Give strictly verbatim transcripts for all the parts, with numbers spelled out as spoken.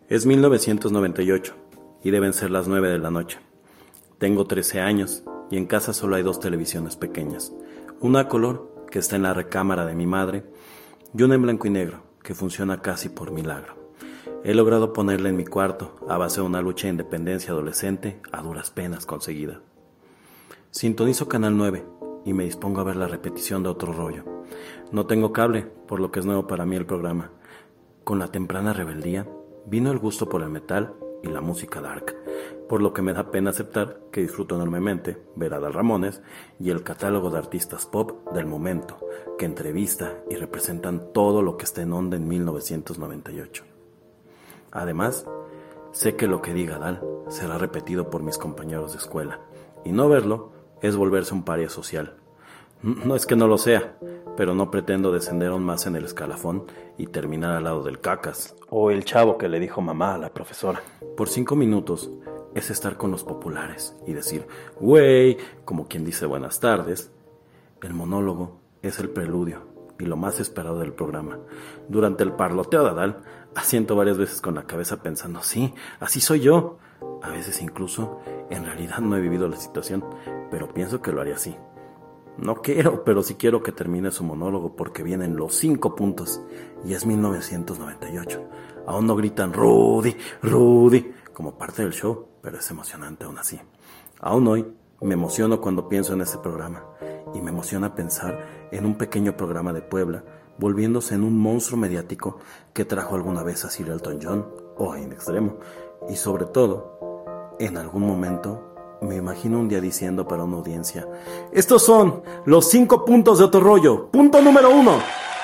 Es mil novecientos noventa y ocho y deben ser las nueve de la noche. Tengo trece años y en casa solo hay dos televisiones pequeñas. Una a color, que está en la recámara de mi madre, y una en blanco y negro, que funciona casi por milagro. He logrado ponerla en mi cuarto a base de una lucha de independencia adolescente a duras penas conseguida. Sintonizo Canal nueve y me dispongo a ver la repetición de Otro Rollo. No tengo cable, por lo que es nuevo para mí el programa. Con la temprana rebeldía vino el gusto por el metal y la música dark, por lo que me da pena aceptar que disfruto enormemente ver a Adal Ramones y el catálogo de artistas pop del momento, que entrevista y representan todo lo que está en onda en mil novecientos noventa y ocho. Además, sé que lo que diga Adal será repetido por mis compañeros de escuela, y no verlo es volverse un paria social. No es que no lo sea, pero no pretendo descender aún más en el escalafón y terminar al lado del cacas o el chavo que le dijo mamá a la profesora. Por cinco minutos es estar con los populares y decir güey, como quien dice buenas tardes. El monólogo es el preludio y lo más esperado del programa. Durante el parloteo de Adal asiento varias veces con la cabeza pensando, sí, así soy yo. A veces incluso en realidad no he vivido la situación, pero pienso que lo haría así. No quiero, pero sí quiero que termine su monólogo porque vienen los cinco puntos y es mil novecientos noventa y ocho. Aún no gritan Rudy, Rudy como parte del show, pero es emocionante aún así. Aún hoy me emociono cuando pienso en este programa y me emociona pensar en un pequeño programa de Puebla volviéndose en un monstruo mediático que trajo alguna vez a Sir Elton John o a In Extremo, y sobre todo, en algún momento me imagino un día diciendo para una audiencia: estos son los cinco puntos de Otro Rollo. Punto número uno.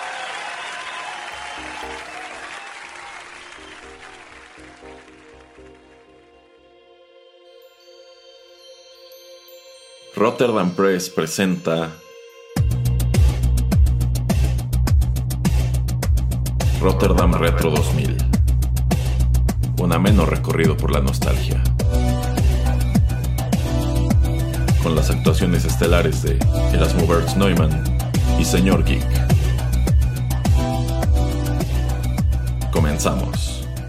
Rotterdam Press presenta Rotterdam Retro dos mil, un ameno recorrido por la nostalgia, con las actuaciones estelares de Erasmo Bertz Neumann y Señor Geek. Comenzamos.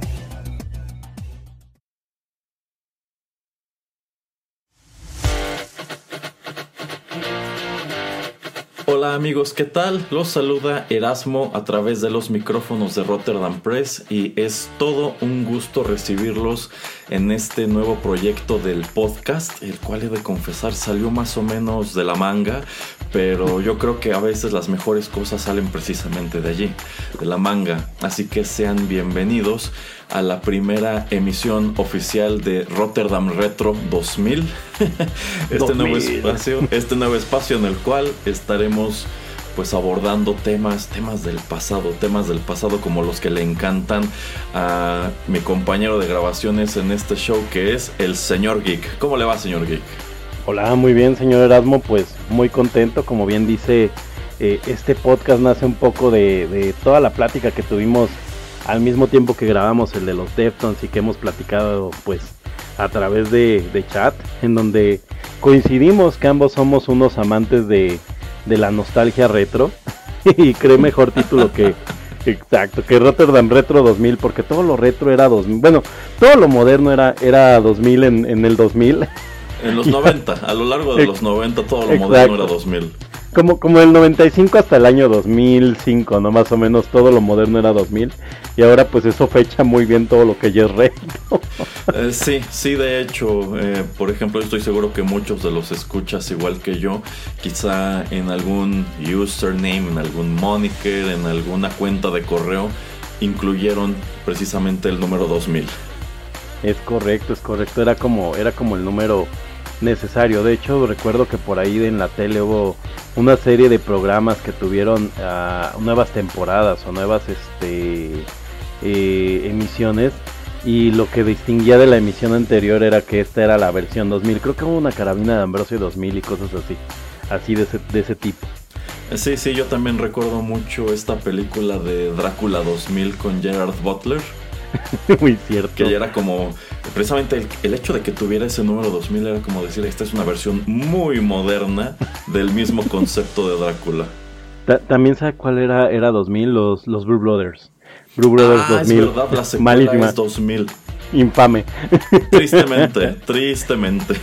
Hola amigos, ¿qué tal? Los saluda Erasmo a través de los micrófonos de Rotterdam Press y es todo un gusto recibirlos en este nuevo proyecto del podcast, el cual he de confesar salió más o menos de la manga, pero yo creo que a veces las mejores cosas salen precisamente de allí, de la manga. Así que sean bienvenidos a la primera emisión oficial de Rotterdam Retro dos mil. este dos mil. nuevo espacio, este nuevo espacio en el cual estaremos pues abordando temas, temas del pasado, temas del pasado como los que le encantan a mi compañero de grabaciones en este show, que es el Señor Geek. ¿Cómo le va, Señor Geek? Hola, muy bien, señor Erasmo, pues muy contento, como bien dice, eh, este podcast nace un poco de, de toda la plática que tuvimos al mismo tiempo que grabamos el de los Deftones y que hemos platicado pues a través de, de chat, en donde coincidimos que ambos somos unos amantes de, de la nostalgia retro y cree mejor título que exacto, que Rotterdam Retro dos mil, porque todo lo retro era dos mil, bueno, todo lo moderno era, era dos mil en, en el dos mil. En los noventa, a lo largo de los noventa todo lo exacto. Moderno era dos mil. Como, como del noventa y cinco hasta el año dos mil cinco, ¿no? Más o menos todo lo moderno era dos mil. Y ahora pues eso fecha muy bien todo lo que ya es retro. eh, Sí, sí, de hecho, eh, por ejemplo, estoy seguro que muchos de los escuchas igual que yo, quizá en algún username, en algún moniker, en alguna cuenta de correo, incluyeron precisamente el número dos mil. Es correcto, es correcto, era como, era como el número necesario. De hecho, recuerdo que por ahí en la tele hubo una serie de programas que tuvieron uh, nuevas temporadas o nuevas este eh, emisiones, y lo que distinguía de la emisión anterior era que esta era la versión dos mil. Creo que hubo una carabina de Ambrosio dos mil y cosas así, así de ese, de ese tipo. Sí, sí, yo también recuerdo mucho esta película de Drácula dos mil con Gerard Butler. Muy cierto. Que ya era como, precisamente el, el hecho de que tuviera ese número dos mil era como decir, esta es una versión muy moderna del mismo concepto de Drácula. Ta- también sabe cuál era, era dos mil, los, los Blue Brothers. Blue Brothers ah, dos mil. Es verdad, la secuela Malísima. es dos mil. Infame. Tristemente, tristemente.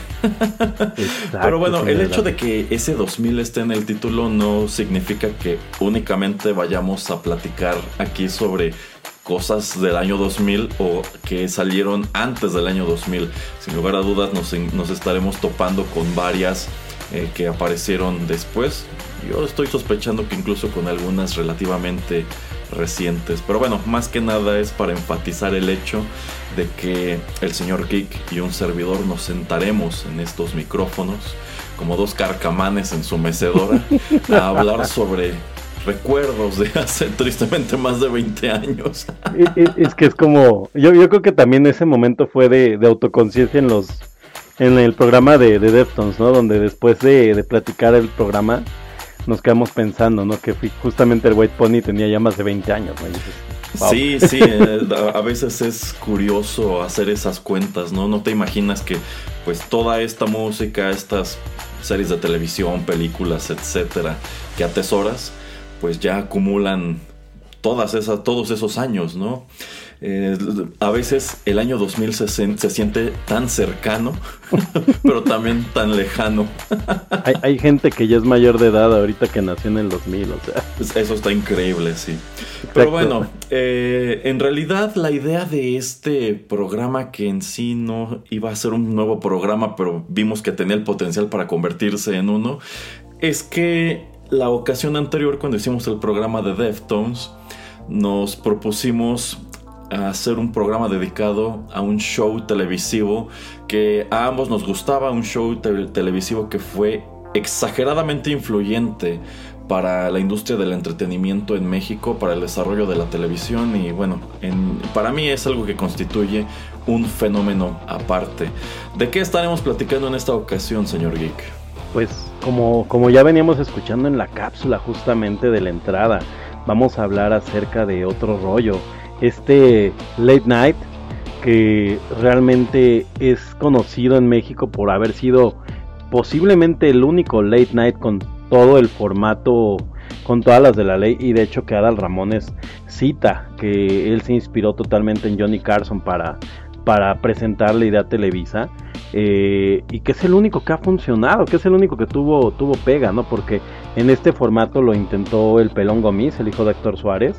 Exacto, Pero bueno, sí, el verdad. hecho de que ese dos mil esté en el título no significa que únicamente vayamos a platicar aquí sobre cosas del año dos mil o que salieron antes del año dos mil. Sin lugar a dudas nos, nos estaremos topando con varias eh, que aparecieron después. Yo estoy sospechando que incluso con algunas relativamente recientes. Pero bueno, más que nada es para enfatizar el hecho de que el señor Geek y un servidor nos sentaremos en estos micrófonos como dos carcamanes en su mecedora a hablar sobre recuerdos de hace tristemente más de veinte años. Es, es que es como, yo, yo creo que también ese momento fue de, de autoconciencia en los en el programa de, de Deftones, ¿no? Donde después de, de platicar el programa nos quedamos pensando, ¿no? Que justamente el White Pony tenía ya más de veinte años, ¿no? Y dices, wow. Sí, sí, eh, a veces es curioso hacer esas cuentas, ¿no? No te imaginas que pues toda esta música, estas series de televisión, películas, etcétera, que atesoras, pues ya acumulan todas esas, todos esos años, ¿no? Eh, a veces el año dos mil se, se siente tan cercano, pero también tan lejano. hay, hay gente que ya es mayor de edad ahorita que nació en el dos mil, o sea. Eso está increíble, sí. Exacto. Pero bueno, eh, en realidad la idea de este programa, que en sí no iba a ser un nuevo programa, pero vimos que tenía el potencial para convertirse en uno, es que la ocasión anterior, cuando hicimos el programa de Deftones, nos propusimos hacer un programa dedicado a un show televisivo que a ambos nos gustaba, un show te- televisivo que fue exageradamente influyente para la industria del entretenimiento en México, para el desarrollo de la televisión, y bueno, en, para mí es algo que constituye un fenómeno aparte. ¿De qué estaremos platicando en esta ocasión, señor Geek? Pues como, como ya veníamos escuchando en la cápsula justamente de la entrada, vamos a hablar acerca de otro rollo, este Late Night, que realmente es conocido en México por haber sido posiblemente el único Late Night con todo el formato, con todas las de la ley, y de hecho que Adal Ramones cita que él se inspiró totalmente en Johnny Carson para, para presentar la idea a Televisa. Eh, y que es el único que ha funcionado, que es el único que tuvo, tuvo pega, ¿no? Porque en este formato lo intentó el Pelón Gomis, el hijo de Héctor Suárez.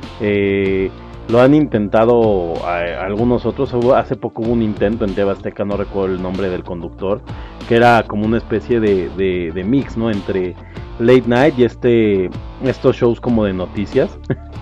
Eh, lo han intentado a, a algunos otros. Hubo, hace poco hubo un intento en T V Azteca, no recuerdo el nombre del conductor, que era como una especie de, de, de mix, ¿no? Entre Late Night y este estos shows como de noticias.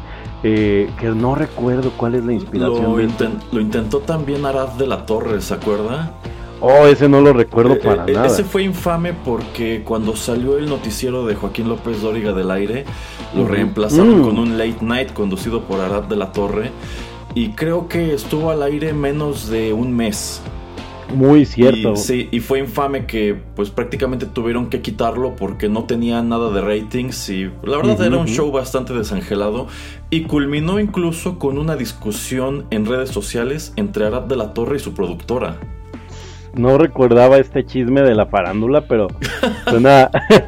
Eh, que no recuerdo cuál es la inspiración. Lo, de inten- lo intentó también Arad de la Torre, ¿se acuerda? Oh, ese no lo recuerdo para eh, nada. Ese fue infame porque cuando salió el noticiero de Joaquín López Dóriga del aire, lo uh-huh. reemplazaron mm. con un Late Night conducido por Arad de la Torre, y creo que estuvo al aire menos de un mes. Muy cierto. Y, sí, y fue infame que pues prácticamente tuvieron que quitarlo porque no tenía nada de ratings, y la verdad uh-huh, era un uh-huh. show bastante desangelado, y culminó incluso con una discusión en redes sociales entre Arad de la Torre y su productora. No recordaba este chisme de la farándula, pero suena...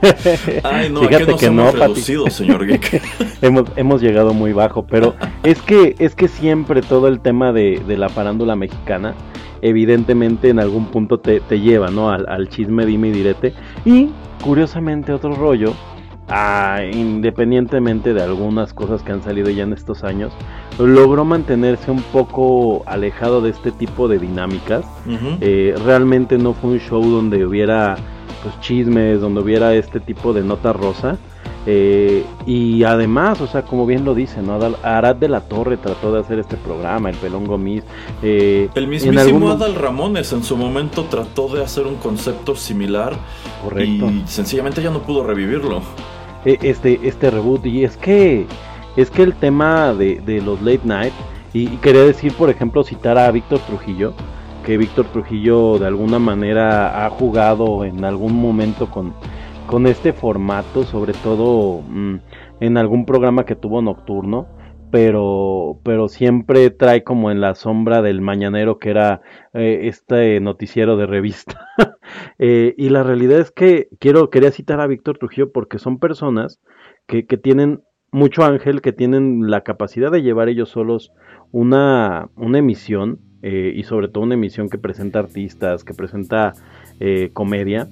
Ay, no, fíjate ¿a qué nos que hemos no, reducido, señor Geek? hemos, hemos llegado muy bajo, pero es que, es que siempre todo el tema de, de la farándula mexicana, evidentemente en algún punto te, te lleva, ¿no? Al, al chisme dime y direte. Y curiosamente otro rollo, ah, independientemente de algunas cosas que han salido ya en estos años, logró mantenerse un poco alejado de este tipo de dinámicas. Uh-huh. Eh, realmente no fue un show donde hubiera pues chismes, donde hubiera este tipo de nota rosa. Eh, y además, o sea, como bien lo dice, ¿no? Arad de la Torre trató de hacer este programa, el Pelón Gomis. Eh, el mismísimo algún... Adal Ramones en su momento trató de hacer un concepto similar. Correcto. Y sencillamente ya no pudo revivirlo. Este, este reboot, y es que es que el tema de, de los late night, y, y quería decir, por ejemplo, citar a Víctor Trujillo, que Víctor Trujillo de alguna manera ha jugado en algún momento con, con este formato, sobre todo mmm, en algún programa que tuvo nocturno, pero pero siempre trae como en la sombra del mañanero que era eh, este noticiero de revista. eh, y la realidad es que quiero quería citar a Víctor Trujillo porque son personas que, que tienen mucho ángel, que tienen la capacidad de llevar ellos solos una, una emisión, eh, y sobre todo una emisión que presenta artistas, que presenta eh, comedia.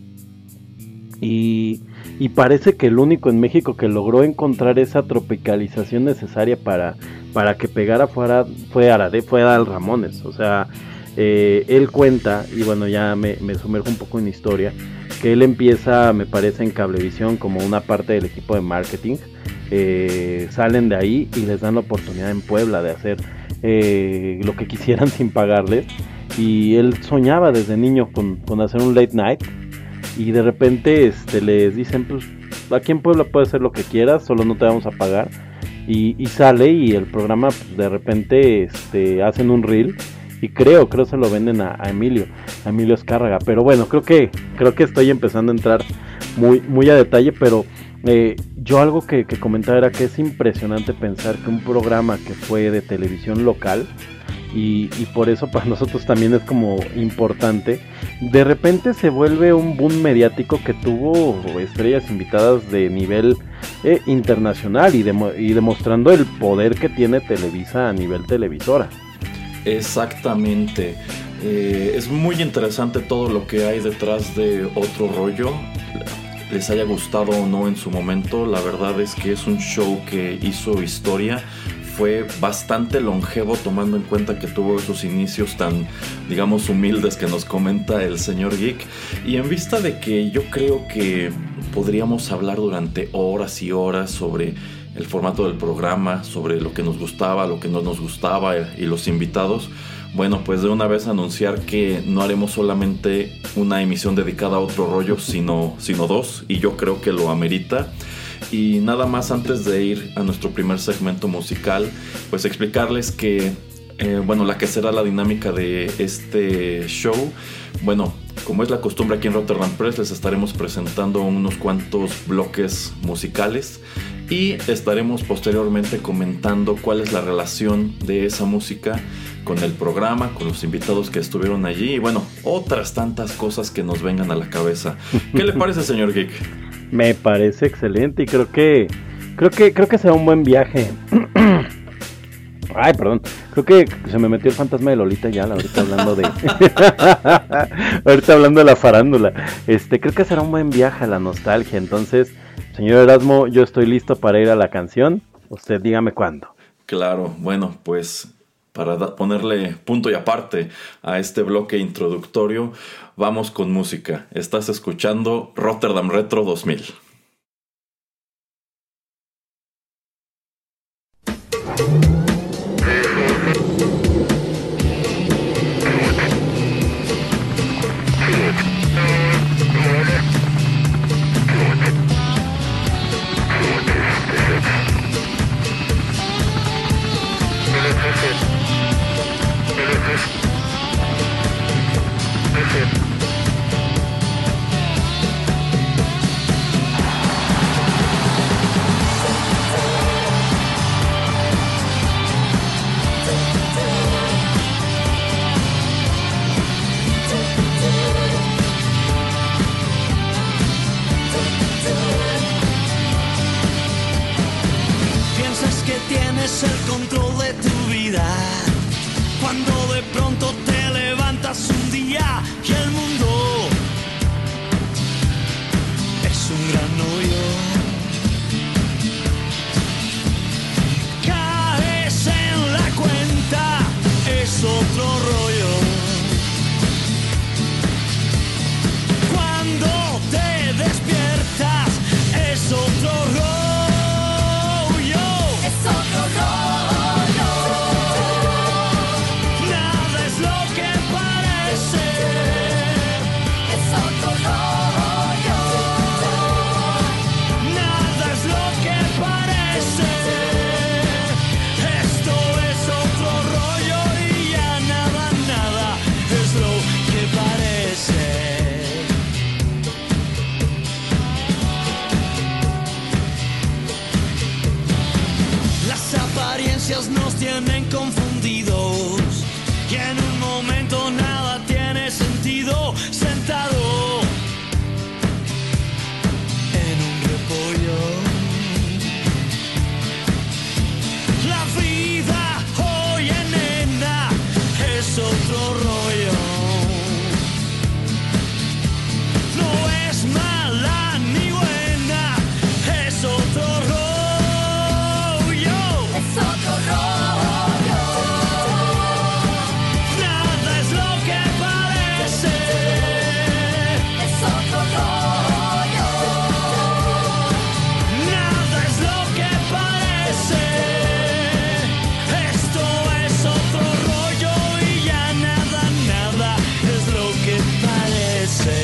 Y, y parece que el único en México que logró encontrar esa tropicalización necesaria para, para que pegara fuera, fue Arade, fue Adal Ramones. O sea, eh, él cuenta, y bueno, ya me, me sumerjo un poco en historia, que él empieza, me parece, en Cablevisión como una parte del equipo de marketing. Eh, salen de ahí y les dan la oportunidad en Puebla de hacer eh, lo que quisieran sin pagarles. Y él soñaba desde niño con, con hacer un late night. Y de repente este, les dicen, pues aquí en Puebla puedes hacer lo que quieras, solo no te vamos a pagar. Y, y sale y el programa pues, de repente este, hacen un reel. Y creo, creo se lo venden a, a Emilio, a Emilio Azcárraga. Pero bueno, creo que, creo que estoy empezando a entrar muy, muy a detalle, pero eh, yo algo que, que comentaba era que es impresionante pensar que un programa que fue de televisión local, y, y por eso para nosotros también es como importante, de repente se vuelve un boom mediático que tuvo estrellas invitadas de nivel eh, internacional y, demo, y demostrando el poder que tiene Televisa a nivel televisora. Exactamente. Eh, es muy interesante todo lo que hay detrás de Otro Rollo. Les haya gustado o no en su momento, la verdad es que es un show que hizo historia. Fue bastante longevo tomando en cuenta que tuvo esos inicios tan, digamos, humildes que nos comenta el señor Geek. Y en vista de que yo creo que podríamos hablar durante horas y horas sobre el formato del programa, sobre lo que nos gustaba, lo que no nos gustaba y los invitados, bueno, pues de una vez anunciar que no haremos solamente una emisión dedicada a Otro Rollo, sino, sino dos, y yo creo que lo amerita. Y nada más antes de ir a nuestro primer segmento musical, pues explicarles que, eh, bueno, la que será la dinámica de este show. Bueno, como es la costumbre aquí en Rotterdam Press, les estaremos presentando unos cuantos bloques musicales y estaremos posteriormente comentando cuál es la relación de esa música con el programa, con los invitados que estuvieron allí y bueno, otras tantas cosas que nos vengan a la cabeza. ¿Qué le parece, señor Geek? Me parece excelente y creo que creo que creo que será un buen viaje. Ay, perdón. Creo que se me metió el fantasma de Lolita ya, ahorita hablando de ahorita hablando de la farándula. Este, creo que será un buen viaje a la nostalgia. Entonces, señor Erasmo, yo estoy listo para ir a la canción. Usted dígame cuándo. Claro, bueno, pues para da- ponerle punto y aparte a este bloque introductorio, vamos con música. Estás escuchando Rotterdam Retro dos mil. Piensas que tienes el control de tu vida, tienen confundidos y en un momento nada tiene sentido, sentado en un repollo. La vida, oye nena, es otro rollo. No es mala ni buena, es otro rollo. Es otro rollo. Nada es lo que parece. Es otro rollo. Nada es lo que parece. Esto es otro rollo y ya nada, nada es lo que parece.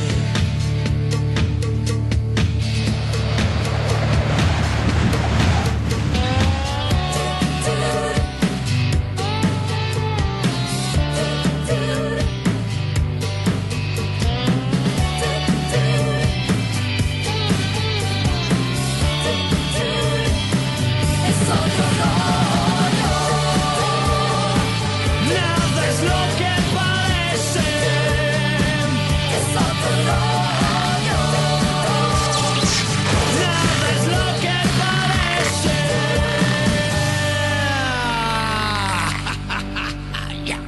Nada es lo que parece. Es otro rollo. Nada es lo que parece. Ya.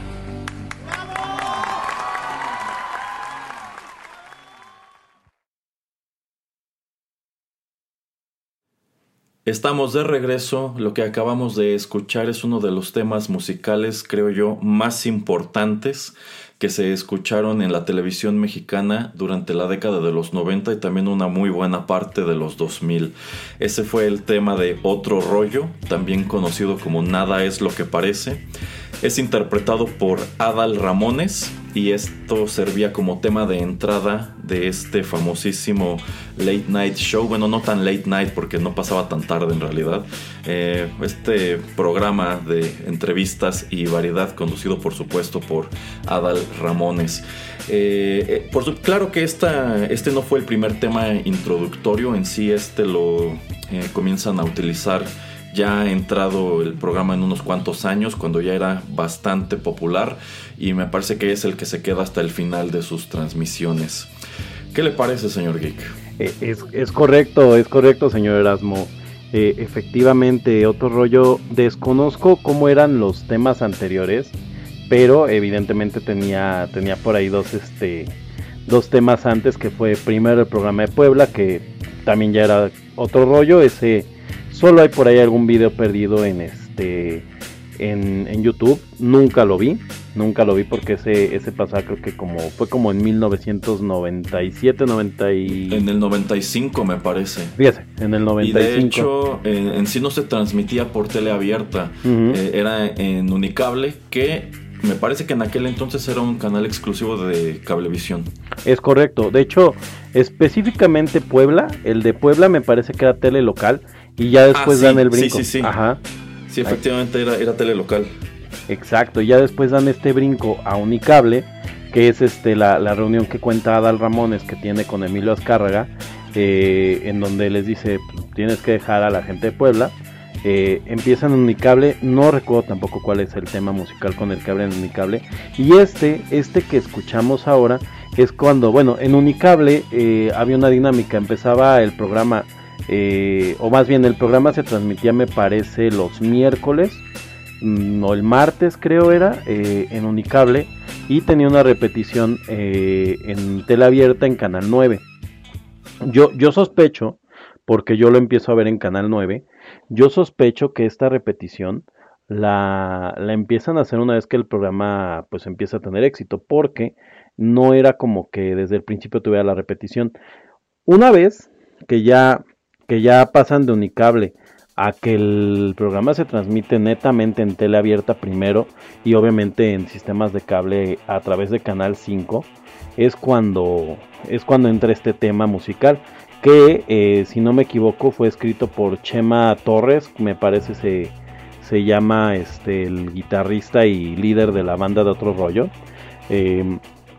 Estamos de regreso. Lo que acabamos de escuchar es uno de los temas musicales, creo yo, más importantes que se escucharon en la televisión mexicana durante la década de los noventa y también una muy buena parte de los dos mil. Ese fue el tema de Otro Rollo, también conocido como Nada es lo que parece. Es interpretado por Adal Ramones y esto servía como tema de entrada de este famosísimo late night show. Bueno, no tan late night porque no pasaba tan tarde en realidad. Eh, este programa de entrevistas y variedad conducido por supuesto por Adal Ramones. Eh, eh, por su, claro que esta, este no fue el primer tema introductorio en sí. Este lo eh, comienzan a utilizar ya entrado el programa en unos cuantos años, cuando ya era bastante popular, y me parece que es el que se queda hasta el final de sus transmisiones. ¿Qué le parece, señor Geek? Eh, es, es correcto, es correcto, señor Erasmo. Eh, efectivamente, Otro Rollo, desconozco cómo eran los temas anteriores, pero evidentemente tenía, tenía por ahí dos, este, dos temas antes, que fue primero el programa de Puebla, que también ya era Otro Rollo. Ese solo hay por ahí algún video perdido en este en, en YouTube. Nunca lo vi, nunca lo vi porque ese ese pasaba, creo que como fue como en mil novecientos noventa y siete, noventa y... En el noventa y cinco me parece. Fíjese, en el noventa y cinco. Y de hecho, en, en sí no se transmitía por tele abierta. Uh-huh. eh, era en Unicable, que me parece que en aquel entonces era un canal exclusivo de Cablevisión. Es correcto. De hecho, específicamente Puebla, el de Puebla me parece que era tele local. Y ya después ah, sí, dan el brinco. Sí, sí, sí. Ajá. Sí, efectivamente era, era tele local. Exacto, ya después dan este brinco a Unicable, que es este la, la reunión que cuenta Adal Ramones que tiene con Emilio Azcárraga, eh, en donde les dice, pues, tienes que dejar a la gente de Puebla. Eh, empiezan en Unicable, no recuerdo tampoco cuál es el tema musical con el que abren Unicable. Y este, este que escuchamos ahora es cuando, bueno, en Unicable eh, había una dinámica, empezaba el programa... Eh, o más bien el programa se transmitía, me parece, los miércoles mmm, o el martes creo era, eh, en Unicable, y tenía una repetición eh, en tele abierta en Canal nueve. Yo, yo sospecho, porque yo lo empiezo a ver en Canal nueve, yo sospecho que esta repetición la, la empiezan a hacer una vez que el programa pues empieza a tener éxito, porque no era como que desde el principio tuviera la repetición. Una vez que ya... que ya pasan de Unicable a que el programa se transmite netamente en tele abierta primero y obviamente en sistemas de cable a través de Canal cinco, es cuando es cuando entra este tema musical que eh, si no me equivoco fue escrito por Chema Torres, me parece se, se llama este el guitarrista y líder de la banda de Otro Rollo, eh,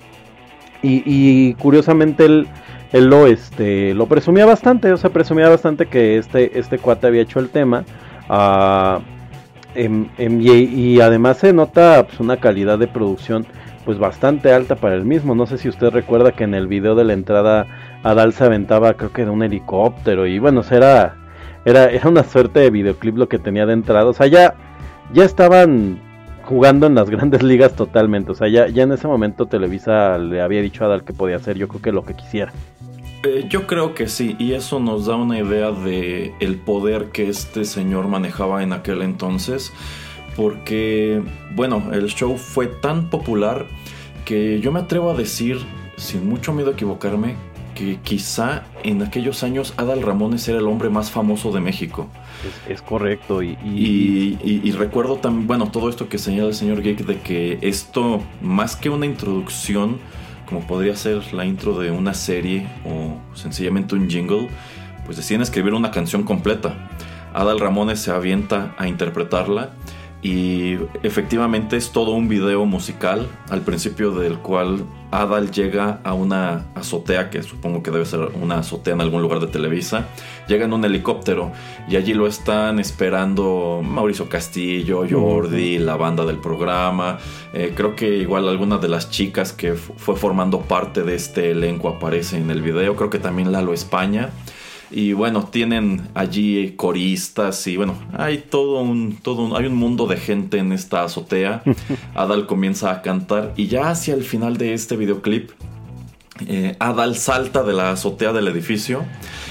y, y curiosamente él Él lo, este, lo presumía bastante, o sea, presumía bastante que este, este cuate había hecho el tema. Uh, em, em, y, y además se nota pues, una calidad de producción pues bastante alta para el mismo. No sé si usted recuerda que en el video de la entrada Adal se aventaba creo que de un helicóptero y bueno, o sea, era, era, era una suerte de videoclip lo que tenía de entrada. O sea, ya, ya estaban jugando en las grandes ligas totalmente. O sea, ya, ya en ese momento Televisa le había dicho a Adal que podía hacer yo creo que lo que quisiera. Eh, yo creo que sí, y eso nos da una idea de el poder que este señor manejaba en aquel entonces. Porque, bueno, el show fue tan popular que yo me atrevo a decir, sin mucho miedo a equivocarme, que quizá en aquellos años Adal Ramones era el hombre más famoso de México. Es, es correcto. Y, y... Y, y, y recuerdo también, bueno, todo esto que señala el señor Geek, de que esto, más que una introducción, como podría ser la intro de una serie o sencillamente un jingle, pues deciden escribir una canción completa. Adal Ramones se avienta a interpretarla. Y efectivamente es todo un video musical, al principio del cual Adal llega a una azotea, que supongo que debe ser una azotea en algún lugar de Televisa. Llega en un helicóptero y allí lo están esperando Mauricio Castillo, Jordi, uh-huh. la banda del programa. Eh, creo que igual alguna de las chicas que f- fue formando parte de este elenco aparece en el video. Creo que también Lalo España. Y bueno, tienen allí coristas y bueno, hay todo un, todo un, hay un mundo de gente en esta azotea. Adal comienza a cantar y ya hacia el final de este videoclip, eh, Adal salta de la azotea del edificio.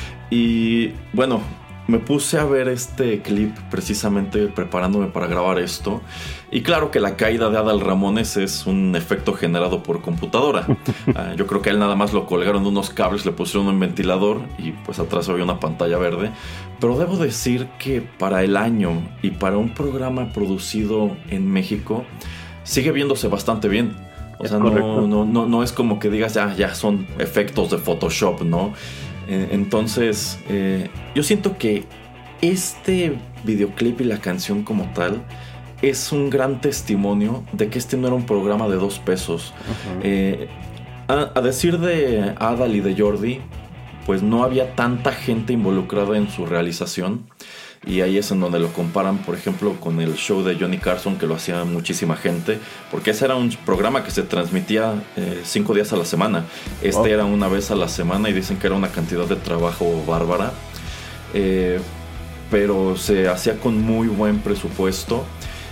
Y bueno, me puse a ver este clip precisamente preparándome para grabar esto. Y claro que la caída de Adal Ramones es un efecto generado por computadora. uh, Yo creo que a él nada más lo colgaron de unos cables, le pusieron un ventilador y pues atrás había una pantalla verde. Pero debo decir que para el año y para un programa producido en México sigue viéndose bastante bien. O sea, no, no, no, no es como que digas ya, ya son efectos de Photoshop, ¿no? Entonces, eh, yo siento que este videoclip y la canción como tal es un gran testimonio de que este no era un programa de dos pesos. Uh-huh. Eh, a, a decir de Adal y de Jordi, pues no había tanta gente involucrada en su realización. Y ahí es en donde lo comparan, por ejemplo, con el show de Johnny Carson, que lo hacía muchísima gente, porque ese era un programa que se transmitía eh, cinco días a la semana. Este oh. era una vez a la semana y dicen que era una cantidad de trabajo bárbara, eh, pero se hacía con muy buen presupuesto.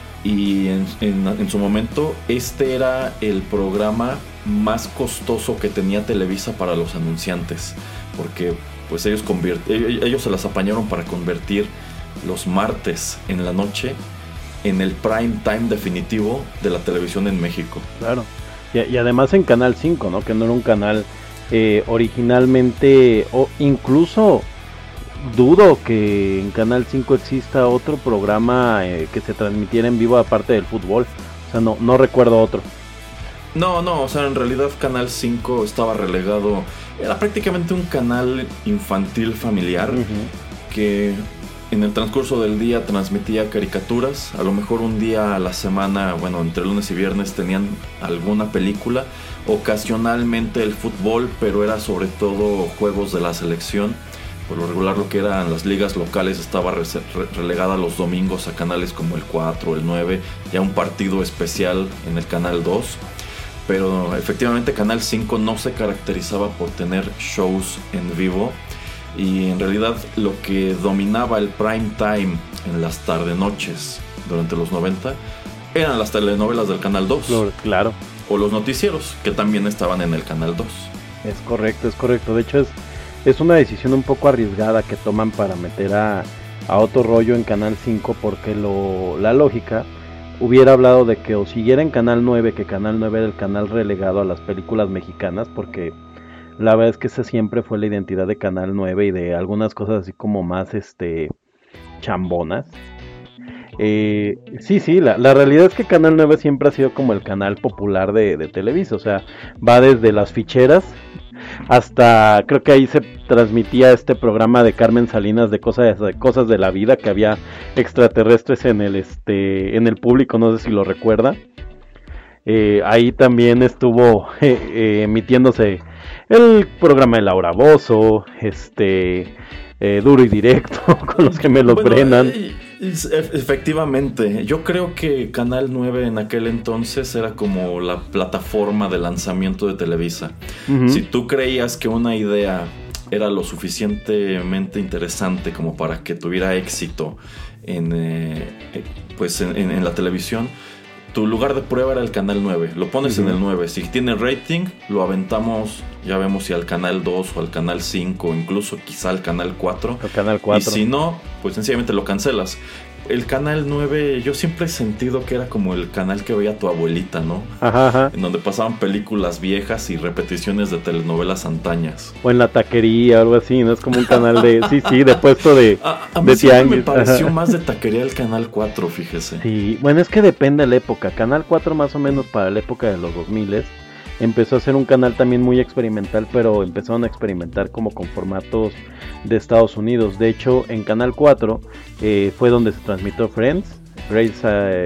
Y en, en, en su momento este era el programa más costoso que tenía Televisa para los anunciantes, porque pues ellos, convirt- ellos se las apañaron para convertir los martes en la noche en el prime time definitivo de la televisión en México. Claro, y, y además en Canal cinco, ¿no? Que no era un canal eh, originalmente, o incluso dudo que en Canal cinco exista otro programa eh, que se transmitiera en vivo aparte del fútbol. O sea, no, no recuerdo otro. No, no, o sea, en realidad Canal cinco estaba relegado, era prácticamente un canal infantil familiar, uh-huh. que en el transcurso del día transmitía caricaturas. A lo mejor un día a la semana, bueno, entre lunes y viernes tenían alguna película, ocasionalmente el fútbol, pero era sobre todo juegos de la selección. Por lo regular lo que eran las ligas locales estaba re- re- relegada los domingos a canales como el cuatro, el nueve, ya un partido especial en el Canal dos. Pero efectivamente Canal cinco no se caracterizaba por tener shows en vivo. Y en realidad lo que dominaba el prime time en las tarde-noches durante los noventa eran las telenovelas del Canal dos. Claro. O los noticieros, que también estaban en el Canal dos. Es correcto, es correcto. De hecho es, es una decisión un poco arriesgada que toman para meter a, a Otto Rollo en Canal cinco, porque lo, la lógica hubiera hablado de que o siguiera en Canal nueve, que Canal nueve era el canal relegado a las películas mexicanas, porque la verdad es que esa siempre fue la identidad de Canal nueve y de algunas cosas así como más este chambonas. Eh, sí, sí, la, la realidad es que Canal nueve siempre ha sido como el canal popular de, de Televisa. O sea, va desde las ficheras hasta, creo que ahí se transmitía este programa de Carmen Salinas de cosas, de cosas de la vida, que había extraterrestres en el, este, en el público, no sé si lo recuerda. Eh, ahí también estuvo eh, eh, emitiéndose el programa de Laura Bozzo, este, eh, Duro y Directo, con los gemelos bueno, Brennan. Eh, Efectivamente, yo creo que Canal nueve en aquel entonces era como la plataforma de lanzamiento de Televisa. Uh-huh. Si tú creías que una idea era lo suficientemente interesante como para que tuviera éxito en, eh, pues en, en, en la televisión, tu lugar de prueba era el Canal nueve. Lo pones uh-huh. en el nueve. Si tiene rating, lo aventamos, ya vemos si al Canal dos o al Canal cinco, o incluso quizá al Canal cuatro. El Canal cuatro. Y si no, pues sencillamente lo cancelas. El Canal nueve, yo siempre he sentido que era como el canal que veía tu abuelita, ¿no? Ajá, ajá. En donde pasaban películas viejas y repeticiones de telenovelas antañas. O en la taquería o algo así, ¿no? Es como un canal de... sí, sí, de puesto de... A, a mí de siempre tianguis. Me pareció Ajá. más de taquería el Canal cuatro, fíjese. Sí, bueno, es que depende de la época. Canal cuatro más o menos para la época de los dos mil empezó a ser un canal también muy experimental, pero empezaron a experimentar como con formatos de Estados Unidos. De hecho, en Canal cuatro eh, fue donde se transmitió Friends, Grace,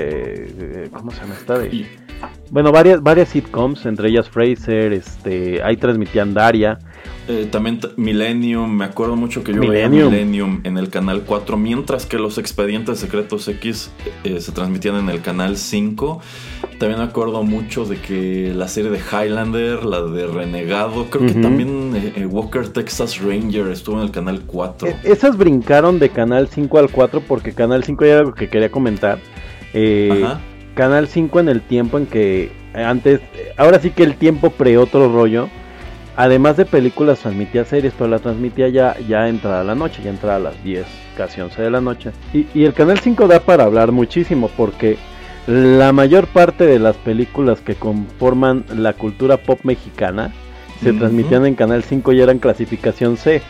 eh, ¿cómo se llama esta? De... Bueno, varias varias sitcoms, entre ellas Frasier, este, ahí transmitían Daria. Eh, también t- Millennium, me acuerdo mucho que yo Millennium. veía Millennium en el Canal cuatro, mientras que los Expedientes Secretos X eh, se transmitían en el Canal cinco. También me acuerdo mucho de que la serie de Highlander, la de Renegado, creo uh-huh. que también eh, Walker Texas Ranger estuvo en el Canal cuatro. Eh, esas brincaron de Canal cinco al cuatro porque Canal cinco ya era algo que quería comentar. Eh, Ajá. Canal cinco en el tiempo en que antes, ahora sí que el tiempo pre otro rollo, además de películas transmitía series, pero la transmitía ya, ya entrada la noche, ya entrada a las diez, casi once de la noche. Y, y el Canal cinco da para hablar muchísimo porque la mayor parte de las películas que conforman la cultura pop mexicana se uh-huh. transmitían en Canal cinco y eran clasificación C.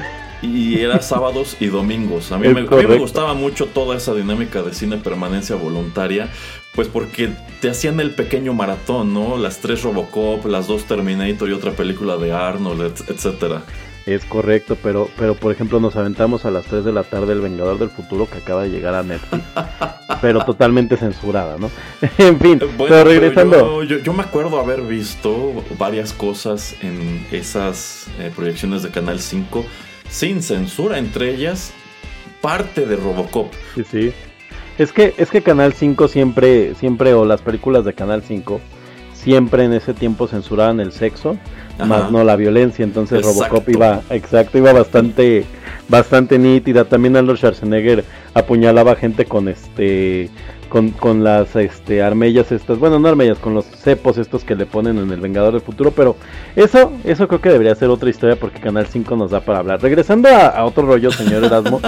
Y era sábados y domingos. A mí, me, a mí me gustaba mucho toda esa dinámica de cine permanencia voluntaria, pues porque te hacían el pequeño maratón, ¿no? Las tres Robocop, las dos Terminator y otra película de Arnold, et- etcétera. Es correcto, pero, pero por ejemplo nos aventamos a las tres de la tarde El Vengador del Futuro, que acaba de llegar a Netflix, pero totalmente censurada, ¿no? En fin, bueno, pero regresando. Pero yo, yo, yo me acuerdo haber visto varias cosas en esas eh, proyecciones de Canal cinco sin censura, entre ellas parte de Robocop. Sí, sí. Es que, es que Canal cinco siempre, siempre, o las películas de Canal cinco, siempre en ese tiempo censuraban el sexo, Ajá. más no la violencia, entonces exacto. Robocop iba, exacto, iba bastante, bastante nítida. También Arnold Schwarzenegger apuñalaba gente con este, con, con las este armellas estas, bueno no armellas, con los cepos estos que le ponen en El Vengador del Futuro, pero eso, eso creo que debería ser otra historia porque Canal cinco nos da para hablar. Regresando a, a otro rollo, señor Erasmo,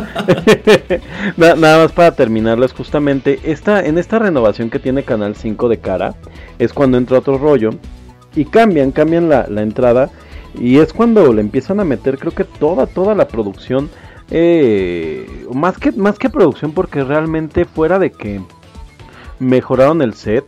nada más para terminarles, justamente esta, en esta renovación que tiene Canal cinco de cara, es cuando entra otro rollo y cambian, cambian la, la entrada, y es cuando le empiezan a meter, creo que toda, toda la producción, eh, más que, más que producción, porque realmente fuera de que mejoraron el set,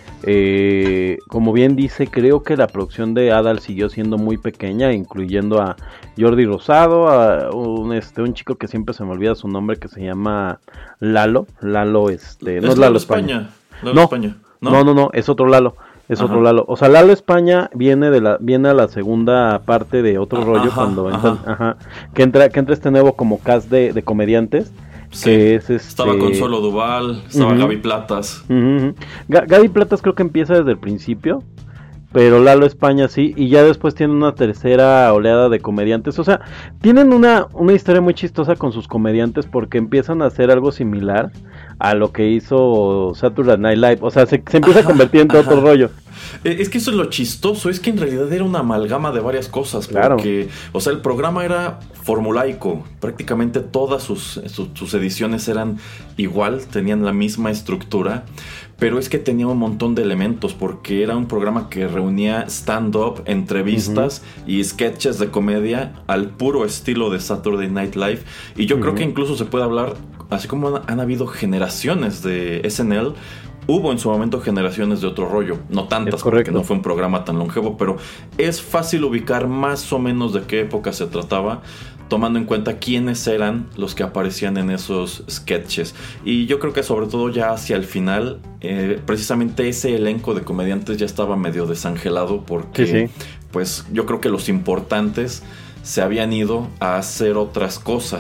eh, como bien dice, creo que la producción de Adal siguió siendo muy pequeña, incluyendo a Jordi Rosado, a un, este, un chico que siempre se me olvida su nombre, que se llama Lalo, Lalo, este, no es, es Lalo España, España. Lalo no, España. ¿No? no, no, no, es otro Lalo. Es Ajá. otro Lalo. O sea, Lalo España viene de la viene a la segunda parte de otro ajá, rollo cuando entran, ajá. Ajá, que entra que entra este nuevo como cast de, de comediantes. Sí. Que es este... Estaba Consuelo Duval, estaba uh-huh. Gaby Platas. Uh-huh. G- Gaby Platas creo que empieza desde el principio, pero Lalo España sí, y ya después tiene una tercera oleada de comediantes. O sea, tienen una, una historia muy chistosa con sus comediantes porque empiezan a hacer algo similar a lo que hizo Saturday Night Live. O sea, se, se empieza ajá, a convertir en todo otro rollo. Es que eso es lo chistoso, es que en realidad era una amalgama de varias cosas. Porque, claro. O sea, el programa era formulaico. Prácticamente todas sus, sus, sus ediciones eran igual, tenían la misma estructura. Pero es que tenía un montón de elementos, porque era un programa que reunía stand-up, entrevistas uh-huh. y sketches de comedia al puro estilo de Saturday Night Live. Y yo uh-huh. creo que incluso se puede hablar, así como han, han habido generaciones de S N L, hubo en su momento generaciones de otro rollo. No tantas, porque no fue un programa tan longevo, pero es fácil ubicar más o menos de qué época se trataba, tomando en cuenta quiénes eran los que aparecían en esos sketches. Y yo creo que sobre todo ya hacia el final, eh, precisamente ese elenco de comediantes ya estaba medio desangelado, porque sí, sí. pues yo creo que los importantes se habían ido a hacer otras cosas.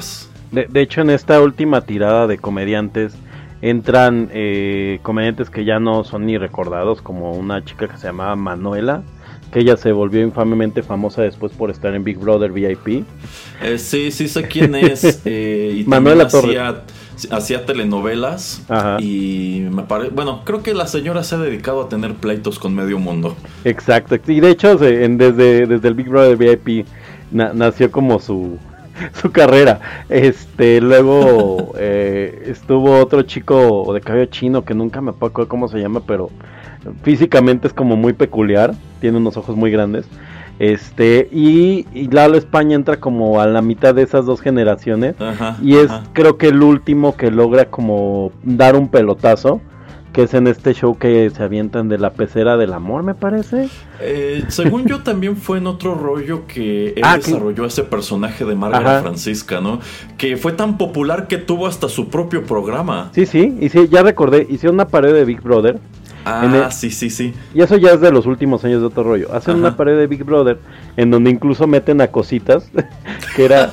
De, de hecho, en esta última tirada de comediantes entran eh, comediantes que ya no son ni recordados, como una chica que se llamaba Manuela, que ella se volvió infamemente famosa después por estar en Big Brother V I P. Eh, sí, sí sé quién es. Eh, y Manuela hacía, hacía telenovelas. Ajá. Y me parece, bueno, creo que la señora se ha dedicado a tener pleitos con medio mundo. Exacto. Y de hecho, se, en, desde, desde el Big Brother V I P na, nació como su... su carrera. Este, luego eh, estuvo otro chico de cabello chino que nunca me acuerdo cómo se llama, pero físicamente es como muy peculiar, tiene unos ojos muy grandes. Este, y, y Lalo España entra como a la mitad de esas dos generaciones. Ajá, y es ajá. creo que el último que logra como dar un pelotazo, que es en este show que se avientan de la pecera del amor, me parece. Eh, según yo, también fue en otro rollo que él ah, desarrolló que... ese personaje de Margarita Ajá. Francisca, ¿no? Que fue tan popular que tuvo hasta su propio programa. Sí, sí, y sí, ya recordé, hicieron una pared de Big Brother. Ah, el... sí, sí, sí. Y eso ya es de los últimos años de otro rollo. Hacen Ajá. una pared de Big Brother en donde incluso meten a Cositas, que era...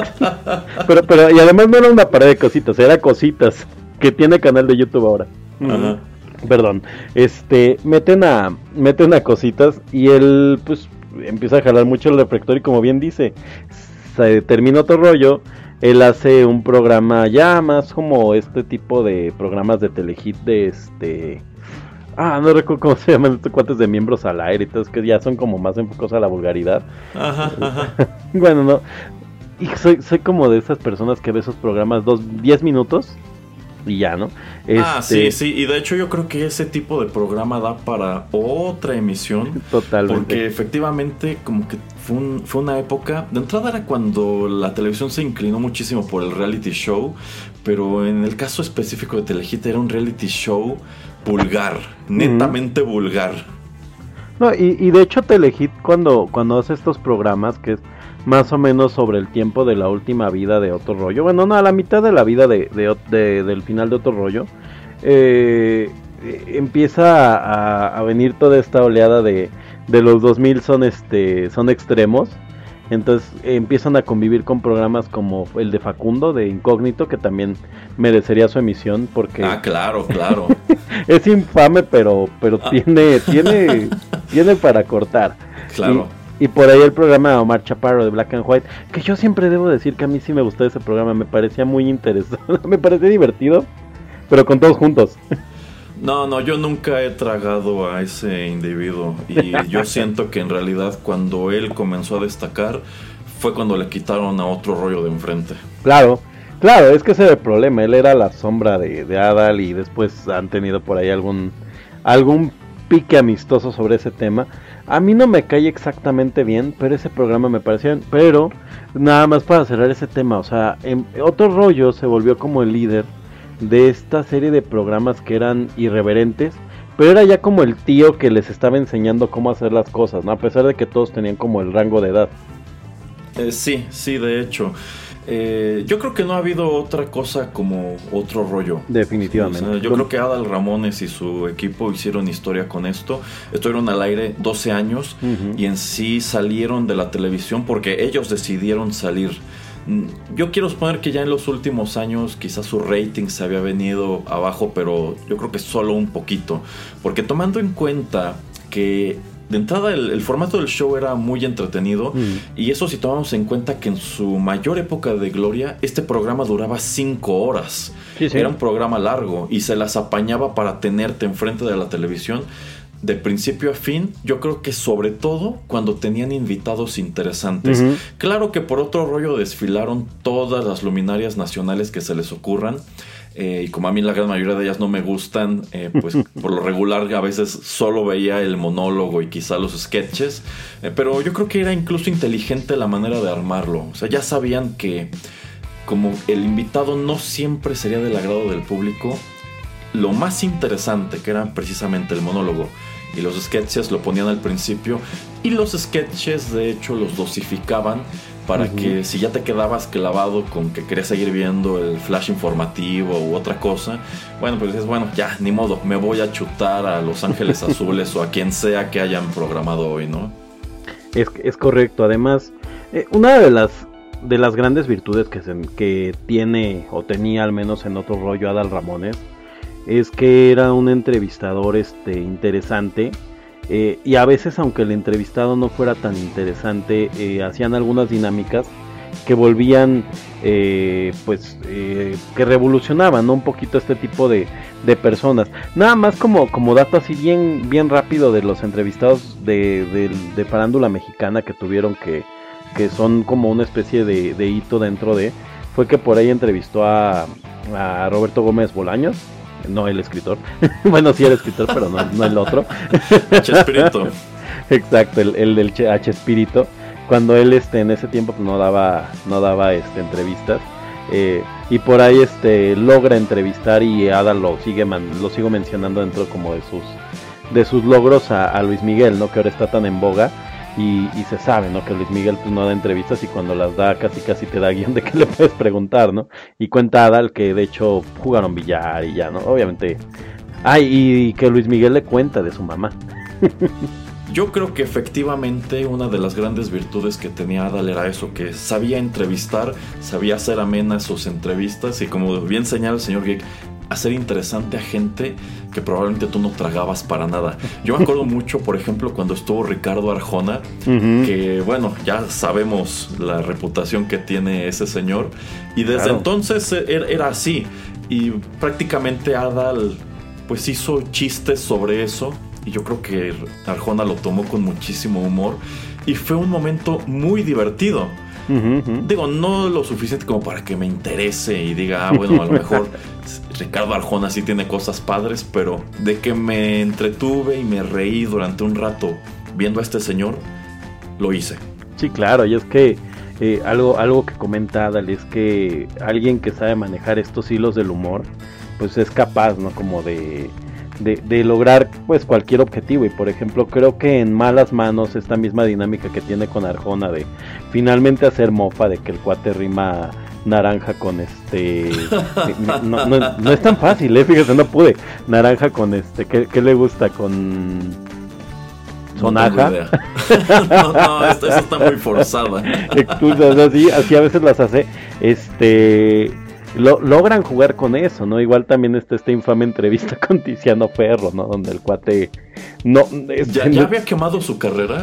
pero, pero, y además no era una pared de Cositas, era Cositas, que tiene canal de YouTube ahora. Ajá. Perdón, este, meten a, meten a Cositas y él, pues, empieza a jalar mucho el reflector y como bien dice, se termina otro rollo, él hace un programa ya más como este tipo de programas de telehit de este, ah, no recuerdo cómo se llaman estos cuates de miembros al aire y todo, es que ya son como más enfocados a la vulgaridad. Ajá, ajá. Bueno, no, y soy, soy como de esas personas que ve esos programas dos, diez minutos y ya, ¿no? Este... Ah, sí, sí, y de hecho yo creo que ese tipo de programa da para otra emisión. Totalmente. Porque efectivamente como que fue, un, fue una época, de entrada era cuando la televisión se inclinó muchísimo por el reality show, pero en el caso específico de Telehit era un reality show vulgar, netamente uh-huh. vulgar. No, y, y de hecho Telehit cuando, cuando hace estos programas que es más o menos sobre el tiempo de la última vida de Otro Rollo, bueno, no, a la mitad de la vida de, de, de, del final de Otro Rollo, eh, empieza a, a venir toda esta oleada de, de los dos mil son, este, son extremos, entonces eh, empiezan a convivir con programas como el de Facundo, de Incógnito, que también merecería su emisión, porque... Ah, claro, claro. Es infame, pero, pero ah. tiene, tiene, tiene para cortar. Claro. Y, Y por ahí el programa de Omar Chaparro de Black and White, que yo siempre debo decir que a mí sí me gustó ese programa, me parecía muy interesante, me parecía divertido, pero con todos juntos. No, no, yo nunca he tragado a ese individuo y yo siento que en realidad cuando él comenzó a destacar fue cuando le quitaron a Otro Rollo de enfrente. Claro, claro, es que ese era el problema, él era la sombra de, de Adal y después han tenido por ahí algún, algún pique amistoso sobre ese tema. A mí no me cae exactamente bien, pero ese programa me pareció bien. Pero nada más para cerrar ese tema, o sea, en Otro Rollo se volvió como el líder de esta serie de programas que eran irreverentes, pero era ya como el tío que les estaba enseñando cómo hacer las cosas, ¿no? A pesar de que todos tenían como el rango de edad. Eh, sí, sí, de hecho. Eh, yo creo que no ha habido otra cosa como Otro Rollo. Definitivamente. O sea, yo creo que Adal Ramones y su equipo hicieron historia con esto. Estuvieron al aire doce años uh-huh. y en sí salieron de la televisión porque ellos decidieron salir. Yo quiero suponer que ya en los últimos años quizás su rating se había venido abajo, pero yo creo que solo un poquito. Porque tomando en cuenta que de entrada el, el formato del show era muy entretenido mm. y eso si tomamos en cuenta que en su mayor época de gloria este programa duraba cinco horas. Sí, sí. Era un programa largo y se las apañaba para tenerte enfrente de la televisión de principio a fin. Yo creo que sobre todo cuando tenían invitados interesantes. Uh-huh. Claro que por Otro Rollo desfilaron todas las luminarias nacionales que se les ocurran. Eh, y como a mí la gran mayoría de ellas no me gustan, eh, pues por lo regular a veces solo veía el monólogo y quizá los sketches, eh, pero yo creo que era incluso inteligente la manera de armarlo. O sea, ya sabían que como el invitado no siempre sería del agrado del público, lo más interesante, que era precisamente el monólogo y los sketches, lo ponían al principio, y los sketches de hecho los dosificaban para uh-huh. que si ya te quedabas clavado con que querías seguir viendo el flash informativo u otra cosa, bueno, pues dices, bueno, ya, ni modo, me voy a chutar a Los Ángeles Azules o a quien sea que hayan programado hoy, ¿no? Es, es correcto, además, eh, una de las de las grandes virtudes que, se, que tiene o tenía al menos en Otro Rollo Adal Ramones es que era un entrevistador este, interesante, eh, y a veces, aunque el entrevistado no fuera tan interesante, eh, hacían algunas dinámicas que volvían, eh, pues, eh, que revolucionaban, ¿no? Un poquito este tipo de, de personas. Nada más como, como dato así bien, bien rápido de los entrevistados de, de, de farándula mexicana que tuvieron, que, que son como una especie de, de hito dentro de, fue que por ahí entrevistó a, a Roberto Gómez Bolaños, no el escritor, bueno sí el escritor, pero no, no el otro. Chespirito. Exacto, el, el del Che, a Chespirito, cuando él este en ese tiempo pues, no daba no daba este entrevistas, eh, y por ahí este logra entrevistar, y Adal lo sigue man, lo sigo mencionando dentro como de sus de sus logros a, a Luis Miguel, ¿no? Que ahora está tan en boga. Y, y se sabe, ¿no? Que Luis Miguel pues, no da entrevistas, y cuando las da casi casi te da guión de qué le puedes preguntar, ¿no? Y cuenta Adal que de hecho jugaron billar y ya, ¿no? Obviamente. Ah, y, y que Luis Miguel le cuenta de su mamá. Yo creo que efectivamente una de las grandes virtudes que tenía Adal era eso, que sabía entrevistar, sabía hacer amenas sus entrevistas, y como bien señala el señor Geek, hacer interesante a gente que probablemente tú no tragabas para nada. Yo me acuerdo mucho, por ejemplo, cuando estuvo Ricardo Arjona, uh-huh. que bueno, ya sabemos la reputación que tiene ese señor, y desde claro. entonces era así, y prácticamente Adal pues hizo chistes sobre eso, y yo creo que Arjona lo tomó con muchísimo humor, y fue un momento muy divertido. Uh-huh, uh-huh. Digo, no lo suficiente como para que me interese y diga, ah, bueno, a lo mejor Ricardo Arjona sí tiene cosas padres, pero de que me entretuve y me reí durante un rato viendo a este señor, lo hice. Sí, claro, y es que eh, algo, algo que comenta Adal es que alguien que sabe manejar estos hilos del humor, pues es capaz, ¿no? Como de... De, de lograr pues cualquier objetivo. Y por ejemplo creo que en Malas Manos esta misma dinámica que tiene con Arjona de finalmente hacer mofa de que el cuate rima naranja con este no, no, no es tan fácil, ¿eh? Fíjate, no pude. Naranja con este, ¿qué, qué le gusta? Con sonaja. No, no, esto, eso está muy forzada. Excusas, así, así a veces las hace. Este Lo, logran jugar con eso, ¿no? Igual también está esta infame entrevista con Tiziano Ferro, ¿no? Donde el cuate no es, ¿Ya, ¿Ya había quemado su carrera?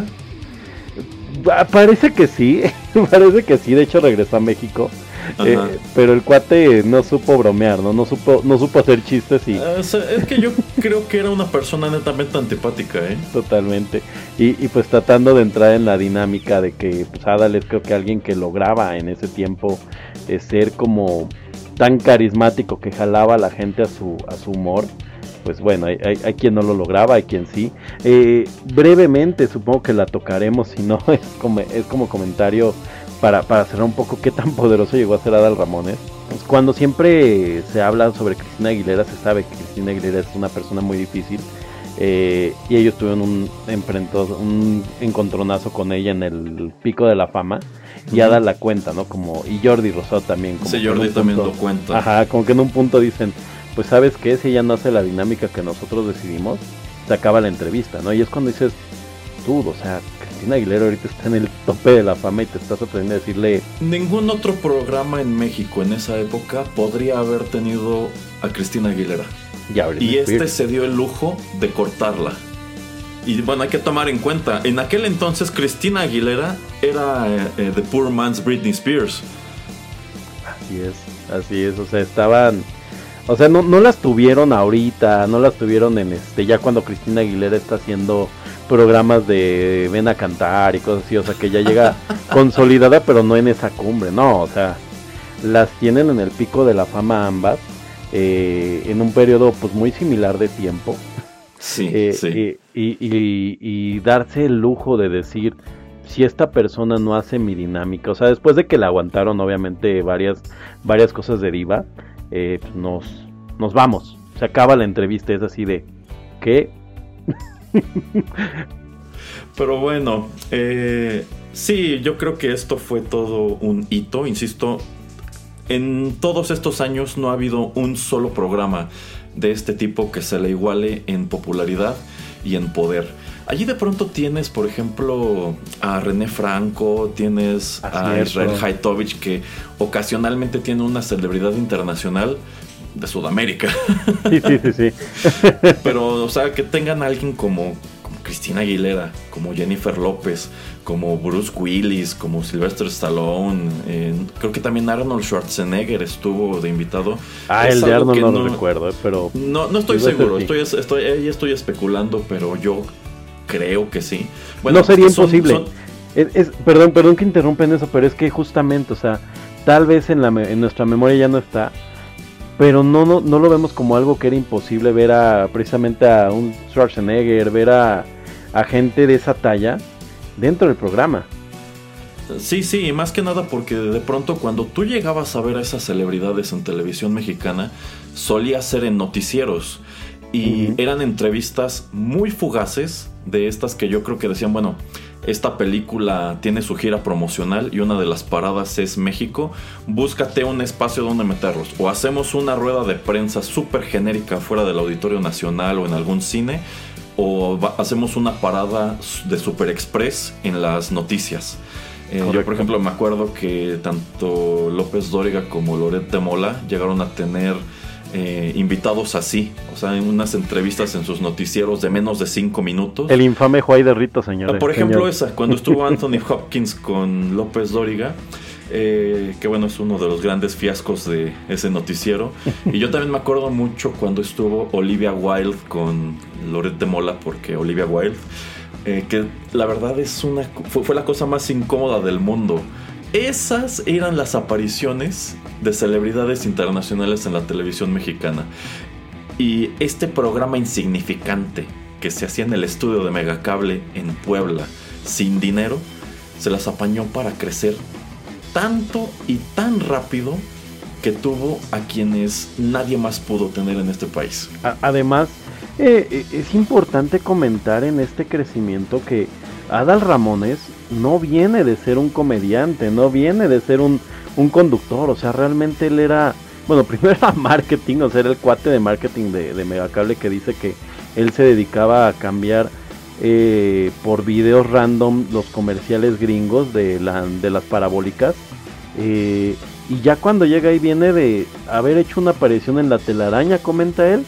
Parece que sí, parece que sí, de hecho regresó a México, eh, pero el cuate no supo bromear, ¿no? No supo, no supo hacer chistes y... Uh, o sea, es que yo creo que era una persona netamente antipática, ¿eh? Totalmente, y, y pues tratando de entrar en la dinámica de que pues Adal es creo que alguien que lograba en ese tiempo eh, ser como... tan carismático que jalaba a la gente a su a su humor. Pues bueno, hay, hay, hay quien no lo lograba, hay quien sí. Eh, brevemente, supongo que la tocaremos, si no es como, es como comentario para, para cerrar un poco qué tan poderoso llegó a ser Adal Ramones. Pues cuando siempre se habla sobre Cristina Aguilera, se sabe que Cristina Aguilera es una persona muy difícil. Eh, y ellos tuvieron un, un encontronazo con ella en el pico de la fama. Y Adal la cuenta, ¿no? Como, y Jordi Rosado también. Como sí, Jordi también punto, lo cuenta. Ajá, como que en un punto dicen, pues ¿sabes qué? Si ella no hace la dinámica que nosotros decidimos, se acaba la entrevista, ¿no? Y es cuando dices, tú, o sea, Cristina Aguilera ahorita está en el tope de la fama y te estás aprendiendo a decirle... Ningún otro programa en México en esa época podría haber tenido a Cristina Aguilera. Ya, y este Spears. Se dio el lujo de cortarla. Y bueno, hay que tomar en cuenta, en aquel entonces Cristina Aguilera era eh, eh, The Poor Man's Britney Spears. Así es, así es, o sea, estaban... O sea, no, no las tuvieron ahorita, no las tuvieron en este... Ya cuando Cristina Aguilera está haciendo programas de ven a cantar y cosas así, o sea, que ya llega consolidada, pero no en esa cumbre, no, o sea, las tienen en el pico de la fama ambas, eh, en un periodo pues muy similar de tiempo. Sí, eh, sí. Eh, y, y, y darse el lujo de decir, si esta persona no hace mi dinámica, o sea, después de que la aguantaron obviamente varias varias cosas de diva, eh, pues nos, nos vamos, se acaba la entrevista, es así de, ¿qué? Pero bueno, eh, sí, yo creo que esto fue todo un hito, insisto, en todos estos años no ha habido un solo programa de este tipo que se le iguale en popularidad y en poder. allí de pronto tienes, por ejemplo, a René Franco, tienes a Acierto. Israel Haitovich, que ocasionalmente tiene una celebridad internacional de Sudamérica. Sí, sí, sí, sí. Pero, o sea, que tengan a alguien como, como Cristina Aguilera, como Jennifer López, como Bruce Willis, como Sylvester Stallone, eh, creo que también Arnold Schwarzenegger estuvo de invitado. Ah, Es el de algo Arnold que no lo recuerdo, eh, pero... No, no estoy Sylvester seguro, sí. estoy, estoy, ahí estoy especulando, pero yo creo que sí. Bueno, no sería son- imposible. son- Es, es- perdón, perdón que interrumpa en eso, pero es que justamente, o sea, tal vez en, la, me- en nuestra memoria ya no está, pero no, no, no lo vemos como algo que era imposible ver a precisamente a un Schwarzenegger, ver a, a gente de esa talla dentro del programa. Sí, sí, y más que nada porque de pronto cuando tú llegabas a ver a esas celebridades en televisión mexicana, solía ser en noticieros. Y Ujú. eran entrevistas muy fugaces, de estas que yo creo que decían, bueno, esta película tiene su gira promocional y una de las paradas es México, búscate un espacio donde meterlos. O hacemos una rueda de prensa súper genérica fuera del Auditorio Nacional o en algún cine, o va- hacemos una parada de Super Express en las noticias. Eh, yo, Correcto. por ejemplo, me acuerdo que tanto López Dóriga como Loret de Mola llegaron a tener eh, invitados así, o sea, en unas entrevistas en sus noticieros de menos de cinco minutos. El infame Juay de Rito, señores. Ah, por ejemplo, señor. esa, cuando estuvo Anthony Hopkins con López Dóriga, eh, que bueno, es uno de los grandes fiascos de ese noticiero. Y yo también me acuerdo mucho cuando estuvo Olivia Wilde con Loret de Mola, porque Olivia Wilde, eh, que la verdad es una fue, fue la cosa más incómoda del mundo. Esas eran las apariciones de celebridades internacionales en la televisión mexicana. Y este programa insignificante que se hacía en el estudio de Megacable en Puebla, sin dinero, se las apañó para crecer tanto y tan rápido que tuvo a quienes nadie más pudo tener en este país. A- Además, eh, eh, es importante comentar en este crecimiento que Adal Ramones no viene de ser un comediante, no viene de ser un, un conductor, o sea, realmente él era, bueno, primero era marketing, o sea, era el cuate de marketing de, de Megacable que dice que él se dedicaba a cambiar eh, por videos random los comerciales gringos de, la, de las parabólicas, eh, y ya cuando llega ahí viene de haber hecho una aparición en La Telaraña, comenta él,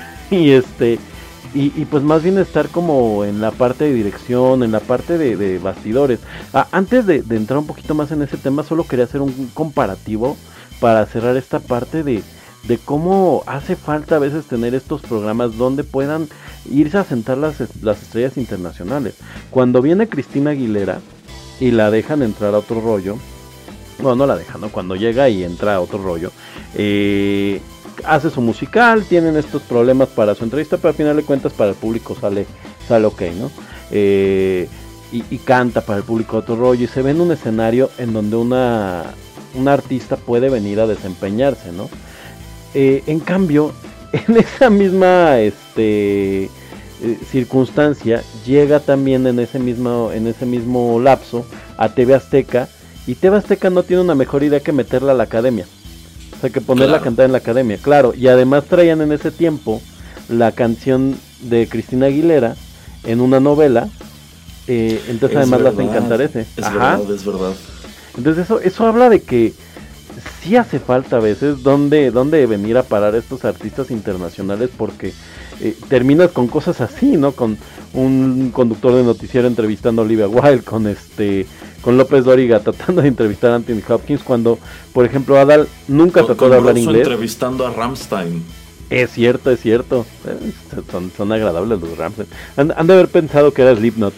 y este... Y, y pues más bien estar como en la parte de dirección, en la parte de, de bastidores. Ah, antes de, de entrar un poquito más en ese tema, solo quería hacer un comparativo para cerrar esta parte de, de cómo hace falta a veces tener estos programas donde puedan irse a sentar las, las estrellas internacionales. Cuando viene Cristina Aguilera y la dejan entrar a otro rollo, bueno, no la dejan, ¿no? Cuando llega y entra a otro rollo, eh... hace su musical, tienen estos problemas para su entrevista, pero al final de cuentas para el público sale, sale ok, ¿no? Eh, y, y canta para el público otro rollo, y se ve en un escenario en donde una, una artista puede venir a desempeñarse, ¿no? Eh, en cambio, en esa misma este, eh, circunstancia, llega también en ese mismo, en ese mismo lapso a T V Azteca, y T V Azteca no tiene una mejor idea que meterla a la academia. O sea, que ponerla Claro. a cantar en la academia, claro. Y además traían en ese tiempo la canción de Cristina Aguilera en una novela. Eh, entonces Es además la hacen verdad, cantar ese. Es Ajá. verdad, es verdad. Entonces eso, eso habla de que sí hace falta a veces dónde, dónde venir a parar estos artistas internacionales, porque eh, terminas con cosas así, ¿no? Con un conductor de noticiero entrevistando a Olivia Wilde, con este... con López Dóriga tratando de entrevistar a Anthony Hopkins, cuando, por ejemplo, Adal nunca Con, trató con de hablar Russo inglés. entrevistando a Rammstein. Es cierto, es cierto. Eh, son, son agradables los Ramsey. Han, han de haber pensado que era Slipknot.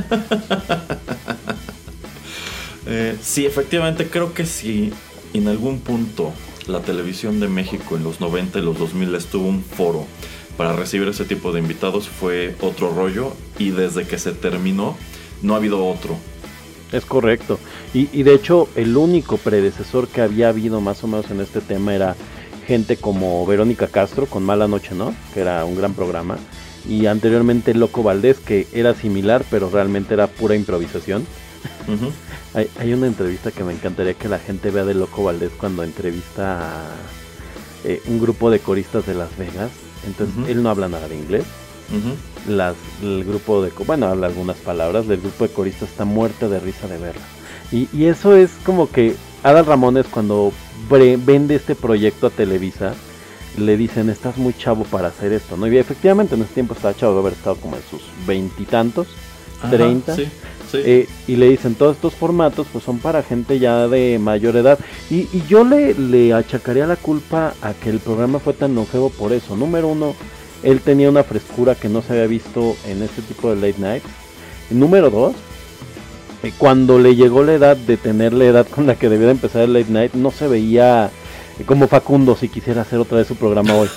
Eh, sí, efectivamente, creo que si en algún punto la televisión de México en los noventa y los dos mil estuvo un foro para recibir ese tipo de invitados, fue Otro Rollo, y desde que se terminó no ha habido otro. Es correcto. Y, y de hecho, el único predecesor que había habido más o menos en este tema era gente como Verónica Castro con Mala Noche, ¿no? Que era un gran programa. Y anteriormente Loco Valdés, que era similar, pero realmente era pura improvisación. Uh-huh. Hay, hay una entrevista que me encantaría que la gente vea de Loco Valdés cuando entrevista a eh, un grupo de coristas de Las Vegas. Entonces, Uh-huh. él no habla nada de inglés. Uh-huh. Las, el grupo de, bueno, habla algunas palabras, del grupo de coristas está muerta de risa de verla. Y, y eso es como que Adal Ramones, cuando bre, vende este proyecto a Televisa, le dicen, estás muy chavo para hacer esto, ¿no? Y efectivamente en ese tiempo estaba chavo, de haber estado como en sus veintitantos, treinta, sí, sí. Eh, y le dicen, todos estos formatos pues son para gente ya de mayor edad, y, y yo le, le achacaría la culpa a que el programa fue tan longevo por eso. Número uno, él tenía una frescura que no se había visto en este tipo de late night. Número dos, eh, cuando le llegó la edad de tener la edad con la que debía de empezar el late night, no se veía como Facundo si quisiera hacer otra vez su programa hoy.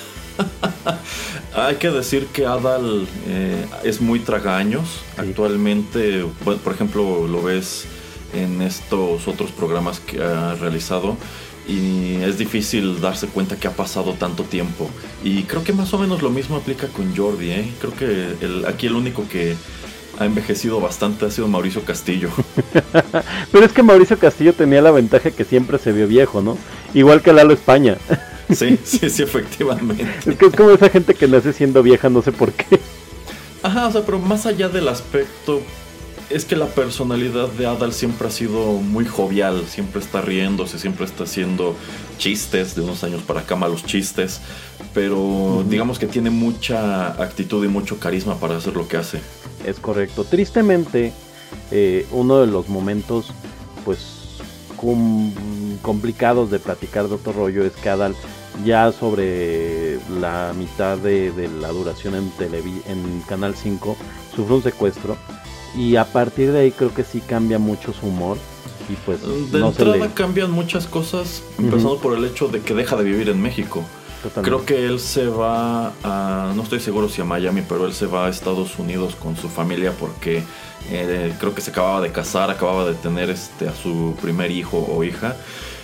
Hay que decir que Adal eh, es muy tragaños. Sí. Actualmente, bueno, por ejemplo, lo ves en estos otros programas que ha realizado y es difícil darse cuenta que ha pasado tanto tiempo. Y creo que más o menos lo mismo aplica con Jordi, ¿eh? Creo que el, aquí el único que ha envejecido bastante ha sido Mauricio Castillo. Pero es que Mauricio Castillo tenía la ventaja que siempre se vio viejo, ¿no? Igual que Lalo España. Sí, sí, sí, efectivamente. Es que es como esa gente que nace siendo vieja, no sé por qué. Ajá, o sea, pero más allá del aspecto, es que la personalidad de Adal siempre ha sido muy jovial, siempre está riéndose, siempre está haciendo chistes, de unos años para acá malos chistes, pero uh-huh. digamos que tiene mucha actitud y mucho carisma para hacer lo que hace. Es correcto. Tristemente, eh, uno de los momentos, pues, com- complicados de platicar de otro rollo es que Adal, ya sobre la mitad de, de la duración en, televi- en Canal cinco, sufre un secuestro. Y a partir de ahí creo que sí cambia mucho su humor. Y pues de no entrada se le... cambian muchas cosas, empezando uh-huh. por el hecho de que deja de vivir en México. Totalmente. Creo que él se va a, no estoy seguro si a Miami, pero él se va a Estados Unidos con su familia porque eh, creo que se acababa de casar, acababa de tener este, a su primer hijo o hija.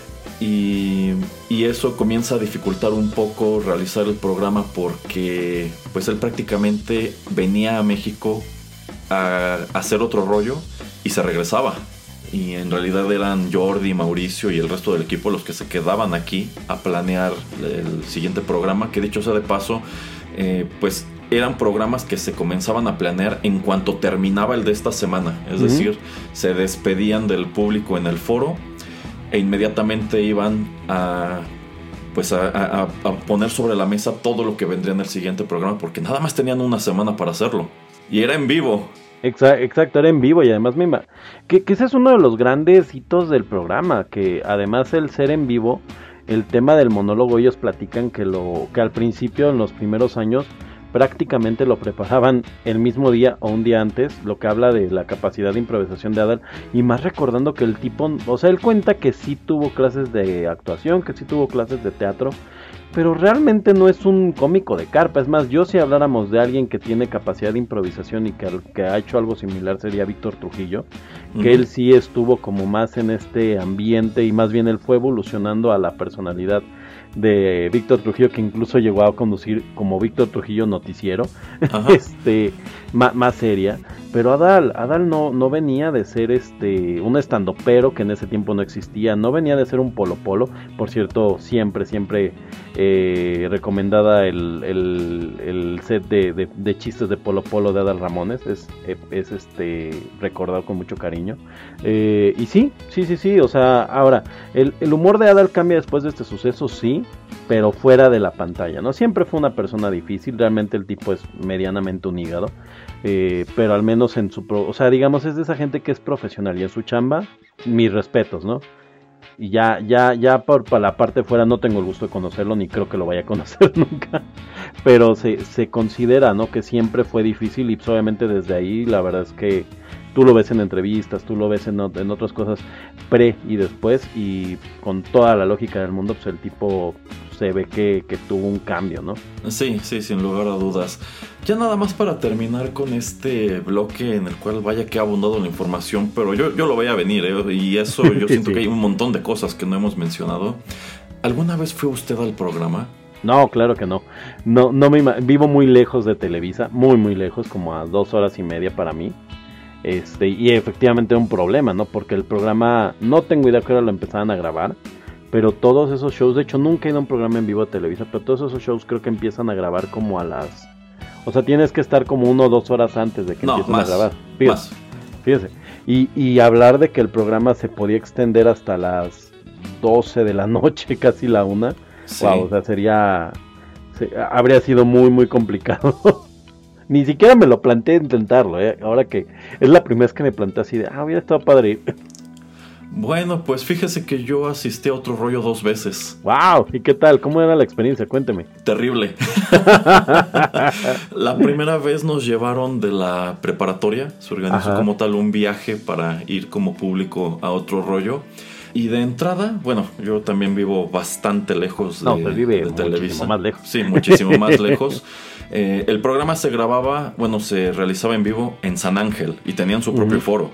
Y, y eso comienza a dificultar un poco realizar el programa porque pues él prácticamente venía a México a hacer otro rollo y se regresaba, y en realidad eran Jordi, Mauricio y el resto del equipo los que se quedaban aquí a planear el siguiente programa, que dicho sea de paso, eh, pues eran programas que se comenzaban a planear en cuanto terminaba el de esta semana, es uh-huh. decir, se despedían del público en el foro e inmediatamente iban a pues a, a, a poner sobre la mesa todo lo que vendría en el siguiente programa, porque nada más tenían una semana para hacerlo. Y era en vivo. Exacto, exacto, era en vivo. Y además me ima- que, que ese es uno de los grandes hitos del programa, que además el ser en vivo, el tema del monólogo, ellos platican que lo que al principio, en los primeros años, prácticamente lo preparaban el mismo día o un día antes, lo que habla de la capacidad de improvisación de Adal, y más recordando que el tipo, o sea, él cuenta que sí tuvo clases de actuación, que sí tuvo clases de teatro, pero realmente no es un cómico de carpa. Es más, yo si habláramos de alguien que tiene capacidad de improvisación y que, que ha hecho algo similar sería Víctor Trujillo, uh-huh. que él sí estuvo como más en este ambiente y más bien él fue evolucionando a la personalidad de Víctor Trujillo, que incluso llegó a conducir como Víctor Trujillo noticiero, este más, más seria. Pero Adal, Adal no, no venía de ser este un estandopero, que en ese tiempo no existía, no venía de ser un polo polo. Por cierto, siempre, siempre eh, recomendada el, el, el set de, de, de chistes de Polo Polo de Adal Ramones, es, es este recordado con mucho cariño. Eh, y sí, sí, sí, sí, o sea, ahora, el, el humor de Adal cambia después de este suceso, sí, pero fuera de la pantalla, ¿no? Siempre fue una persona difícil, realmente el tipo es medianamente un hígado. Eh, pero al menos en su pro, o sea, digamos, es de esa gente que es profesional y en su chamba, mis respetos, ¿no? Y ya, ya, ya por, por la parte de fuera no tengo el gusto de conocerlo, ni creo que lo vaya a conocer nunca, pero se, se considera, ¿no? Que siempre fue difícil, y pues obviamente desde ahí la verdad es que tú lo ves en entrevistas, tú lo ves en, en otras cosas pre y después, y con toda la lógica del mundo, pues el tipo se ve que, que tuvo un cambio, ¿no? Sí, sí, sin lugar a dudas. Ya nada más para terminar con este bloque en el cual vaya que ha abundado la información, pero yo, yo lo voy a venir, ¿eh? Y eso yo siento sí. que hay un montón de cosas que no hemos mencionado. ¿Alguna vez fue usted al programa? No, claro que no. No, no me ima- vivo muy lejos de Televisa, muy muy lejos, como a dos horas y media para mí. Este, y efectivamente era un problema, ¿no? Porque el programa, no tengo idea que ahora lo empezaban a grabar, pero todos esos shows, de hecho nunca he ido a un programa en vivo de Televisa, pero todos esos shows creo que empiezan a grabar como a las O sea, tienes que estar como uno o dos horas antes de que no, empiecen más, a grabar. Fíjese, más. fíjese. Y, y hablar de que el programa se podía extender hasta las doce de la noche, casi la una. Sí. Wow, o sea, sería... Se, habría sido muy, muy complicado. Ni siquiera me lo planteé intentarlo, ¿eh? Ahora que es la primera vez que me planteé así de, ah, hubiera estado padre ir. Bueno, pues fíjese que yo asistí a Otro Rollo dos veces. Wow, ¿y qué tal? ¿Cómo era la experiencia? Cuénteme. Terrible. La primera vez nos llevaron de la preparatoria, se organizó Ajá. como tal un viaje para ir como público a Otro Rollo. Y de entrada, bueno, yo también vivo bastante lejos de, No, pues vive de muchísimo Televisa. más lejos. Sí, muchísimo más lejos. Eh, el programa se grababa, bueno, se realizaba en vivo en San Ángel y tenían su propio Uh-huh. foro.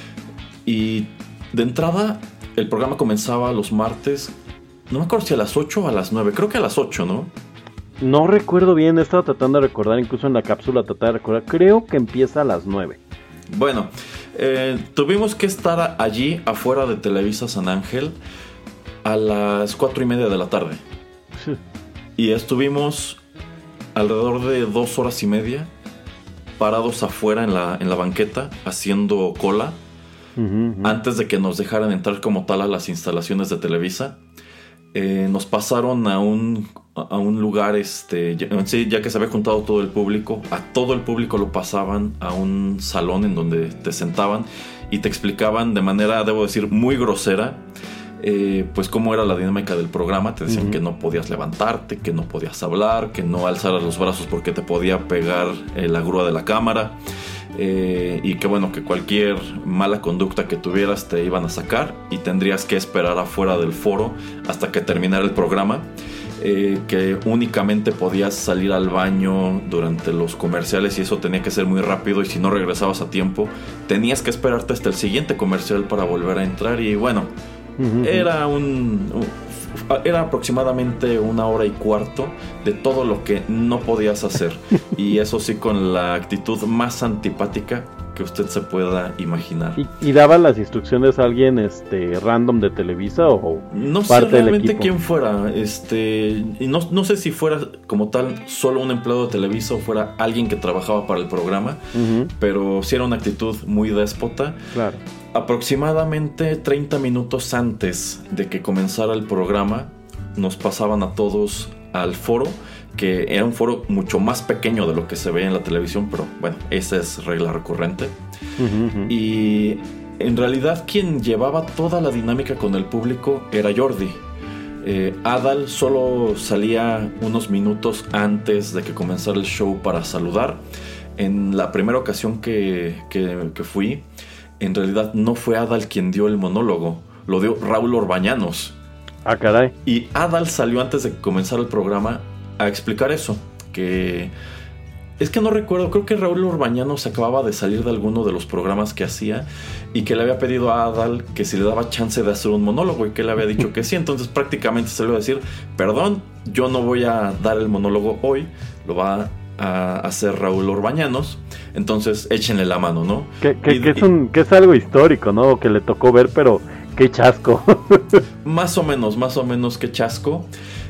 Y de entrada, el programa comenzaba los martes, no me acuerdo si a las ocho o a las nueve, creo que a las ocho, ¿no? No recuerdo bien, he estado tratando de recordar, incluso en la cápsula tratar de recordar, creo que empieza a las nueve. Bueno, eh, tuvimos que estar allí afuera de Televisa San Ángel a las cuatro y media de la tarde. Sí. Y estuvimos alrededor de dos horas y media parados afuera en la, en la banqueta haciendo cola. Uh-huh, uh-huh. Antes de que nos dejaran entrar como tal a las instalaciones de Televisa. Eh, nos pasaron a un, a un lugar, este, ya, sí, ya que se había juntado todo el público, a todo el público lo pasaban a un salón en donde te sentaban y te explicaban de manera, debo decir, muy grosera, eh, pues cómo era la dinámica del programa. Te decían uh-huh. que no podías levantarte, que no podías hablar, que no alzaras los brazos porque te podía pegar eh, la grúa de la cámara. Eh, y que bueno, que cualquier mala conducta que tuvieras te iban a sacar y tendrías que esperar afuera del foro hasta que terminara el programa, eh, que únicamente podías salir al baño durante los comerciales y eso tenía que ser muy rápido, y si no regresabas a tiempo tenías que esperarte hasta el siguiente comercial para volver a entrar. Y bueno, uh-huh. era un... un Era aproximadamente una hora y cuarto de todo lo que no podías hacer. Y eso sí, con la actitud más antipática que usted se pueda imaginar. ¿Y, y daba las instrucciones a alguien este random de Televisa o no parte sé realmente del equipo? quién fuera, este, y no, no sé si fuera como tal solo un empleado de Televisa o fuera alguien que trabajaba para el programa, uh-huh. pero sí era una actitud muy déspota. Claro. Aproximadamente treinta minutos antes de que comenzara el programa, nos pasaban a todos al foro, que era un foro mucho más pequeño de lo que se ve en la televisión, pero bueno, esa es regla recurrente. Uh-huh, uh-huh. Y en realidad quien llevaba toda la dinámica con el público era Jordi. Eh, Adal solo salía unos minutos antes de que comenzara el show para saludar. En la primera ocasión que, que, que fui, en realidad no fue Adal quien dio el monólogo, lo dio Raúl Orbañanos. Ah, caray. Y Adal salió antes de que comenzara el programa a explicar eso, que es que no recuerdo, creo que Raúl Orbañanos acababa de salir de alguno de los programas que hacía y que le había pedido a Adal que si le daba chance de hacer un monólogo, y que él había dicho que sí. Entonces prácticamente se le iba a decir, perdón, yo no voy a dar el monólogo hoy, lo va a hacer Raúl Orbañanos, entonces échenle la mano, ¿no? Que, que, y, que, es un, que es algo histórico, ¿no? Que le tocó ver, pero qué chasco. Más o menos, más o menos qué chasco.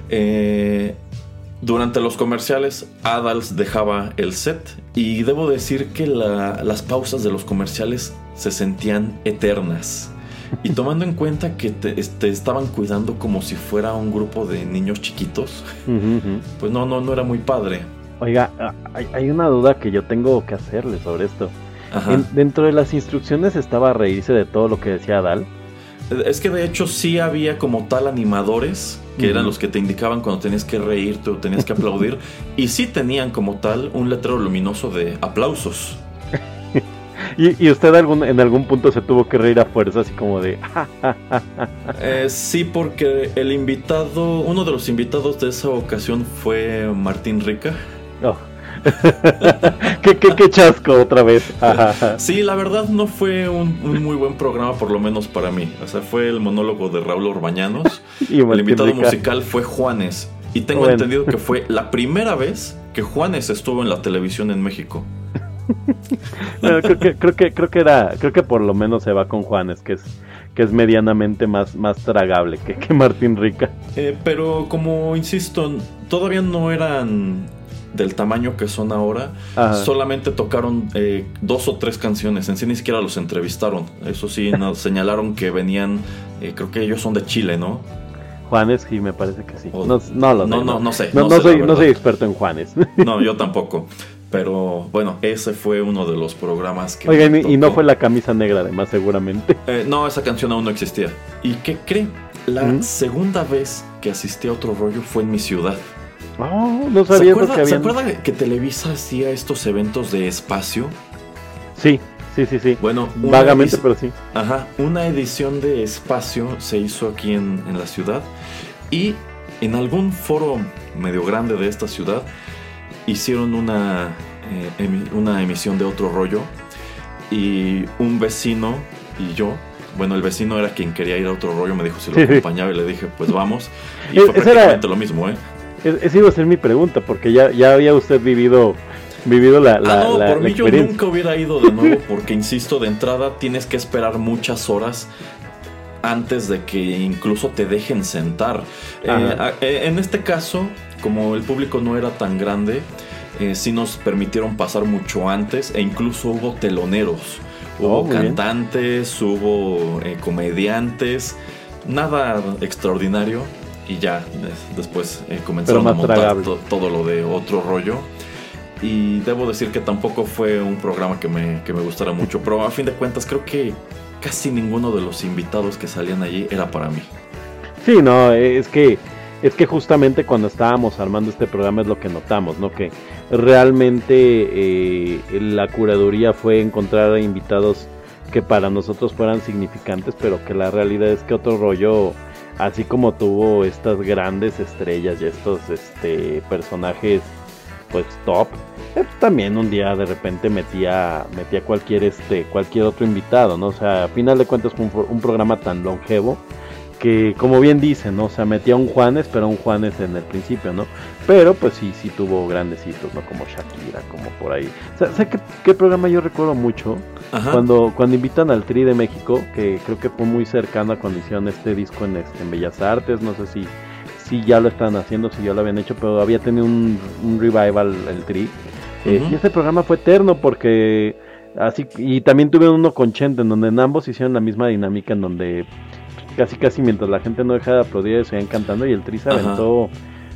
Eh, durante los comerciales, Adals dejaba el set y debo decir que la, las pausas de los comerciales se sentían eternas. Y tomando en cuenta que te, te estaban cuidando como si fuera un grupo de niños chiquitos, uh-huh, uh-huh. pues no, no, no era muy padre. Oiga, hay, hay una duda que yo tengo que hacerle sobre esto. En, dentro de las instrucciones estaba a reírse de todo lo que decía Adal. Es que de hecho sí había como tal animadores que uh-huh. eran los que te indicaban cuando tenías que reírte o tenías que aplaudir. Y sí tenían como tal un letrero luminoso de aplausos. ¿Y, y usted algún, en algún punto se tuvo que reír a fuerza, así como de... eh, sí, porque el invitado, uno de los invitados de esa ocasión fue Martín Rica. Oh. ¿Qué, qué, qué chasco otra vez. Sí, la verdad no fue un, un muy buen programa, por lo menos para mí. O sea, fue el monólogo de Raúl Orbañanos. Y el invitado Rica. musical fue Juanes. Y tengo bueno. entendido que fue la primera vez que Juanes estuvo en la televisión en México. Bueno, creo que, creo que, creo que era, creo que por lo menos se va con Juanes, que es, que es medianamente más, más tragable que, que Martín Rica. Eh, pero como insisto, todavía no eran del tamaño que son ahora, Ajá. solamente tocaron eh, dos o tres canciones. En sí ni siquiera los entrevistaron. Eso sí, nos señalaron que venían, eh, creo que ellos son de Chile, ¿no? Juanes, sí, me parece que sí. O- No, no lo sé. no, no, no sé, No, no no sé, soy, la no verdad. soy experto en Juanes. No, yo tampoco. Pero bueno, ese fue uno de los programas que... Oigan, me y, y no tocó. fue la camisa negra, además, seguramente. Eh, no, esa canción aún no existía. ¿Y qué cree? La ¿Mm? segunda vez que asistí a Otro Rollo fue en mi ciudad. Oh, no ¿Se sabía eso acuerda, que ¿Se habían. acuerda que Televisa hacía estos eventos de espacio? Sí, sí, sí, sí. Bueno, una Vagamente, edici- pero sí. Ajá, una edición de espacio se hizo aquí en, en la ciudad y en algún foro medio grande de esta ciudad hicieron una, eh, emi- una emisión de Otro Rollo y un vecino y yo, bueno, el vecino era quien quería ir a Otro Rollo, me dijo si lo Sí, sí. acompañaba y le dije pues vamos y Es- fue esa era- prácticamente lo mismo, ¿eh? Es- Esa iba a ser mi pregunta, porque ya, ya había usted vivido, vivido la, la, ah, no, la- por la mí yo experiencia. nunca hubiera ido de nuevo porque, insisto, de entrada tienes que esperar muchas horas antes de que incluso te dejen sentar. Eh, Ajá. a- eh, en este caso, como el público no era tan grande, eh, sí nos permitieron pasar mucho antes e incluso hubo teloneros. Hubo Oh, muy bien. cantantes, hubo eh, comediantes, nada extraordinario. Y ya des- después eh, comenzaron a más montar tragable. to- todo lo de Otro Rollo. Y debo decir que tampoco fue un programa que me, que me gustara mucho. Pero a fin de cuentas creo que casi ninguno de los invitados que salían allí era para mí. Sí, no, es que es que justamente cuando estábamos armando este programa es lo que notamos, ¿no? Que realmente eh, la curaduría fue encontrar invitados que para nosotros fueran significantes, pero que la realidad es que Otro Rollo, así como tuvo estas grandes estrellas y estos este personajes pues top, eh, también un día de repente metía metía cualquier este cualquier otro invitado, ¿no? O sea, a final de cuentas fue un, un programa tan longevo que, como bien dicen, ¿no? O sea, metía un Juanes, pero un Juanes en el principio, ¿no? Pero pues sí, sí tuvo grandes hitos, ¿no? Como Shakira, como por ahí. O sea, ¿sabes qué, qué programa yo recuerdo mucho? Ajá. Cuando, cuando invitan al Tri de México, que creo que fue muy cercano a cuando hicieron este disco en, este, en Bellas Artes, no sé si, si ya lo están haciendo, si ya lo habían hecho, pero había tenido un, un revival el Tri. Eh, Ujú. Y este programa fue eterno porque así, y también tuve uno con Chente, en donde en ambos hicieron la misma dinámica, en donde casi casi mientras la gente no dejaba de aplaudir se iban cantando, y el Tri se Ajá. aventó,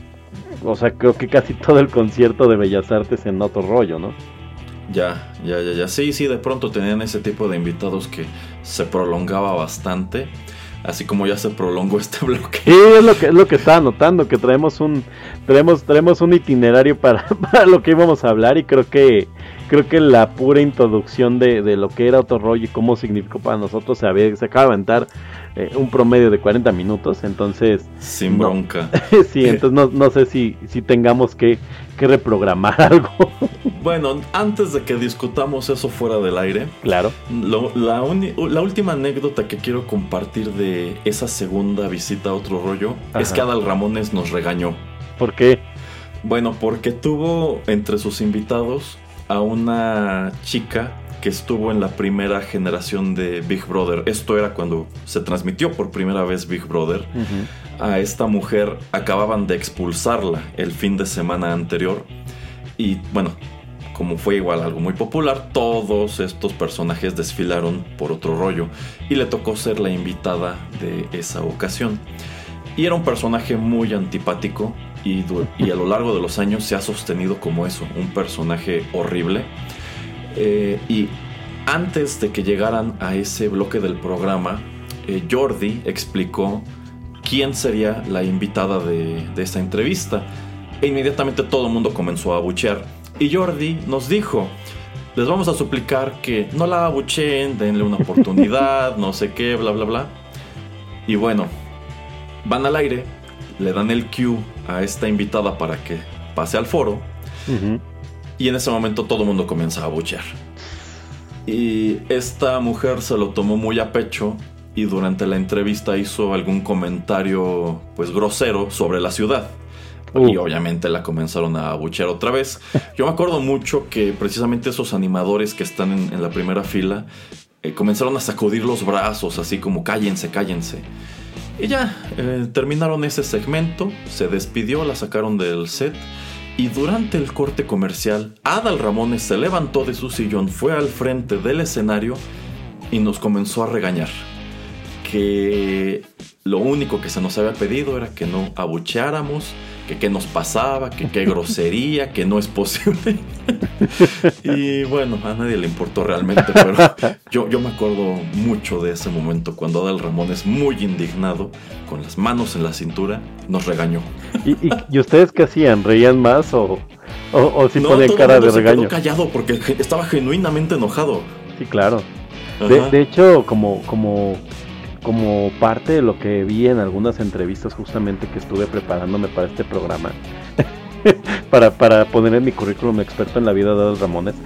o sea, creo que casi todo el concierto de Bellas Artes en Otro Rollo, ¿no? Ya, ya, ya, ya. Sí, sí, de pronto tenían ese tipo de invitados que se prolongaba bastante. Así como ya se prolongó este bloque. Sí, es lo que es lo que estaba notando, que traemos un traemos traemos un itinerario para, para lo que íbamos a hablar, y creo que creo que la pura introducción de, de lo que era Otro Rollo y cómo significó para nosotros se, había, se acaba de aventar eh, un promedio de cuarenta minutos, entonces Sin no. bronca. sí, entonces no, no sé si, si tengamos que, que reprogramar algo. Bueno, antes de que discutamos eso fuera del aire, Claro. lo- la, uni- la última anécdota que quiero compartir de esa segunda visita a Otro Rollo es Ajá. que Adal Ramones nos regañó. ¿Por qué? Bueno, porque tuvo entre sus invitados a una chica que estuvo en la primera generación de Big Brother. Esto era cuando se transmitió por primera vez Big Brother. Uh-huh. A esta mujer acababan de expulsarla el fin de semana anterior. Y bueno, como fue igual algo muy popular, todos estos personajes desfilaron por Otro Rollo y le tocó ser la invitada de esa ocasión. Y era un personaje muy antipático y, du- y a lo largo de los años se ha sostenido como eso, un personaje horrible. Eh, y antes de que llegaran a ese bloque del programa, eh, Jordi explicó quién sería la invitada de, de esta entrevista. E inmediatamente todo el mundo comenzó a abuchear. Y Jordi nos dijo: les vamos a suplicar que no la abucheen, denle una oportunidad, no sé qué, bla, bla, bla. Y bueno, van al aire, le dan el cue a esta invitada para que pase al foro. Uh-huh. Y en ese momento todo el mundo comienza a abuchear. Y esta mujer se lo tomó muy a pecho y durante la entrevista hizo algún comentario pues grosero sobre la ciudad. Uh. Y obviamente la comenzaron a abuchear otra vez. Yo me acuerdo mucho que precisamente esos animadores que están en, en la primera fila eh, comenzaron a sacudir los brazos así como cállense, cállense. Y ya, eh, terminaron ese segmento, se despidió, la sacaron del set Y durante el corte comercial, Adal Ramones se levantó de su sillón, fue al frente del escenario y nos comenzó a regañar. Que lo único que se nos había pedido era que no abucheáramos, que qué nos pasaba, que qué grosería, que no es posible. Y bueno, a nadie le importó realmente, pero yo, yo me acuerdo mucho de ese momento cuando Adal Ramones, muy indignado, con las manos en la cintura, nos regañó. ¿Y, y, ¿y ustedes qué hacían? ¿Reían más o, o, o si no, ponían todo cara el mundo de se regaño? Quedó callado porque estaba genuinamente enojado. Sí, claro. De, de hecho, como, como, como parte de lo que vi en algunas entrevistas justamente que estuve preparándome para este programa, para, para poner en mi currículum experto en la vida de Adal Ramones,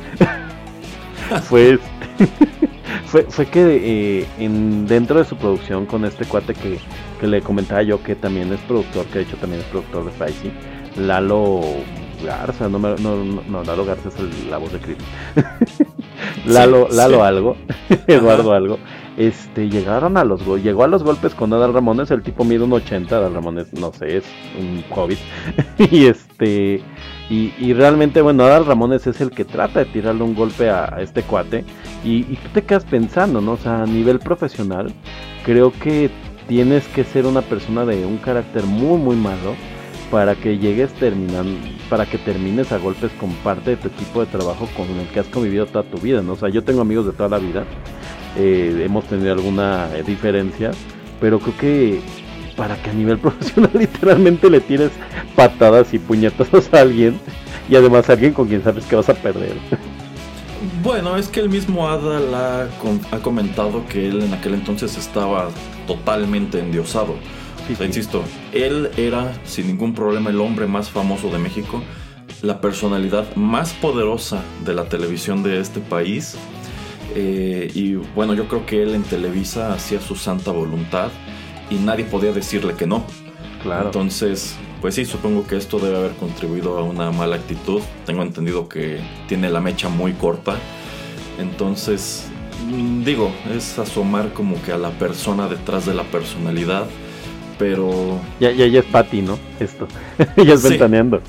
fue, este, fue, fue que eh, en, dentro de su producción con este cuate que, que le comentaba yo que también es productor, que de hecho también es productor de Faisy, Lalo Garza, no, me, no, no, Lalo Garza es el, la voz de Creed. Lalo, sí, Lalo sí. algo, Eduardo algo, este, llegaron a los go- llegó a los golpes con Adal Ramones, el tipo mide un ochenta, Adal Ramones, no sé, es un hobbit, y este, y, y realmente, bueno, Adal Ramones es el que trata de tirarle un golpe a, a este cuate, y, y tú te quedas pensando, ¿no? O sea, a nivel profesional, creo que tienes que ser una persona de un carácter muy, muy malo, para que llegues terminando, para que termines a golpes con parte de tu equipo de trabajo con el que has convivido toda tu vida, ¿no? O sea, yo tengo amigos de toda la vida, eh, hemos tenido alguna eh, diferencia, pero creo que para que a nivel profesional literalmente le tires patadas y puñetazos a alguien, y además a alguien con quien sabes que vas a perder. Bueno, es que el mismo Adal ha, ha comentado que él en aquel entonces estaba totalmente endiosado. O sea, insisto, él era sin ningún problema el hombre más famoso de México, la personalidad más poderosa de la televisión de este país, eh, y bueno, yo creo que él en Televisa hacía su santa voluntad y nadie podía decirle que no. Claro. Entonces, pues sí, supongo que esto debe haber contribuido a una mala actitud. Tengo entendido que tiene la mecha muy corta, entonces digo, es asomar como que a la persona detrás de la personalidad. Pero... Ya, ya, ya es Patty, ¿no? Esto. Ya es sí. Ventaneando.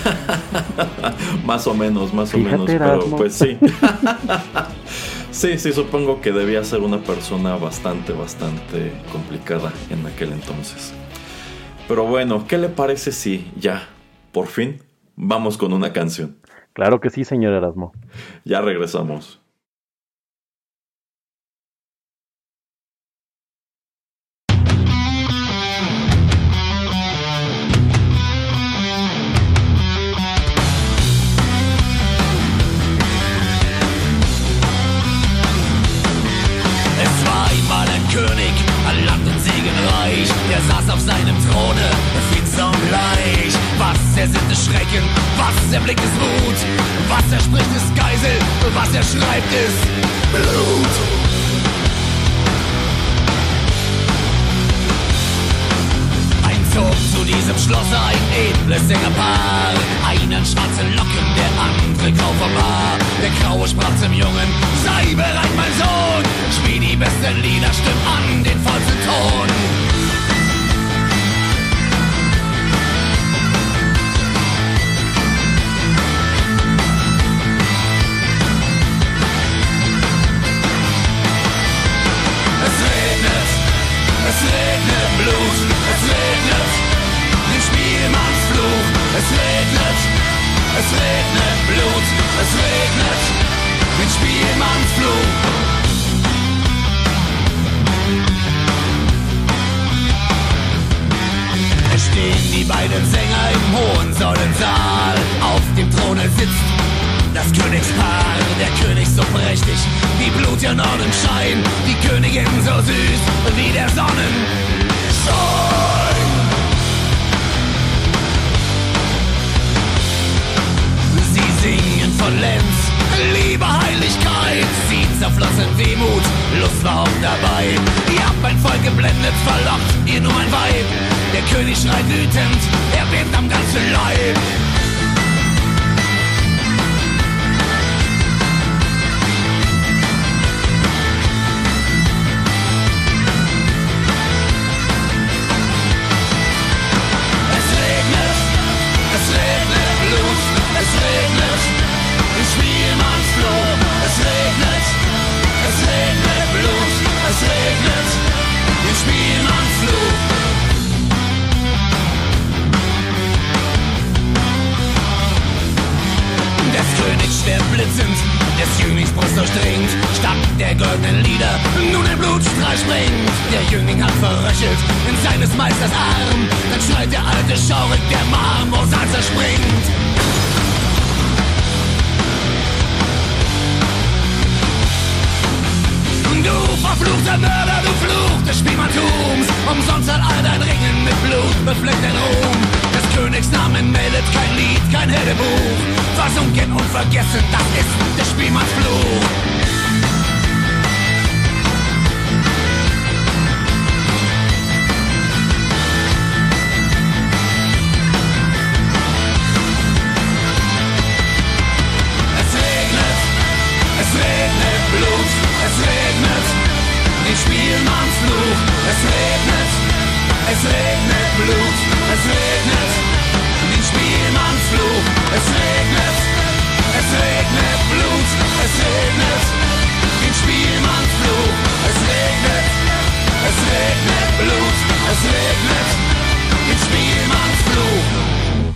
Más o menos, más Fíjate, o menos. Erasmo. Pero pues sí. Sí, sí, supongo que debía ser una persona bastante, bastante complicada en aquel entonces. Pero bueno, ¿qué le parece si ya, por fin, vamos con una canción? Claro que sí, señor Erasmo. Ya regresamos. König, an Land und Segen reich, der saß auf seinem Throne, finster und bleich. Was er sind ist Schrecken, was er blickt ist Wut, was er spricht ist Geisel, was er schreibt ist Blut. Einzog zu diesem Schloss ein edles Sängerpaar, einen schwarze Locken, der andere grau vom Haar. Der Graue sprach zum Jungen, sei bereit mein Sohn, spiel die besten Lieder, stimm an den vollsten Ton. Es regnet, es regnet Blut, es regnet den Spielmannsfluch. Es regnet, es regnet Blut, es regnet den Spielmannsfluch. Es stehen die beiden Sänger im Hohenzollernsaal. Auf dem Throne sitzt das Königspaar. Der König so prächtig wie Blut ja Nordenschein. Die Königin so süß wie der Sonnenschein. Sie singen von Lenz, Liebe, Heiligkeit. Sie zerflossen Wehmut, Lust war auch dabei. Ihr habt mein Volk geblendet, verlockt ihr nur mein Weib. Der König schreit wütend, er bebt am ganzen Leib. Es regnet, es regnet Blut, des Jünglings Brust durchdringt, statt der goldenen Lieder nun ein Blutstrahl springt. Der Jüngling hat verröchelt in seines Meisters Arm, dann schreit der alte schaurig, der Marmorsaal zerspringt. Du verfluchter Mörder, du Fluch des Spielmanntums, umsonst hat all dein Ringen mit Blut befleckt den Ruhm. Des Königs Namen meldet kein Lied, kein Heldebuch, versunken und vergessen, das ist des Spielmanns Fluch. Es regnet, es regnet Blut, es regnet den Spielmannsfluch. Es regnet, es regnet Blut, es regnet den Spielmannsfluch. Es regnet, es regnet Blut, es regnet den Spielmannsfluch. Es regnet, es regnet Blut, es regnet den Spielmannsfluch.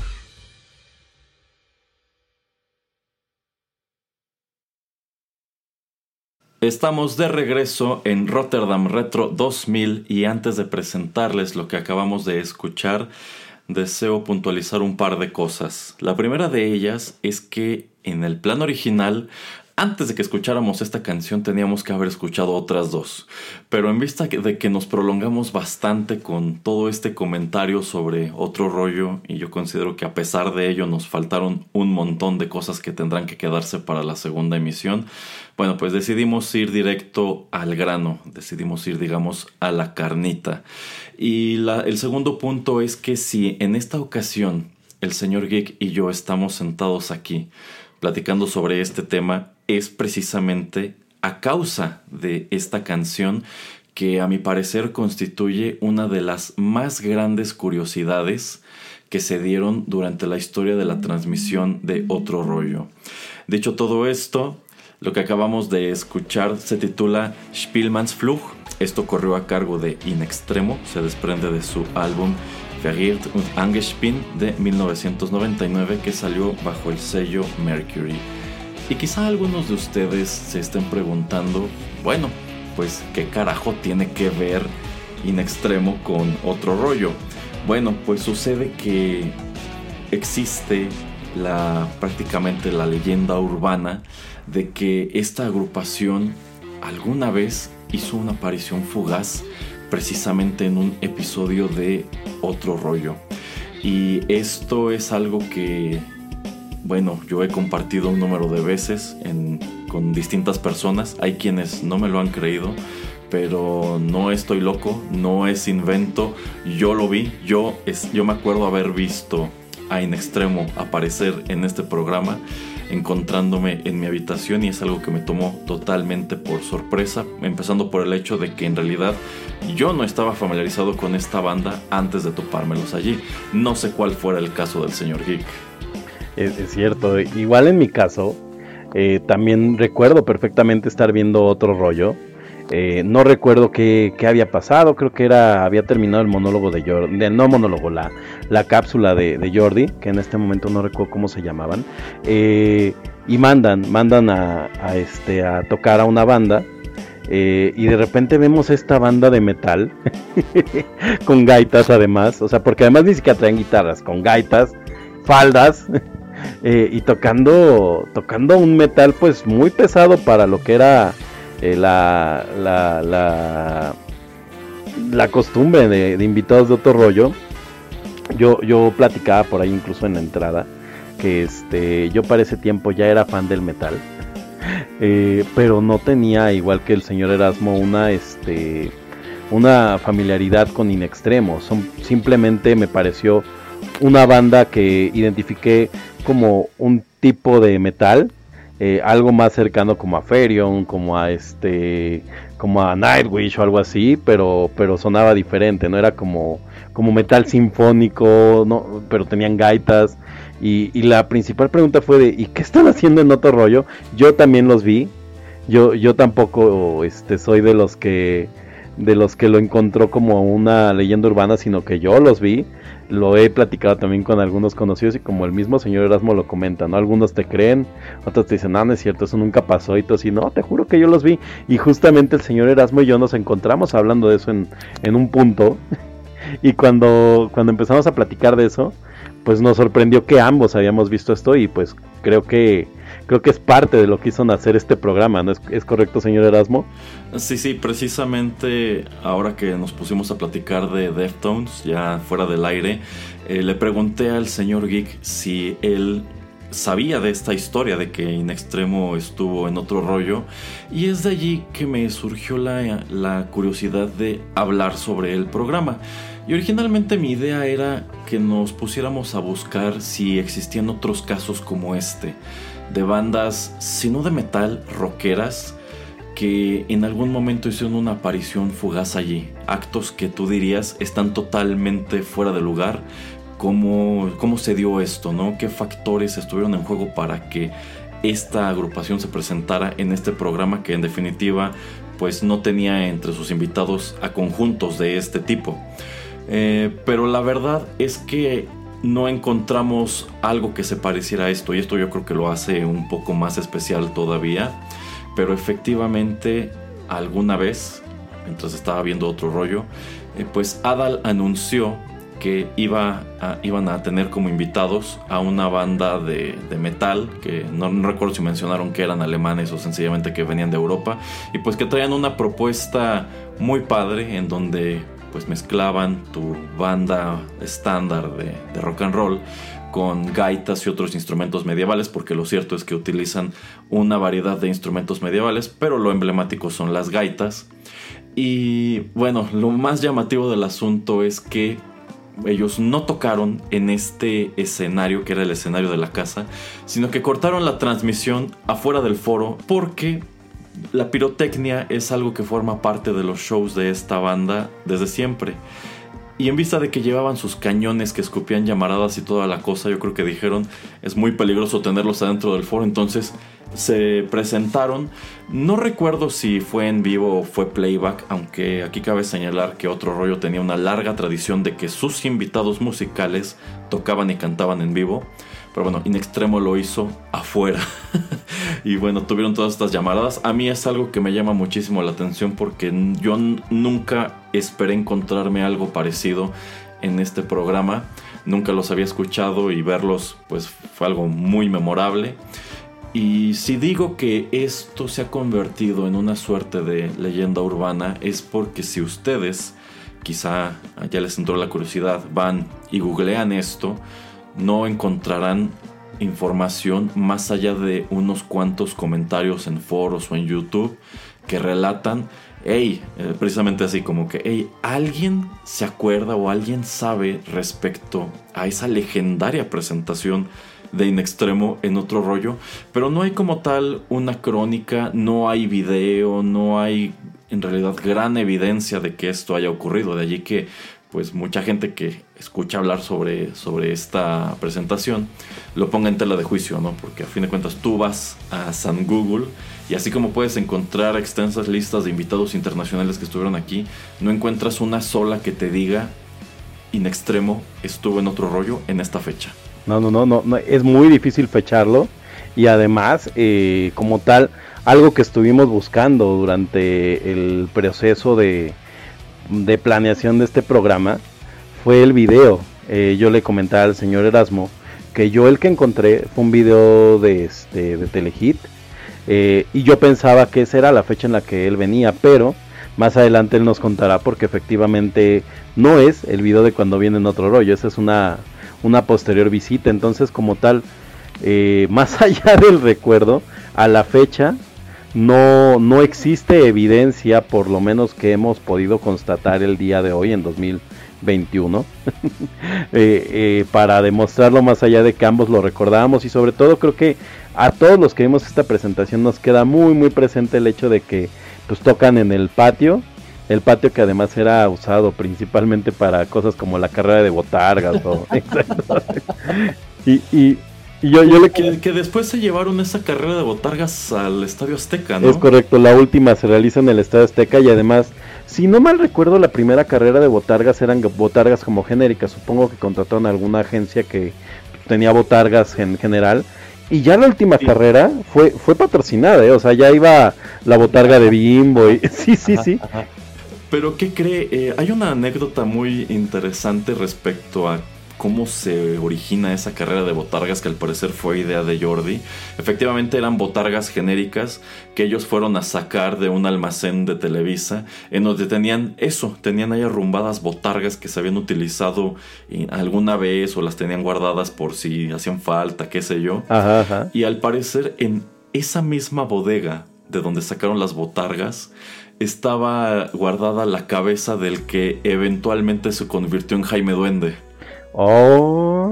Estamos de regreso en Rotterdam Retro dos mil y antes de presentarles lo que acabamos de escuchar, deseo puntualizar un par de cosas. La primera de ellas es que en el plan original, antes de que escucháramos esta canción, teníamos que haber escuchado otras dos. Pero en vista de que nos prolongamos bastante con todo este comentario sobre Otro Rollo, y yo considero que a pesar de ello nos faltaron un montón de cosas que tendrán que quedarse para la segunda emisión, bueno, pues decidimos ir directo al grano, decidimos ir, digamos, a la carnita. Y la, el segundo punto es que si en esta ocasión el señor Geek y yo estamos sentados aquí platicando sobre este tema, es precisamente a causa de esta canción que a mi parecer constituye una de las más grandes curiosidades que se dieron durante la historia de la transmisión de Otro Rollo. Dicho todo esto, lo que acabamos de escuchar se titula Spielmannsfluch. Esto corrió a cargo de In Extremo, se desprende de su álbum Verirrt und Angespint de mil novecientos noventa y nueve, que salió bajo el sello Mercury. Y quizá algunos de ustedes se estén preguntando, bueno, pues ¿qué carajo tiene que ver In Extremo con Otro Rollo? Bueno, pues sucede que existe la, prácticamente la leyenda urbana de que esta agrupación alguna vez hizo una aparición fugaz precisamente en un episodio de Otro Rollo. Y esto es algo que, bueno, yo he compartido un número de veces en, con distintas personas. Hay quienes no me lo han creído, pero no estoy loco, no es invento. Yo lo vi, yo, es, yo me acuerdo haber visto a In Extremo aparecer en este programa, encontrándome en mi habitación, y es algo que me tomó totalmente por sorpresa, empezando por el hecho de que en realidad yo no estaba familiarizado con esta banda antes de topármelos allí. No sé cuál fuera el caso del señor Geek. Es, es cierto, igual en mi caso, eh, también recuerdo perfectamente estar viendo Otro Rollo. Eh, no recuerdo qué, qué había pasado, creo que era había terminado el monólogo de Jordi, de, no monólogo, la, la cápsula de, de Jordi, que en este momento no recuerdo cómo se llamaban, eh, y mandan, mandan a, a, este, a tocar a una banda, eh, y de repente vemos esta banda de metal, con gaitas además, o sea, porque además ni siquiera traen guitarras, con gaitas, faldas, eh, y tocando, tocando un metal pues muy pesado para lo que era Eh, la, la, la, la costumbre de, de invitados de Otro Rollo. Yo, yo platicaba por ahí incluso en la entrada que este, yo para ese tiempo ya era fan del metal, eh, pero no tenía, igual que el señor Erasmo, una, este, una familiaridad con In Extremo. Son, simplemente me pareció una banda que identifiqué como un tipo de metal, Eh, algo más cercano como a Ferion, como a este, como a Nightwish o algo así, pero, pero sonaba diferente, no era como, como metal sinfónico, no, pero tenían gaitas. Y, y la principal pregunta fue de, ¿y qué están haciendo en Otro Rollo? Yo también los vi, yo, yo tampoco este, soy de los que de los que lo encontró como una leyenda urbana, sino que yo los vi, lo he platicado también con algunos conocidos y como el mismo señor Erasmo lo comenta, ¿no? Algunos te creen, otros te dicen, no, no es cierto, eso nunca pasó, y tú así, no, te juro que yo los vi, y justamente el señor Erasmo y yo nos encontramos hablando de eso en, en un punto, y cuando, cuando empezamos a platicar de eso, pues nos sorprendió que ambos habíamos visto esto, y pues creo que creo que es parte de lo que hizo nacer este programa, ¿no? ¿Es, es correcto, señor Erasmo? Sí, sí, precisamente ahora que nos pusimos a platicar de Deftones, ya fuera del aire, eh, le pregunté al señor Geek si él sabía de esta historia de que In Extremo estuvo en otro rollo, y es de allí que me surgió la, la curiosidad de hablar sobre el programa. Y originalmente mi idea era que nos pusiéramos a buscar si existían otros casos como este, de bandas, si no de metal, rockeras, que en algún momento hicieron una aparición fugaz allí. Actos que tú dirías están totalmente fuera de lugar. ¿Cómo, cómo se dio esto, ¿no? ¿Qué factores estuvieron en juego para que esta agrupación se presentara en este programa que en definitiva pues no tenía entre sus invitados a conjuntos de este tipo? Eh, pero la verdad es que no encontramos algo que se pareciera a esto, y esto yo creo que lo hace un poco más especial todavía. Pero efectivamente alguna vez, mientras estaba viendo otro rollo, eh, pues Adal anunció que iba a, iban a tener como invitados a una banda de, de metal, que no, no recuerdo si mencionaron que eran alemanes o sencillamente que venían de Europa, y pues que traían una propuesta muy padre en donde pues mezclaban tu banda estándar de, de rock and roll con gaitas y otros instrumentos medievales, porque lo cierto es que utilizan una variedad de instrumentos medievales, pero lo emblemático son las gaitas. Y bueno, lo más llamativo del asunto es que ellos no tocaron en este escenario, que era el escenario de la casa, sino que cortaron la transmisión afuera del foro, porque la pirotecnia es algo que forma parte de los shows de esta banda desde siempre. Y en vista de que llevaban sus cañones que escupían llamaradas y toda la cosa, yo creo que dijeron, es muy peligroso tenerlos adentro del foro. Entonces se presentaron. No recuerdo si fue en vivo o fue playback, aunque aquí cabe señalar que Otro Rollo tenía una larga tradición de que sus invitados musicales tocaban y cantaban en vivo. Pero bueno, In Extremo lo hizo afuera. Y bueno, tuvieron todas estas llamaradas. A mí es algo que me llama muchísimo la atención, porque yo n- nunca esperé encontrarme algo parecido en este programa. Nunca los había escuchado, y verlos pues fue algo muy memorable. Y si digo que esto se ha convertido en una suerte de leyenda urbana, es porque si ustedes, quizá ya les entró la curiosidad, van y googlean esto, no encontrarán información más allá de unos cuantos comentarios en foros o en YouTube que relatan, hey, eh, precisamente así como que, hey, alguien se acuerda o alguien sabe respecto a esa legendaria presentación de In Extremo en Otro Rollo, pero no hay como tal una crónica, no hay video, no hay en realidad gran evidencia de que esto haya ocurrido. De allí que pues mucha gente que escucha hablar sobre, sobre esta presentación lo ponga en tela de juicio, ¿no? Porque a fin de cuentas tú vas a San Google, y así como puedes encontrar extensas listas de invitados internacionales que estuvieron aquí, no encuentras una sola que te diga In Extremo estuvo en Otro Rollo en esta fecha. No, no, no, no, no, es muy difícil fecharlo, y además, eh, como tal, algo que estuvimos buscando durante el proceso de, de planeación de este programa fue el video. Eh, yo le comentaba al señor Erasmo que yo el que encontré fue un video de, este, de Telehit, eh, y yo pensaba que esa era la fecha en la que él venía, pero más adelante él nos contará, porque efectivamente no es el video de cuando viene en Otro Rollo, esa es una... una posterior visita. Entonces, como tal, eh, más allá del recuerdo, a la fecha no, no existe evidencia, por lo menos que hemos podido constatar el día de hoy en dos mil veintiuno eh, eh, para demostrarlo, más allá de que ambos lo recordábamos. Y sobre todo creo que a todos los que vimos esta presentación nos queda muy muy presente el hecho de que pues tocan en el patio. El patio que además era usado principalmente para cosas como la carrera de botargas. O, exacto. Y, y, y yo, yo le que, que después se llevaron esa carrera de botargas al Estadio Azteca, ¿no? Es correcto, la última se realiza en el Estadio Azteca, y además Si no mal recuerdo, la primera carrera de botargas eran botargas como genéricas. Supongo que contrataron a alguna agencia que tenía botargas en general. Y ya la última sí. carrera fue fue patrocinada, ¿eh? O sea, ya iba la botarga de Bimbo. Y... Sí, sí, ajá, sí. Ajá. Pero, ¿qué cree? Eh, hay una anécdota muy interesante respecto a cómo se origina esa carrera de botargas, que al parecer fue idea de Jordi. Efectivamente eran botargas genéricas que ellos fueron a sacar de un almacén de Televisa, en donde tenían eso, tenían ahí arrumbadas botargas que se habían utilizado alguna vez o las tenían guardadas por si hacían falta, qué sé yo. Ajá, ajá. Y al parecer en esa misma bodega de donde sacaron las botargas estaba guardada la cabeza del que eventualmente se convirtió en Jaime Duende. Oh.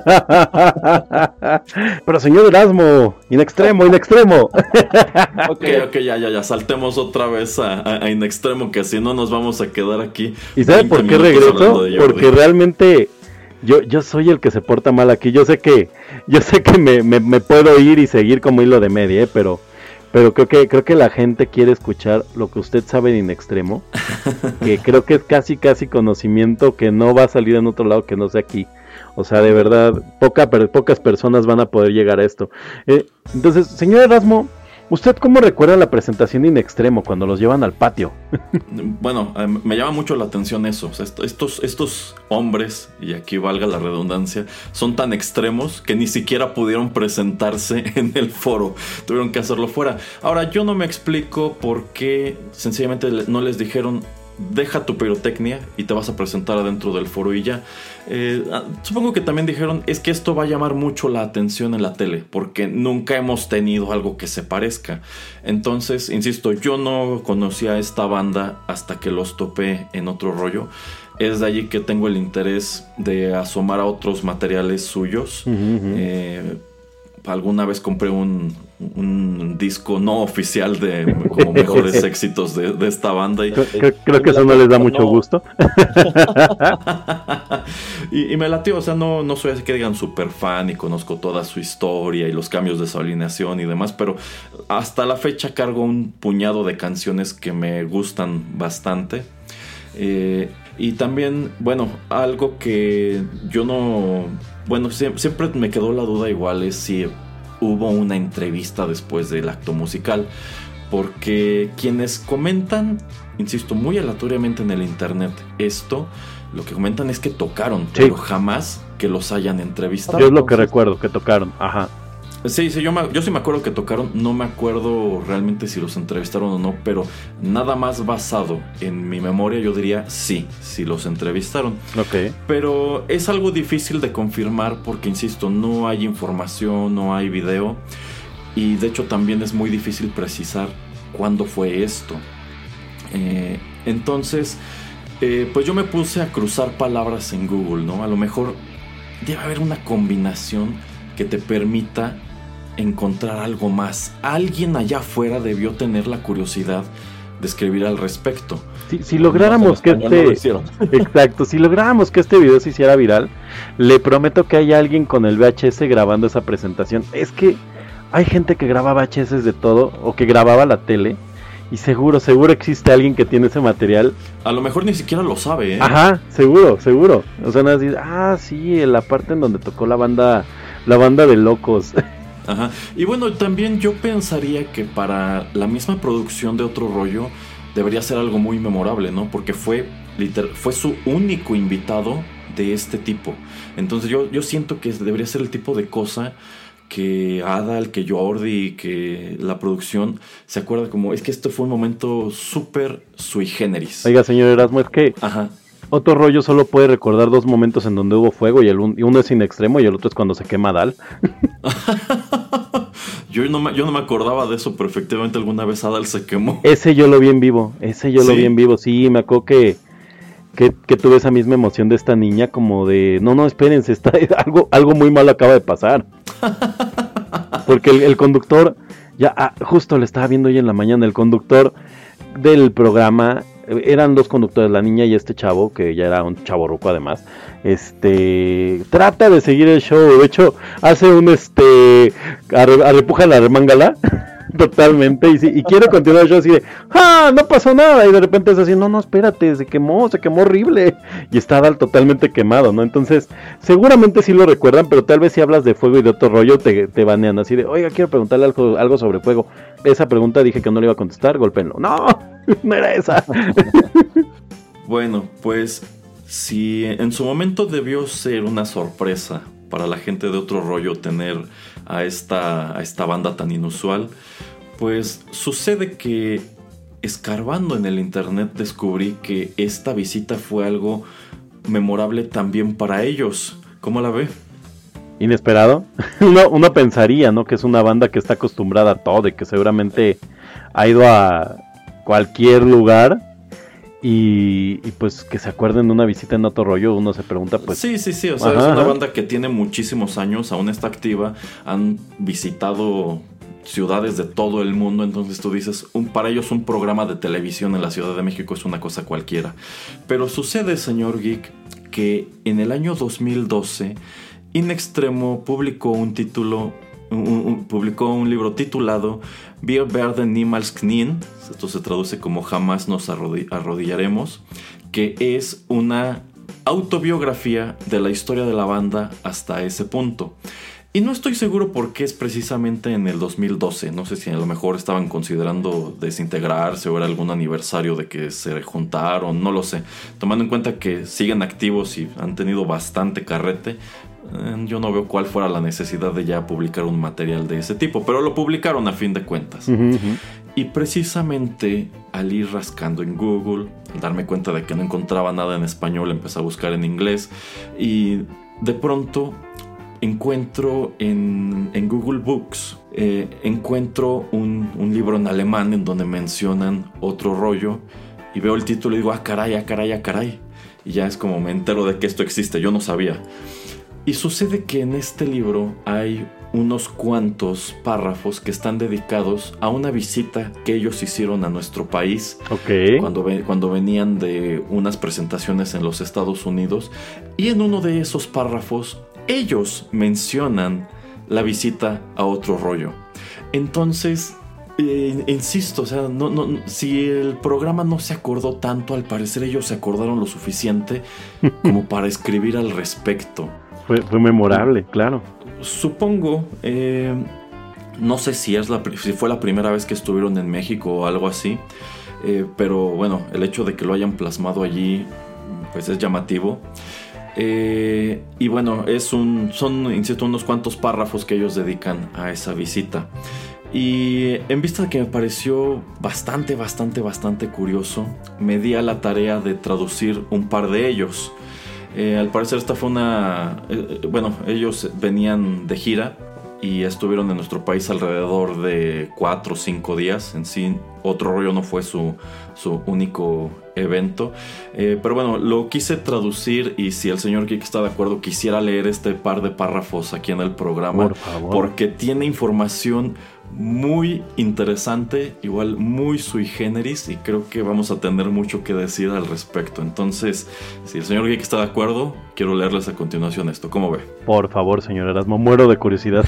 Pero señor Erasmo, in extremo, in extremo. Ok, ok, ya, ya, ya, saltemos otra vez a, a, a in extremo, que si no nos vamos a quedar aquí. ¿Y sabe por qué regreso? Porque realmente yo, yo soy el que se porta mal aquí. Yo sé que, yo sé que me, me, me puedo ir y seguir como hilo de media, ¿eh? pero Pero creo que creo que la gente quiere escuchar lo que usted sabe de in extremo, que creo que es casi casi conocimiento que no va a salir en otro lado que no sea aquí. O sea, de verdad, poca, pocas personas van a poder llegar a esto. Eh, entonces, señor Erasmo, ¿usted cómo recuerda la presentación de in extremo cuando los llevan al patio? Bueno, eh, me llama mucho la atención eso. O sea, estos, estos hombres, y aquí valga la redundancia, son tan extremos que ni siquiera pudieron presentarse en el foro. Tuvieron que hacerlo fuera. Ahora, yo no me explico por qué sencillamente no les dijeron: deja tu pirotecnia y te vas a presentar adentro del foro y ya. Eh, supongo que también dijeron: es que esto va a llamar mucho la atención en la tele, porque nunca hemos tenido algo que se parezca. Entonces, insisto, yo no conocía a esta banda hasta que los topé en Otro Rollo. Es de allí que tengo el interés de asomar a otros materiales suyos. Uh-huh, uh-huh. Eh, alguna vez compré un, un disco no oficial de como mejores éxitos de, de esta banda. Y, creo, creo que eso no les da mucho no. gusto. y, y me latió, o sea, no, no soy así que digan super fan y conozco toda su historia y los cambios de su alineación y demás, pero hasta la fecha cargo un puñado de canciones que me gustan bastante. Eh, y también, bueno, algo que yo no... Bueno, siempre me quedó la duda igual es si hubo una entrevista después del acto musical, porque quienes comentan, insisto, muy aleatoriamente en el internet esto, lo que comentan es que tocaron, sí. pero jamás que los hayan entrevistado. Yo es lo que recuerdo, que tocaron, ajá. Sí, sí, yo, me, yo sí me acuerdo que tocaron, no me acuerdo realmente si los entrevistaron o no, pero nada más basado en mi memoria yo diría sí, sí los entrevistaron. Ok. Pero es algo difícil de confirmar porque, insisto, no hay información, no hay video y de hecho también es muy difícil precisar cuándo fue esto. Eh, entonces, eh, pues yo me puse a cruzar palabras en Google, ¿no? A lo mejor debe haber una combinación que te permita encontrar algo más. Alguien allá afuera debió tener la curiosidad de escribir al respecto. Si, si lográramos que este exacto, si lográramos que este video se hiciera viral, le prometo que hay alguien con el V H S grabando esa presentación. Es que hay gente que graba V H S de todo, o que grababa la tele, y seguro, seguro existe alguien que tiene ese material. A lo mejor ni siquiera lo sabe, ¿eh? Ajá, seguro, seguro. O sea, nada, ah, sí, en la parte en donde tocó la banda, la banda de locos. Ajá. Y bueno, también yo pensaría que para la misma producción de Otro Rollo debería ser algo muy memorable, ¿no? Porque fue, literal, fue su único invitado de este tipo. Entonces yo, yo siento que debería ser el tipo de cosa que Adal, que Jordi, que la producción se acuerda como, es que esto fue un momento súper sui generis. Oiga, señor Erasmo, es que Ajá. Otro Rollo solo puede recordar dos momentos en donde hubo fuego y, el un, y uno es in extremo y el otro es cuando se quema Adal. yo, no me, yo no me acordaba de eso, pero efectivamente alguna vez Adal se quemó. Ese yo lo vi en vivo, ese yo ¿Sí? lo vi en vivo, sí, me acuerdo que, que, que tuve esa misma emoción de esta niña como de, no, no, espérense, está, algo, algo muy malo acaba de pasar. Porque el, el conductor, ya ah, justo le estaba viendo hoy en la mañana, el conductor del programa, eran dos conductores, la niña y este chavo, que ya era un chavorruco además, este, trata de seguir el show, de hecho, hace un, este, arre, arrepuja la remangala, totalmente. Y, sí, y quiero continuar el show así de, ¡ah! No pasó nada. Y de repente es así, no, no, espérate, se quemó, se quemó horrible. Y está Adal totalmente quemado, ¿no? Entonces, seguramente sí lo recuerdan, pero tal vez si hablas de fuego y de otro rollo, te, te banean así de, oiga, quiero preguntarle algo, algo sobre fuego. Esa pregunta dije que no le iba a contestar, golpéenlo. No, no era esa. Bueno, pues si en su momento debió ser una sorpresa para la gente de otro rollo tener a esta, a esta banda tan inusual, pues sucede que escarbando en el internet descubrí que esta visita fue algo memorable también para ellos. ¿Cómo la ve? Inesperado. Uno, uno pensaría, ¿no? Que es una banda que está acostumbrada a todo y que seguramente ha ido a cualquier lugar. Y, y pues que se acuerden de una visita en otro rollo, uno se pregunta pues... Sí, sí, sí, o sea, ajá, es una ajá. banda que tiene muchísimos años, aún está activa, han visitado ciudades de todo el mundo, entonces tú dices, un, para ellos un programa de televisión en la Ciudad de México es una cosa cualquiera. Pero sucede, señor Geek, que en el año dos mil doce, In Extremo publicó un título... Un, un, publicó un libro titulado Wir werden niemals knien, esto se traduce como jamás nos arrodi- arrodillaremos, que es una autobiografía de la historia de la banda hasta ese punto. Y no estoy seguro por qué es precisamente en el dos mil doce, no sé si a lo mejor estaban considerando desintegrarse o era algún aniversario de que se juntaron, no lo sé, tomando en cuenta que siguen activos y han tenido bastante carrete. Yo no veo cuál fuera la necesidad de ya publicar un material de ese tipo, pero lo publicaron a fin de cuentas. Uh-huh, uh-huh. Y precisamente al ir rascando en Google, al darme cuenta de que no encontraba nada en español, empecé a buscar en inglés y de pronto encuentro en, en Google Books, eh, encuentro un, un libro en alemán en donde mencionan otro rollo y veo el título y digo, ah caray, ah caray, ah caray. Y ya es como me entero de que esto existe, yo no sabía. Y sucede que en este libro hay unos cuantos párrafos que están dedicados a una visita que ellos hicieron a nuestro país. Okay. Cuando, cuando venían de unas presentaciones en los Estados Unidos. Y en uno de esos párrafos ellos mencionan la visita a otro rollo. Entonces, eh, insisto, o sea, no, no, si el programa no se acordó tanto, al parecer ellos se acordaron lo suficiente como para escribir al respecto. Fue, fue memorable, claro. Supongo, eh, no sé si, es la, si fue la primera vez que estuvieron en México o algo así, eh, pero bueno, el hecho de que lo hayan plasmado allí, pues es llamativo. Eh, y bueno, es un, son, insisto, unos cuantos párrafos que ellos dedican a esa visita. Y en vista de que me pareció bastante, bastante, bastante curioso, me di a la tarea de traducir un par de ellos. Eh, al parecer esta fue una... Eh, bueno, ellos venían de gira y estuvieron en nuestro país alrededor de cuatro o cinco días. En sí, Otro Rollo no fue su, su único evento. Eh, pero bueno, lo quise traducir y si el señor Geek está de acuerdo, quisiera leer este par de párrafos aquí en el programa. Por favor. Porque tiene información muy interesante, igual muy sui generis, y creo que vamos a tener mucho que decir al respecto. Entonces, si el señor Geek está de acuerdo, quiero leerles a continuación esto. ¿Cómo ve? Por favor, señor Erasmo, muero de curiosidad.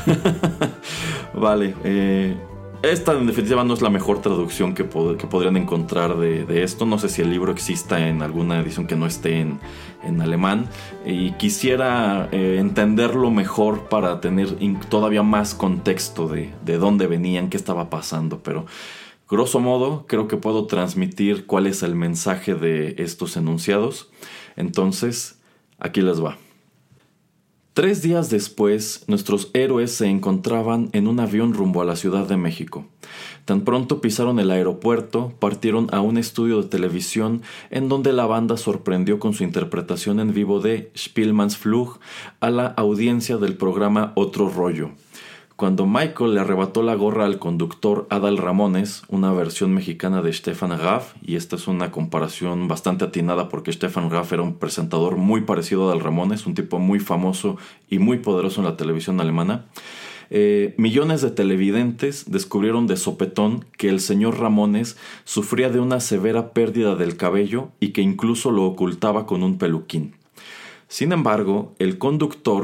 Vale, eh, esta en definitiva no es la mejor traducción que, pod- que podrían encontrar de, de esto. No sé si el libro exista en alguna edición que no esté en, en alemán. Y quisiera eh, entenderlo mejor para tener in- todavía más contexto de, de dónde venían, qué estaba pasando. Pero grosso modo creo que puedo transmitir cuál es el mensaje de estos enunciados. Entonces, aquí les va. Tres días después, nuestros héroes se encontraban en un avión rumbo a la Ciudad de México. Tan pronto pisaron el aeropuerto, partieron a un estudio de televisión en donde la banda sorprendió con su interpretación en vivo de Spielmannsflug a la audiencia del programa Otro Rollo. Cuando Michael le arrebató la gorra al conductor Adal Ramones, una versión mexicana de Stefan Raff, y esta es una comparación bastante atinada porque Stefan Raff era un presentador muy parecido a Adal Ramones, un tipo muy famoso y muy poderoso en la televisión alemana, eh, millones de televidentes descubrieron de sopetón que el señor Ramones sufría de una severa pérdida del cabello y que incluso lo ocultaba con un peluquín. Sin embargo, el conductor,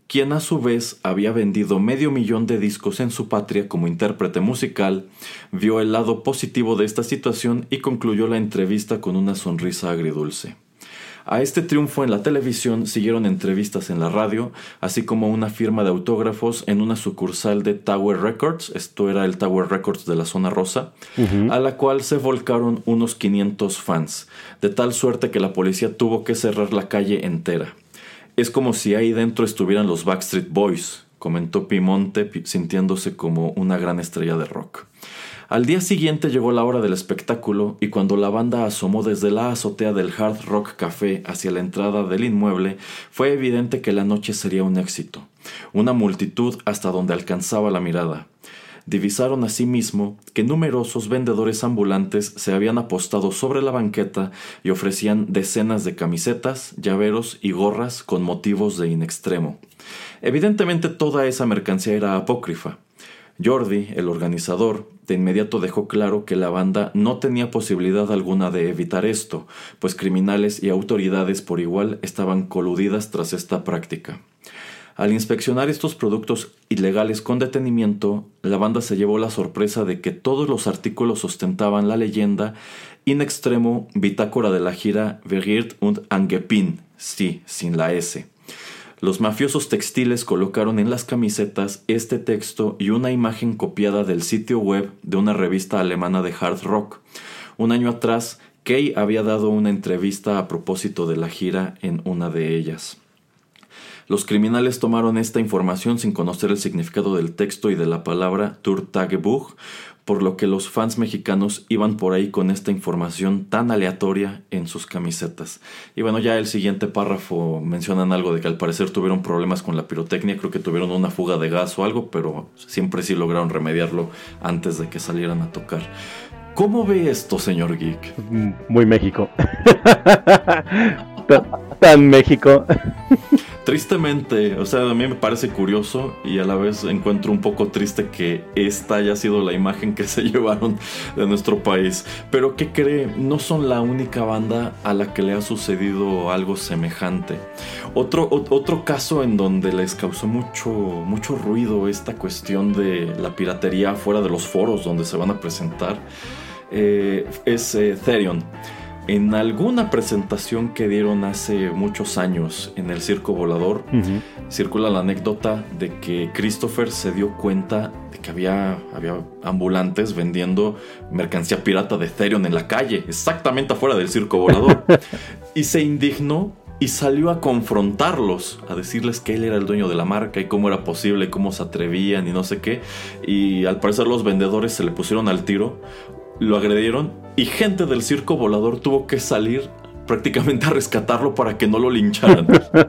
quien a su vez había vendido medio millón de discos en su patria como intérprete musical, vio el lado positivo de esta situación y concluyó la entrevista con una sonrisa agridulce. A este triunfo en la televisión siguieron entrevistas en la radio, así como una firma de autógrafos en una sucursal de Tower Records, esto era el Tower Records de la Zona Rosa, uh-huh. a la cual se volcaron unos quinientos fans, de tal suerte que la policía tuvo que cerrar la calle entera. Es como si ahí dentro estuvieran los Backstreet Boys, comentó Piemonte, sintiéndose como una gran estrella de rock. Al día siguiente llegó la hora del espectáculo y cuando la banda asomó desde la azotea del Hard Rock Café hacia la entrada del inmueble, fue evidente que la noche sería un éxito. Una multitud hasta donde alcanzaba la mirada. Divisaron asimismo que numerosos vendedores ambulantes se habían apostado sobre la banqueta y ofrecían decenas de camisetas, llaveros y gorras con motivos de in extremo. Evidentemente toda esa mercancía era apócrifa. Jordi, el organizador, de inmediato dejó claro que la banda no tenía posibilidad alguna de evitar esto, pues criminales y autoridades por igual estaban coludidas tras esta práctica. Al inspeccionar estos productos ilegales con detenimiento, la banda se llevó la sorpresa de que todos los artículos ostentaban la leyenda in extremo bitácora de la gira Verriert und Angepin, sí, sin la S. Los mafiosos textiles colocaron en las camisetas este texto y una imagen copiada del sitio web de una revista alemana de hard rock. Un año atrás, Kay había dado una entrevista a propósito de la gira en una de ellas. Los criminales tomaron esta información sin conocer el significado del texto y de la palabra Tourtagebuch, por lo que los fans mexicanos iban por ahí con esta información tan aleatoria en sus camisetas. Y bueno, ya el siguiente párrafo mencionan algo de que al parecer tuvieron problemas con la pirotecnia, creo que tuvieron una fuga de gas o algo, pero siempre sí lograron remediarlo antes de que salieran a tocar. ¿Cómo ve esto, señor Geek? Muy México. Tan México. Tristemente, o sea, a mí me parece curioso y a la vez encuentro un poco triste que esta haya sido la imagen que se llevaron de nuestro país. Pero ¿qué cree? No son la única banda a la que le ha sucedido algo semejante. Otro, otro caso en donde les causó mucho, mucho ruido esta cuestión de la piratería fuera de los foros donde se van a presentar eh, es eh, Therion. En alguna presentación que dieron hace muchos años en el Circo Volador, uh-huh. circula la anécdota de que Christopher se dio cuenta de que había, había ambulantes vendiendo mercancía pirata de Therion en la calle, exactamente afuera del Circo Volador. Y se indignó y salió a confrontarlos, a decirles que él era el dueño de la marca y cómo era posible, cómo se atrevían y no sé qué. Y al parecer los vendedores se le pusieron al tiro, lo agredieron y gente del Circo Volador tuvo que salir prácticamente a rescatarlo para que no lo lincharan.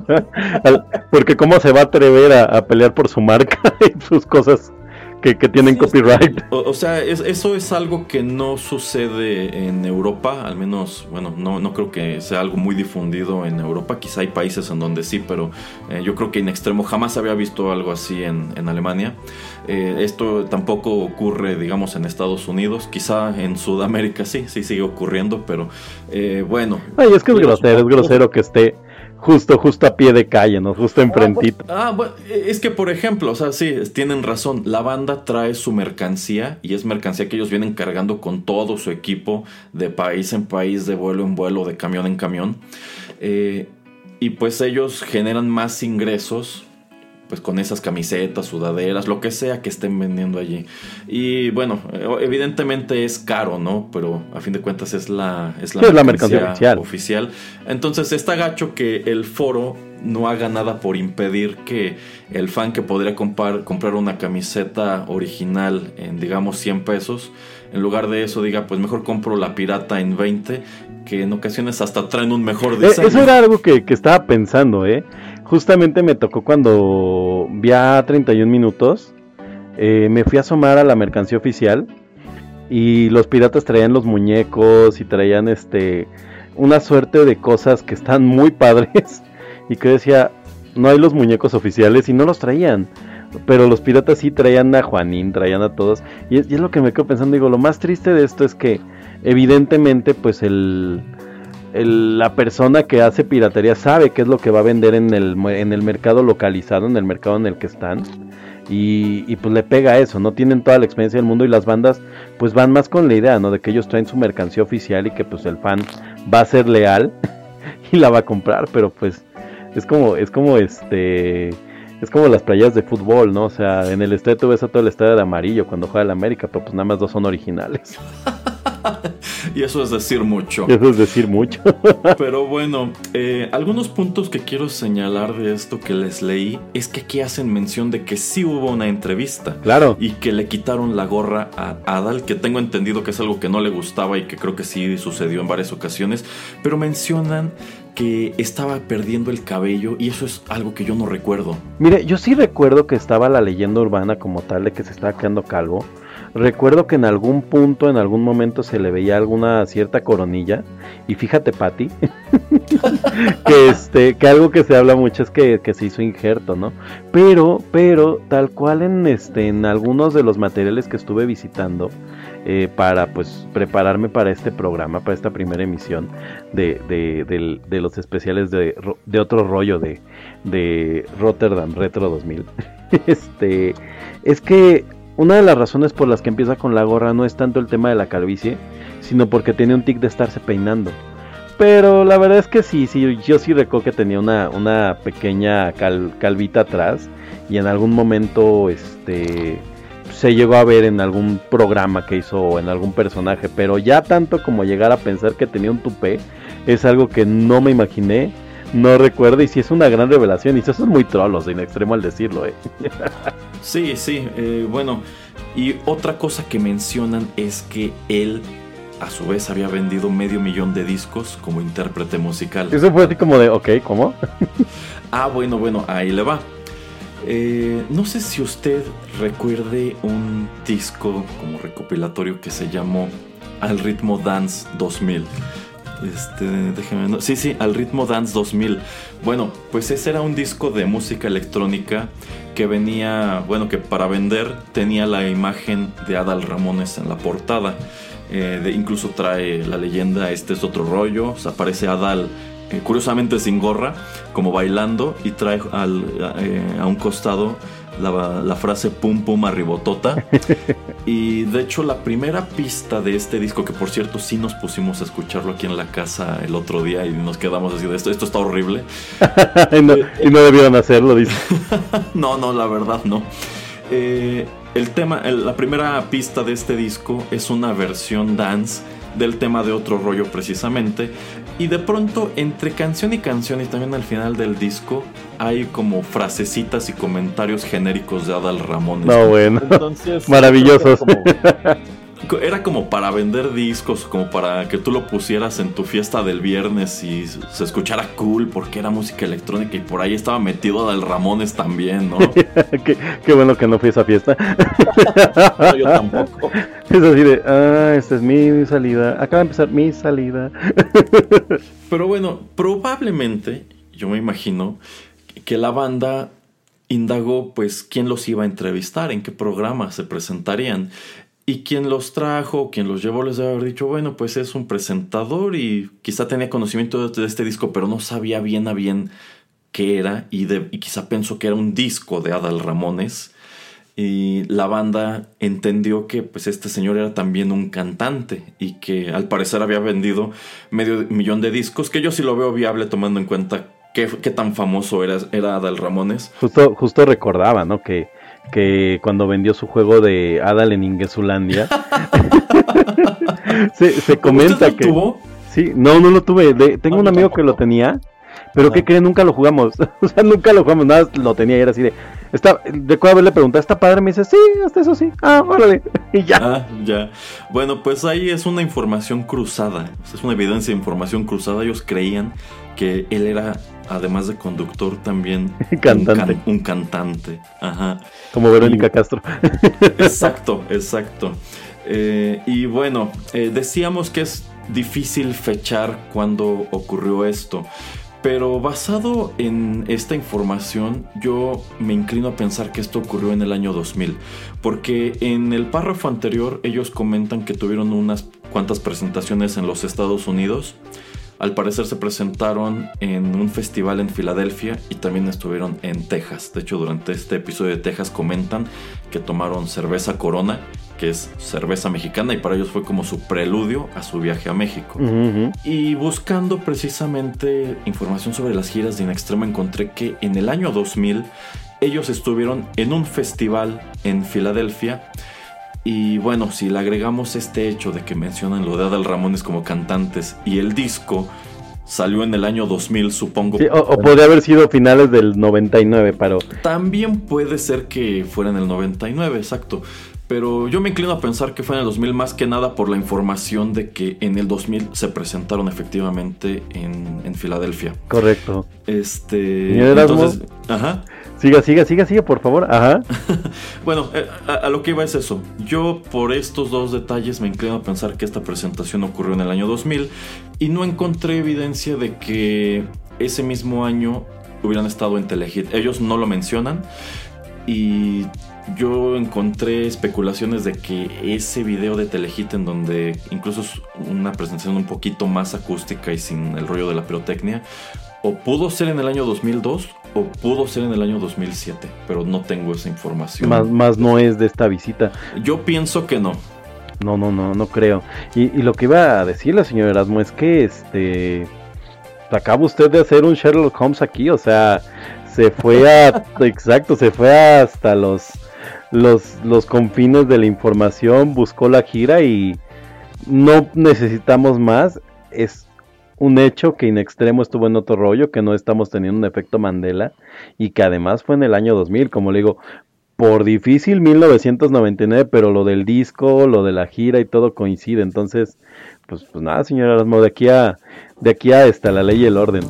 Porque cómo se va a atrever a, a pelear por su marca y sus cosas que, que tienen sí, copyright. O, o sea, es, eso es algo que no sucede en Europa, al menos, bueno, no, no creo que sea algo muy difundido en Europa. Quizá hay países en donde sí, pero eh, yo creo que in extremo jamás había visto algo así en, en Alemania. Eh, esto tampoco ocurre, digamos, en Estados Unidos. Quizá en Sudamérica sí, sí sigue ocurriendo, pero eh, bueno. Ay, es que es grosero, es grosero que esté justo, justo a pie de calle, ¿no? Justo enfrentito. Ah, bueno, es que por ejemplo, o sea, sí, tienen razón. La banda trae su mercancía y es mercancía que ellos vienen cargando con todo su equipo de país en país, de vuelo en vuelo, de camión en camión. Eh, y pues ellos generan más ingresos pues con esas camisetas, sudaderas, lo que sea que estén vendiendo allí. Y bueno, evidentemente es caro, ¿no? Pero a fin de cuentas es la, es la, sí, mercancía, la mercancía oficial. oficial. Entonces está gacho que el foro no haga nada por impedir que el fan que podría comprar, comprar una camiseta original en, digamos, cien pesos, en lugar de eso diga, pues mejor compro la pirata en veinte, que en ocasiones hasta traen un mejor diseño. Eso era algo que, que estaba pensando, ¿eh? Justamente me tocó cuando vi a treinta y un minutos, eh, me fui a asomar a la mercancía oficial y los piratas traían los muñecos y traían este una suerte de cosas que están muy padres y que decía, no hay los muñecos oficiales y no los traían, pero los piratas sí traían a Juanín, traían a todos y es, y es lo que me quedo pensando, digo, lo más triste de esto es que evidentemente pues el... el, la persona que hace piratería sabe qué es lo que va a vender en el, en el mercado localizado, en el mercado en el que están. Y, y pues le pega eso, no tienen toda la experiencia del mundo y las bandas pues van más con la idea, ¿no? De que ellos traen su mercancía oficial y que pues el fan va a ser leal y la va a comprar, pero pues es como, es como este, es como las playas de fútbol, ¿no? O sea, en el estadio tú ves a todo el estadio de amarillo cuando juega el América, pero pues nada más dos son originales. Y eso es decir mucho. Eso es decir mucho. Pero bueno, eh, algunos puntos que quiero señalar de esto que les leí es que aquí hacen mención de que sí hubo una entrevista. Claro. Y que le quitaron la gorra a Adal, que tengo entendido que es algo que no le gustaba y que creo que sí sucedió en varias ocasiones. Pero mencionan que estaba perdiendo el cabello y eso es algo que yo no recuerdo. Mire, yo sí recuerdo que estaba la leyenda urbana como tal de que se estaba quedando calvo. Recuerdo que en algún punto, en algún momento se le veía alguna cierta coronilla. Y fíjate, Pati, que este, que algo que se habla mucho es que, que se hizo injerto, ¿no? Pero, pero, tal cual en este, en algunos de los materiales que estuve visitando, eh, para pues prepararme para este programa, para esta primera emisión de, de, de, de los especiales de, de otro rollo de, de Rotterdam Retro dos mil. Este, es que una de las razones por las que empieza con la gorra no es tanto el tema de la calvicie, sino porque tiene un tic de estarse peinando. Pero la verdad es que sí, sí, yo sí recuerdo que tenía una, una pequeña cal, calvita atrás. Y en algún momento este se llegó a ver en algún programa que hizo o en algún personaje. Pero ya tanto como llegar a pensar que tenía un tupé es algo que no me imaginé, no recuerdo. Y sí es una gran revelación. Y eso es muy trolos en extremo al decirlo, eh. Sí, sí, eh, bueno, y otra cosa que mencionan es que él, a su vez, había vendido medio millón de discos como intérprete musical. Eso fue así como de, ok, ¿cómo? Ah, bueno, bueno, ahí le va. Eh, no sé si usted recuerde un disco como recopilatorio que se llamó Al Ritmo Dance dos mil. Este, déjeme, no, sí, sí, Al Ritmo Dance dos mil. Bueno, pues ese era un disco de música electrónica que venía, bueno, que para vender tenía la imagen de Adal Ramones en la portada. Eh, de, incluso trae la leyenda Este es otro rollo. O sea, aparece Adal, eh, curiosamente sin gorra, como bailando, y trae al, eh, a un costado la, la frase pum pum arribotota. Y de hecho la primera pista de este disco, que por cierto sí nos pusimos a escucharlo aquí en la casa el otro día y nos quedamos así de esto, esto está horrible. y, no, y no debieron hacerlo, dice. No, no, la verdad no. Eh, el tema, el, la primera pista de este disco es una versión dance del tema de Otro Rollo precisamente. Y de pronto entre canción y canción y también al final del disco hay como frasecitas y comentarios genéricos de Adal Ramones. No, bueno. Entonces, maravillosos. Como, era como para vender discos, como para que tú lo pusieras en tu fiesta del viernes y se escuchara cool porque era música electrónica y por ahí estaba metido Adal Ramones también, ¿no? qué, qué bueno que no fui a esa fiesta. No, yo tampoco. Es así de, ah, esta es mi salida, acaba de empezar mi salida. Pero bueno, probablemente, yo me imagino, que la banda indagó pues quién los iba a entrevistar, en qué programa se presentarían. Y quien los trajo, quien los llevó, les debe haber dicho, bueno, pues es un presentador y quizá tenía conocimiento de este disco, pero no sabía bien a bien qué era y, de, y quizá pensó que era un disco de Adal Ramones. Y la banda entendió que pues este señor era también un cantante y que al parecer había vendido medio millón de discos, que yo sí lo veo viable tomando en cuenta qué, qué tan famoso era, era Adal Ramones. Justo, justo recordaba, ¿no? Que que cuando vendió su juego de Adal en Ingesulandia se, se comenta ¿Usted lo que tuvo? Sí, no, no lo tuve. De, tengo no, un amigo tampoco. que lo tenía, pero ¿qué creen? Nunca lo jugamos. O sea, nunca lo jugamos, nada, lo tenía y era así de... Está, recuerdo haberle preguntado, ¿está padre? Me dice, sí, hasta eso sí. Ah, órale. Y ya. Ah, ya. Bueno, pues ahí es una información cruzada. Es una evidencia de información cruzada. Ellos creían que él era, además de conductor, también Cantante. Un, can, un cantante. Ajá. Como Verónica Y- Castro. Exacto, exacto. Eh, y bueno, eh, decíamos que es difícil fechar cuándo ocurrió esto. Pero basado en esta información, yo me inclino a pensar que esto ocurrió en el año dos mil. Porque en el párrafo anterior ellos comentan que tuvieron unas cuantas presentaciones en los Estados Unidos. Al parecer se presentaron en un festival en Filadelfia y también estuvieron en Texas. De hecho, durante este episodio de Texas comentan que tomaron cerveza Corona, que es cerveza mexicana, y para ellos fue como su preludio a su viaje a México. Uh-huh. Y buscando precisamente información sobre las giras de In Extremo, encontré que en el año dos mil ellos estuvieron en un festival en Filadelfia. Y bueno, si le agregamos este hecho de que mencionan lo de Adal Ramones como cantantes y el disco salió en el año dos mil, supongo. Sí, o, o podría haber sido finales del noventa y nueve, pero... También puede ser que fuera en el noventa y nueve, exacto. Pero yo me inclino a pensar que fue en el dos mil, más que nada por la información de que en el dos mil se presentaron efectivamente en, en Filadelfia. Correcto. Este... Entonces... Ajá. Siga, siga, siga, siga, por favor. Ajá. Bueno, a, a lo que iba es eso. Yo por estos dos detalles me inclino a pensar que esta presentación ocurrió en el año dos mil y no encontré evidencia de que ese mismo año hubieran estado en Telehit. Ellos no lo mencionan y yo encontré especulaciones de que ese video de Telehit, en donde incluso es una presentación un poquito más acústica y sin el rollo de la pirotecnia, o pudo ser en el año dos mil dos o pudo ser en el año dos mil siete, pero no tengo esa información. Más, más no es de esta visita. Yo pienso que no. No, no, no, no creo. Y, y lo que iba a decirle, señor Erasmo, es que este acaba usted de hacer un Sherlock Holmes aquí, o sea, se fue a exacto, se fue hasta los los los confines de la información, buscó la gira y no necesitamos más. Es un hecho que In Extremo estuvo en otro rollo, que no estamos teniendo un efecto Mandela y que además fue en el año dos mil, como le digo, por difícil mil novecientos noventa y nueve, pero lo del disco, lo de la gira y todo coincide. Entonces, pues, pues nada, señor Erasmo, de aquí a de aquí a esta la ley y el orden.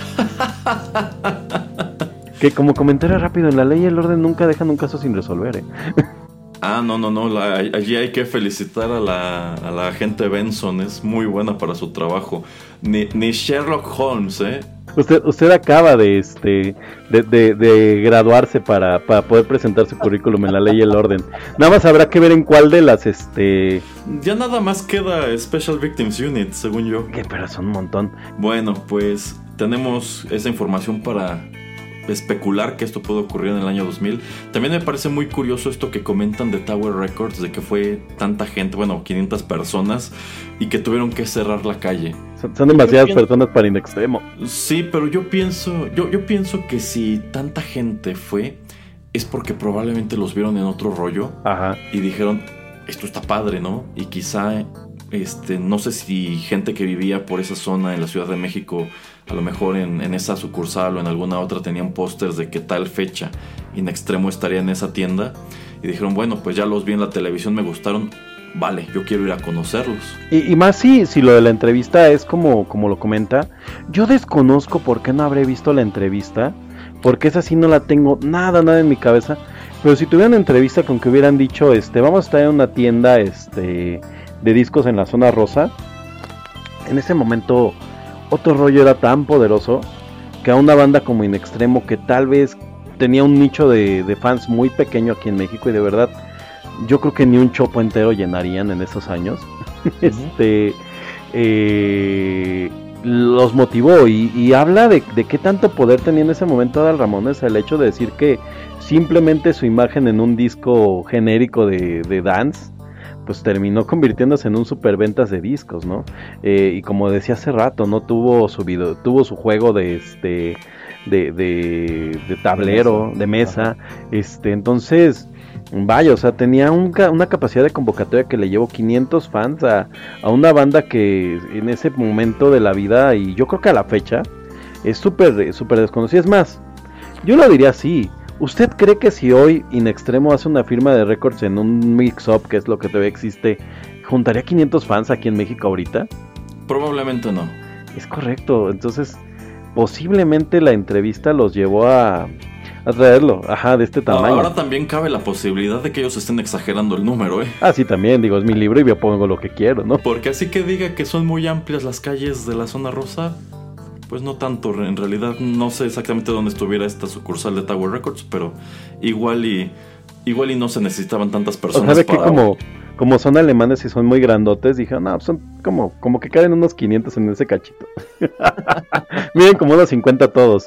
Que como comentario rápido, en la ley y el orden nunca dejan un caso sin resolver, ¿eh? Ah, no, no, no, la, allí hay que felicitar a la, a la agente Benson, es muy buena para su trabajo. Ni, ni Sherlock Holmes, ¿eh? Usted, usted acaba de este de, de, de graduarse para, para poder presentar su currículum en la ley y el orden. Nada más habrá que ver en cuál de las este. Ya nada más queda Special Victims Unit, según yo. Que pero son un montón. Bueno, pues tenemos esa información para especular que esto puede ocurrir en el año dos mil. También me parece muy curioso esto que comentan de Tower Records, de que fue tanta gente, bueno, quinientas personas, y que tuvieron que cerrar la calle. Son, son demasiadas pienso, personas para In Extremo. Sí, pero yo pienso, yo, yo pienso que si tanta gente fue, es porque probablemente los vieron en otro rollo. Ajá. Y dijeron, esto está padre, ¿no? Y quizá, este, no sé si gente que vivía por esa zona en la Ciudad de México, a lo mejor en, en esa sucursal o en alguna otra tenían pósters de que tal fecha In Extremo estaría en esa tienda y dijeron, bueno, pues ya los vi en la televisión, me gustaron, vale, yo quiero ir a conocerlos. Y, y más si, si lo de la entrevista es como, como lo comenta, yo desconozco por qué no habré visto la entrevista, porque esa sí no la tengo nada, nada en mi cabeza, pero si tuvieran entrevista con que hubieran dicho, este, vamos a estar en una tienda este, de discos en la zona rosa, en ese momento otro rollo era tan poderoso que a una banda como In Extremo, que tal vez tenía un nicho de, de fans muy pequeño aquí en México, y de verdad yo creo que ni un chopo entero llenarían en esos años, uh-huh. este eh, los motivó y, y habla de, de qué tanto poder tenía en ese momento Adal Ramones, el hecho de decir que simplemente su imagen en un disco genérico de, de dance pues terminó convirtiéndose en un superventas de discos, ¿no? Eh, y como decía hace rato, no tuvo su video, tuvo su juego de este de, de, de tablero, de mesa, este, entonces vaya, o sea, tenía un, una capacidad de convocatoria que le llevó quinientos fans a, a una banda que en ese momento de la vida, y yo creo que a la fecha, es súper súper desconocida. Es más, yo lo diría así, ¿usted cree que si hoy In Extremo hace una firma de récords en un mix-up, que es lo que todavía existe, juntaría quinientos fans aquí en México ahorita? Probablemente no. Es correcto, entonces posiblemente la entrevista los llevó a, a traerlo, ajá, de este tamaño. Ahora también cabe la posibilidad de que ellos estén exagerando el número, ¿eh? Ah, sí, también, digo, es mi libro y yo pongo lo que quiero, ¿no? Porque así que diga que son muy amplias las calles de la zona rosa, pues no tanto, en realidad no sé exactamente dónde estuviera esta sucursal de Tower Records, pero igual y igual y no se necesitaban tantas personas. O sea, para... que como, como son alemanes y son muy grandotes, dije, no, son como, como que caen unos quinientos en ese cachito. Miren como unos cincuenta todos.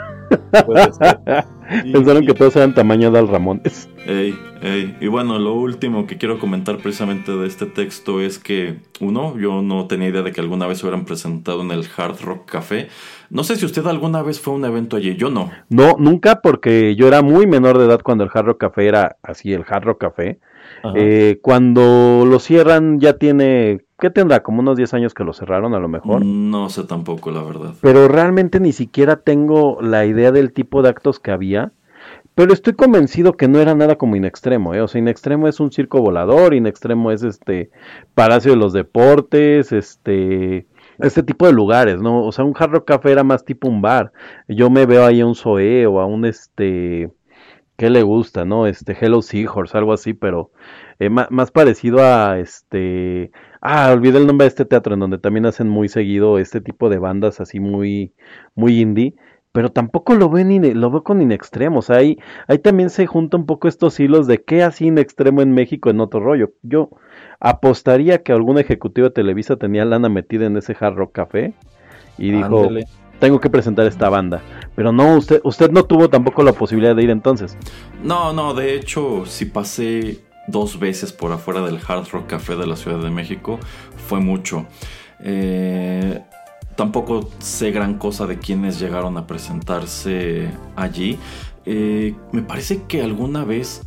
Puede ser. Y, Pensaron y, que todos eran tamaño Dal Ramones. Ey, ey. Y bueno, lo último que quiero comentar precisamente de este texto es que, uno, yo no tenía idea de que alguna vez se hubieran presentado en el Hard Rock Café. No sé si usted alguna vez fue a un evento allí, yo no. No, nunca, porque yo era muy menor de edad cuando el Hard Rock Café era así, el Hard Rock Café. Eh, cuando lo cierran ya tiene, ¿qué tendrá? Como unos diez años que lo cerraron a lo mejor. No sé tampoco, la verdad. Pero realmente ni siquiera tengo la idea del tipo de actos que había. Pero estoy convencido que no era nada como In Extremo, ¿eh? O sea, In Extremo es un circo volador, In Extremo es este Palacio de los Deportes, este... este tipo de lugares, ¿no? O sea, un Hard Rock Café era más tipo un bar. Yo me veo ahí a un Zoé o a un este... ¿qué le gusta, no? Este, Hello Seahorse, algo así, pero eh, más, más parecido a este... Ah, olvidé el nombre de este teatro en donde también hacen muy seguido este tipo de bandas así muy, muy indie, pero tampoco lo veo, ni, lo veo con In Extremo, o sea, ahí, ahí también se junta un poco estos hilos de qué hacía In Extremo en México en otro rollo. Yo apostaría que algún ejecutivo de Televisa tenía lana metida en ese Hard Rock Café y dijo... Ándale. Tengo que presentar esta banda. Pero no, usted usted no tuvo tampoco la posibilidad de ir entonces. No, no, de hecho, sí pasé dos veces por afuera del Hard Rock Café de la Ciudad de México. Fue mucho. Eh, tampoco sé gran cosa de quienes llegaron a presentarse allí. Eh, me parece que alguna vez,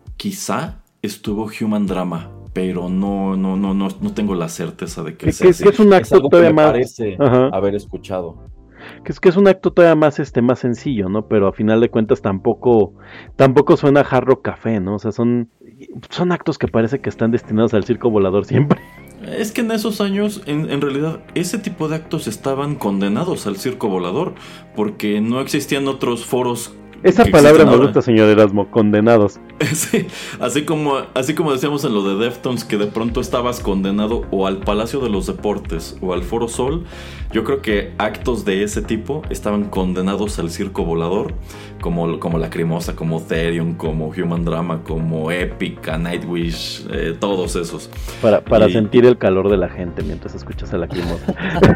quizá, estuvo Human Drama. Pero no, no, no, no, no tengo la certeza de que sea así. Que es un acto es algo todavía que me más... parece haber escuchado. Que es que es un acto todavía más este más sencillo, ¿no? Pero a final de cuentas tampoco tampoco suena Hard Rock Café, ¿no? O sea, son son actos que parece que están destinados al circo volador siempre. Es que en esos años, en, en realidad, ese tipo de actos estaban condenados al circo volador, porque no existían otros foros. Esa palabra me gusta, señor Erasmo, condenados. Sí, así como, así como decíamos en lo de Deftones, que de pronto estabas condenado o al Palacio de los Deportes o al Foro Sol, yo creo que actos de ese tipo estaban condenados al circo volador, como, como Lacrimosa, como Therion, como Human Drama, como Epica, Nightwish, eh, todos esos. Para, para y... sentir el calor de la gente mientras escuchas a Lacrimosa.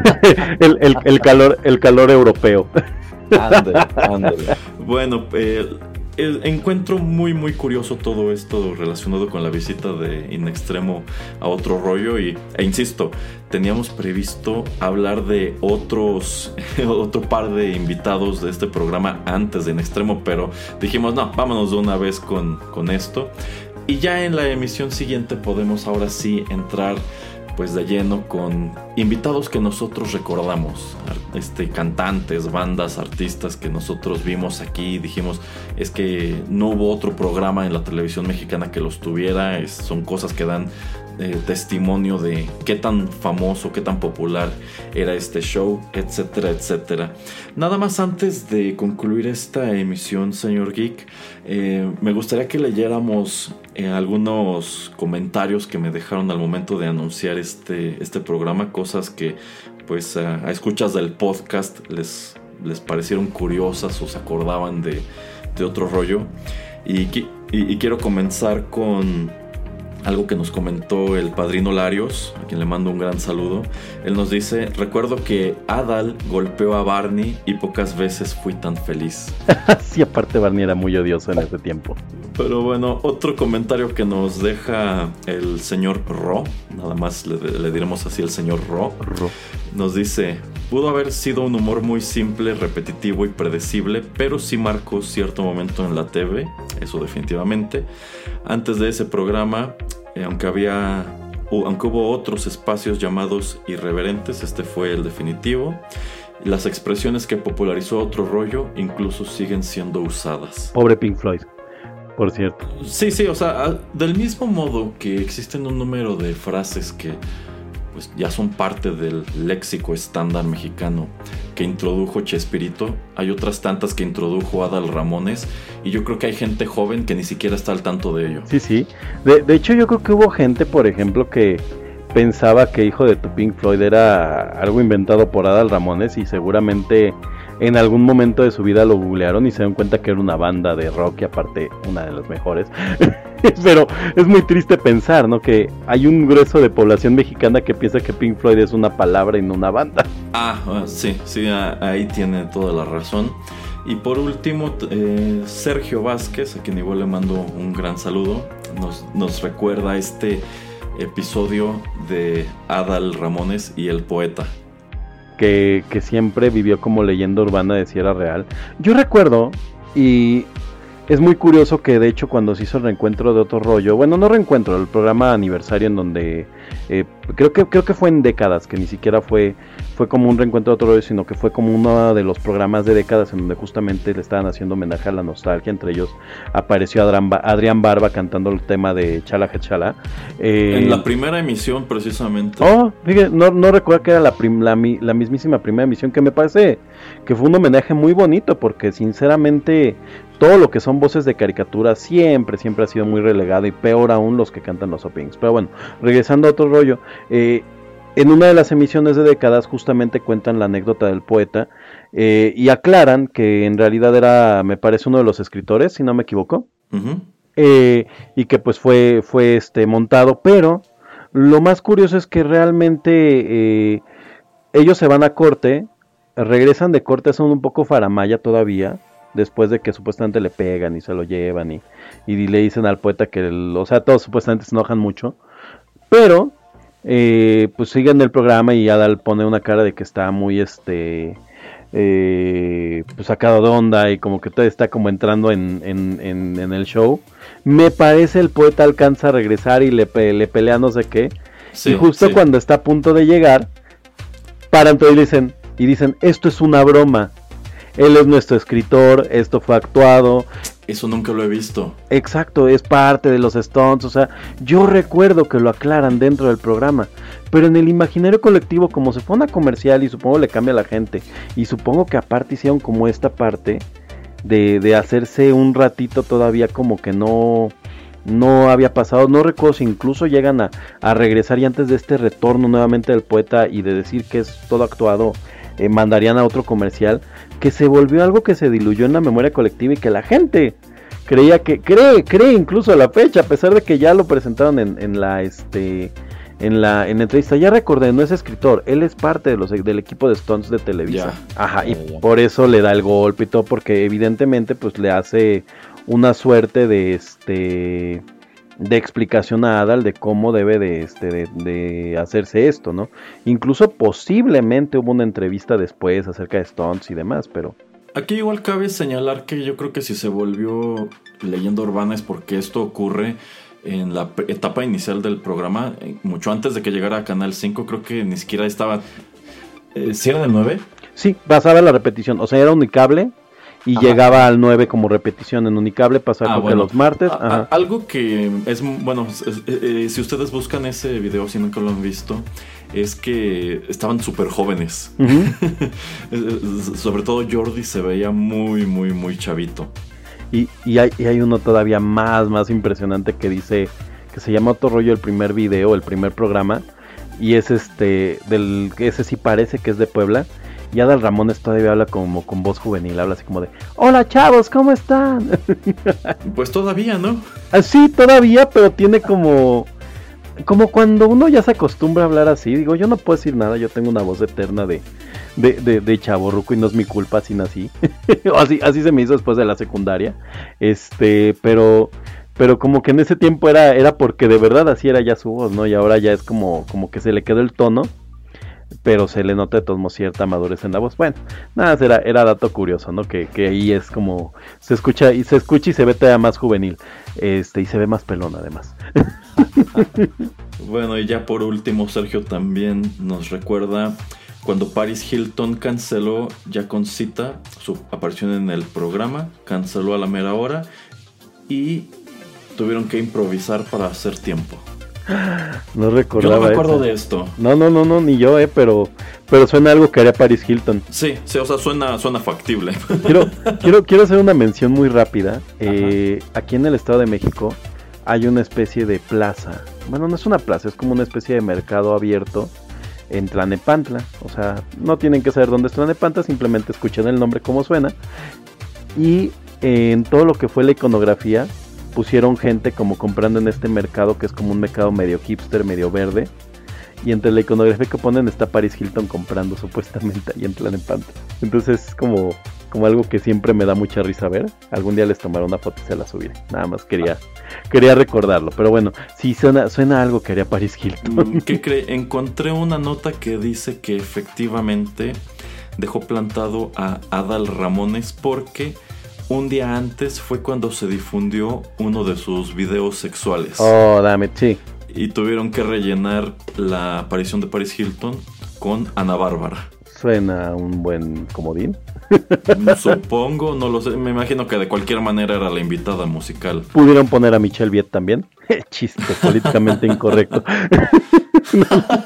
el, el, el, calor, el calor europeo. Ándale, ándale. Bueno, eh, eh, encuentro muy muy curioso todo esto relacionado con la visita de In Extremo a otro rollo y, e insisto, teníamos previsto hablar de otros otro par de invitados de este programa antes de In Extremo, pero dijimos no, vámonos de una vez con, con esto y ya en la emisión siguiente podemos ahora sí entrar pues de lleno con invitados que nosotros recordamos, este, cantantes, bandas, artistas que nosotros vimos aquí y dijimos es que no hubo otro programa en la televisión mexicana que los tuviera, es, son cosas que dan eh, testimonio de qué tan famoso, qué tan popular era este show, etcétera, etcétera. Nada más antes de concluir esta emisión, señor Geek, eh, me gustaría que leyéramos eh, algunos comentarios que me dejaron al momento de anunciar este, este programa, cosas que pues a, a escuchas del podcast les, les parecieron curiosas o se acordaban de, de otro rollo y, y, y quiero comenzar con algo que nos comentó el padrino Larios, a quien le mando un gran saludo. Él nos dice: recuerdo que Adal golpeó a Barney y pocas veces fui tan feliz. Sí, aparte Barney era muy odioso en ese tiempo. Pero bueno, otro comentario que nos deja el señor Ro, nada más le, le diremos así el señor Ro, Ro, nos dice: pudo haber sido un humor muy simple, repetitivo y predecible, pero sí marcó cierto momento en la T V, eso definitivamente. Antes de ese programa, eh, aunque había, uh, aunque hubo otros espacios llamados irreverentes, este fue el definitivo. Las expresiones que popularizó otro rollo incluso siguen siendo usadas. Pobre Pink Floyd, por cierto. Sí, sí, o sea, del mismo modo que existen un número de frases que pues ya son parte del léxico estándar mexicano que introdujo Chespirito, hay otras tantas que introdujo Adal Ramones y yo creo que hay gente joven que ni siquiera está al tanto de ello. Sí, sí, de, de hecho yo creo que hubo gente, por ejemplo, que pensaba que Hijo de tu Pink Floyd era algo inventado por Adal Ramones y seguramente en algún momento de su vida lo googlearon y se dan cuenta que era una banda de rock y aparte una de las mejores. Pero es muy triste pensar, ¿no? Que hay un grueso de población mexicana que piensa que Pink Floyd es una palabra y no una banda. Ah, sí, sí, ahí tiene toda la razón. Y por último, eh, Sergio Vázquez, a quien igual le mando un gran saludo, nos, nos recuerda este episodio de Adal Ramones y el poeta. Que, que siempre vivió como leyenda urbana de si era real. Yo recuerdo, y es muy curioso que de hecho cuando se hizo el reencuentro de Otro Rollo, bueno, no reencuentro, el programa aniversario en donde eh, creo que creo que fue en décadas, que ni siquiera fue fue como un reencuentro de Otro Rollo, sino que fue como uno de los programas de décadas en donde justamente le estaban haciendo homenaje a la nostalgia. Entre ellos apareció Adrián, Adrián Barba cantando el tema de Chala que Chala. Eh, en la primera emisión precisamente. Oh, fíjate, no, no recuerdo que era la, prim, la, la mismísima primera emisión, que me parece que fue un homenaje muy bonito, porque sinceramente todo lo que son voces de caricatura siempre, siempre ha sido muy relegado, y peor aún los que cantan los openings. Pero bueno, regresando a Otro Rollo, eh, en una de las emisiones de décadas justamente cuentan la anécdota del poeta eh, y aclaran que en realidad era, me parece, uno de los escritores, si no me equivoco, uh-huh. eh, y que pues fue, fue este, montado, pero lo más curioso es que realmente eh, ellos se van a corte, regresan de corte, son un poco faramaya todavía, después de que supuestamente le pegan y se lo llevan y, y le dicen al poeta que, el, o sea, todos supuestamente se enojan mucho, pero eh, pues siguen el programa y Adal pone una cara de que está muy este eh, pues sacado de onda y como que todo está como entrando en, en, en, en el show. Me parece el poeta alcanza a regresar y le, le pelea no sé qué, sí, y justo sí. Cuando está a punto de llegar paran todo y dicen, y dicen esto es una broma. Él es nuestro escritor, esto fue actuado. Eso nunca lo he visto. Exacto, es parte de los Stones, o sea, yo recuerdo que lo aclaran dentro del programa, pero en el imaginario colectivo, como se fue una comercial y supongo le cambia a la gente, y supongo que aparte hicieron como esta parte de, de hacerse un ratito todavía como que no, no había pasado, no recuerdo si incluso llegan a, a regresar y antes de este retorno nuevamente del poeta y de decir que es todo actuado, eh, mandarían a otro comercial, que se volvió algo que se diluyó en la memoria colectiva y que la gente creía que, cree, cree incluso a la fecha, a pesar de que ya lo presentaron en, en la este en la en la entrevista. Ya recordé, no es escritor, él es parte de los del equipo de Stones de Televisa. Ya, Ajá, ya, y ya. Por eso le da el golpe y todo, porque evidentemente pues le hace una suerte de este de explicación a Adal de cómo debe de este de, de hacerse esto, ¿no? Incluso posiblemente hubo una entrevista después acerca de Stones y demás, pero aquí igual cabe señalar que yo creo que si se volvió leyenda urbana es porque esto ocurre en la etapa inicial del programa, mucho antes de que llegara a Canal cinco, creo que ni siquiera estaba eh, ¿sí era del nueve? Sí, pasaba la repetición, o sea, era unicable. Y ajá. Llegaba al nueve como repetición en Unicable, pasaba ah, porque bueno. Los martes. A, a, algo que es, bueno, es, es, eh, si ustedes buscan ese video, si nunca lo han visto, es que estaban súper jóvenes. Uh-huh. Sobre todo Jordi se veía muy, muy, muy chavito. Y, y, hay, y hay uno todavía más, más impresionante que dice, que se llama Otro Rollo el primer video, el primer programa. Y es este, del ese sí parece que es de Puebla. Y Adal Ramones todavía habla como con voz juvenil, habla así como de hola chavos, ¿cómo están? Pues todavía, ¿no? Sí, todavía, pero tiene como como cuando uno ya se acostumbra a hablar así. Digo, yo no puedo decir nada, yo tengo una voz eterna de de, de, de chavorruco y no es mi culpa, así nací. así, así se me hizo después de la secundaria. Este, pero pero como que en ese tiempo era era porque de verdad así era ya su voz, ¿no? Y ahora ya es como como que se le quedó el tono, pero se le nota de todos modos cierta madurez en la voz. Bueno, nada, era, era dato curioso, ¿no? Que, que ahí es como se escucha y se escucha y se ve todavía más juvenil, este y se ve más pelón además. Bueno, y ya por último, Sergio también nos recuerda cuando Paris Hilton canceló ya con cita su aparición en el programa, canceló a la mera hora y tuvieron que improvisar para hacer tiempo. No recordaba. Yo no me acuerdo eso. de esto. No, no, no, no, ni yo, eh, pero, pero suena algo que haría Paris Hilton. Sí, sí, o sea, suena, suena factible. Quiero, quiero, quiero hacer una mención muy rápida. Eh, aquí en el Estado de México hay una especie de plaza. Bueno, no es una plaza, es como una especie de mercado abierto en Tlalnepantla. O sea, no tienen que saber dónde es Tlalnepantla, simplemente escuchen el nombre como suena. Y eh, en todo lo que fue la iconografía pusieron gente como comprando en este mercado, que es como un mercado medio hipster, medio verde. Y entre la iconografía que ponen está Paris Hilton comprando supuestamente ahí en Tlalnepantla. Entonces es como, como algo que siempre me da mucha risa ver. Algún día les tomaré una foto y se la subiré. Nada más quería, quería recordarlo. Pero bueno, sí suena, suena algo que haría Paris Hilton. ¿Qué cree? Encontré una nota que dice que efectivamente dejó plantado a Adal Ramones porque un día antes fue cuando se difundió uno de sus videos sexuales. Oh, dame, sí. Y tuvieron que rellenar la aparición de Paris Hilton con Ana Bárbara. Suena un buen comodín. Supongo, no lo sé. Me imagino que de cualquier manera era la invitada musical. ¿Pudieron poner a Michelle Viet también? Chiste políticamente incorrecto. no,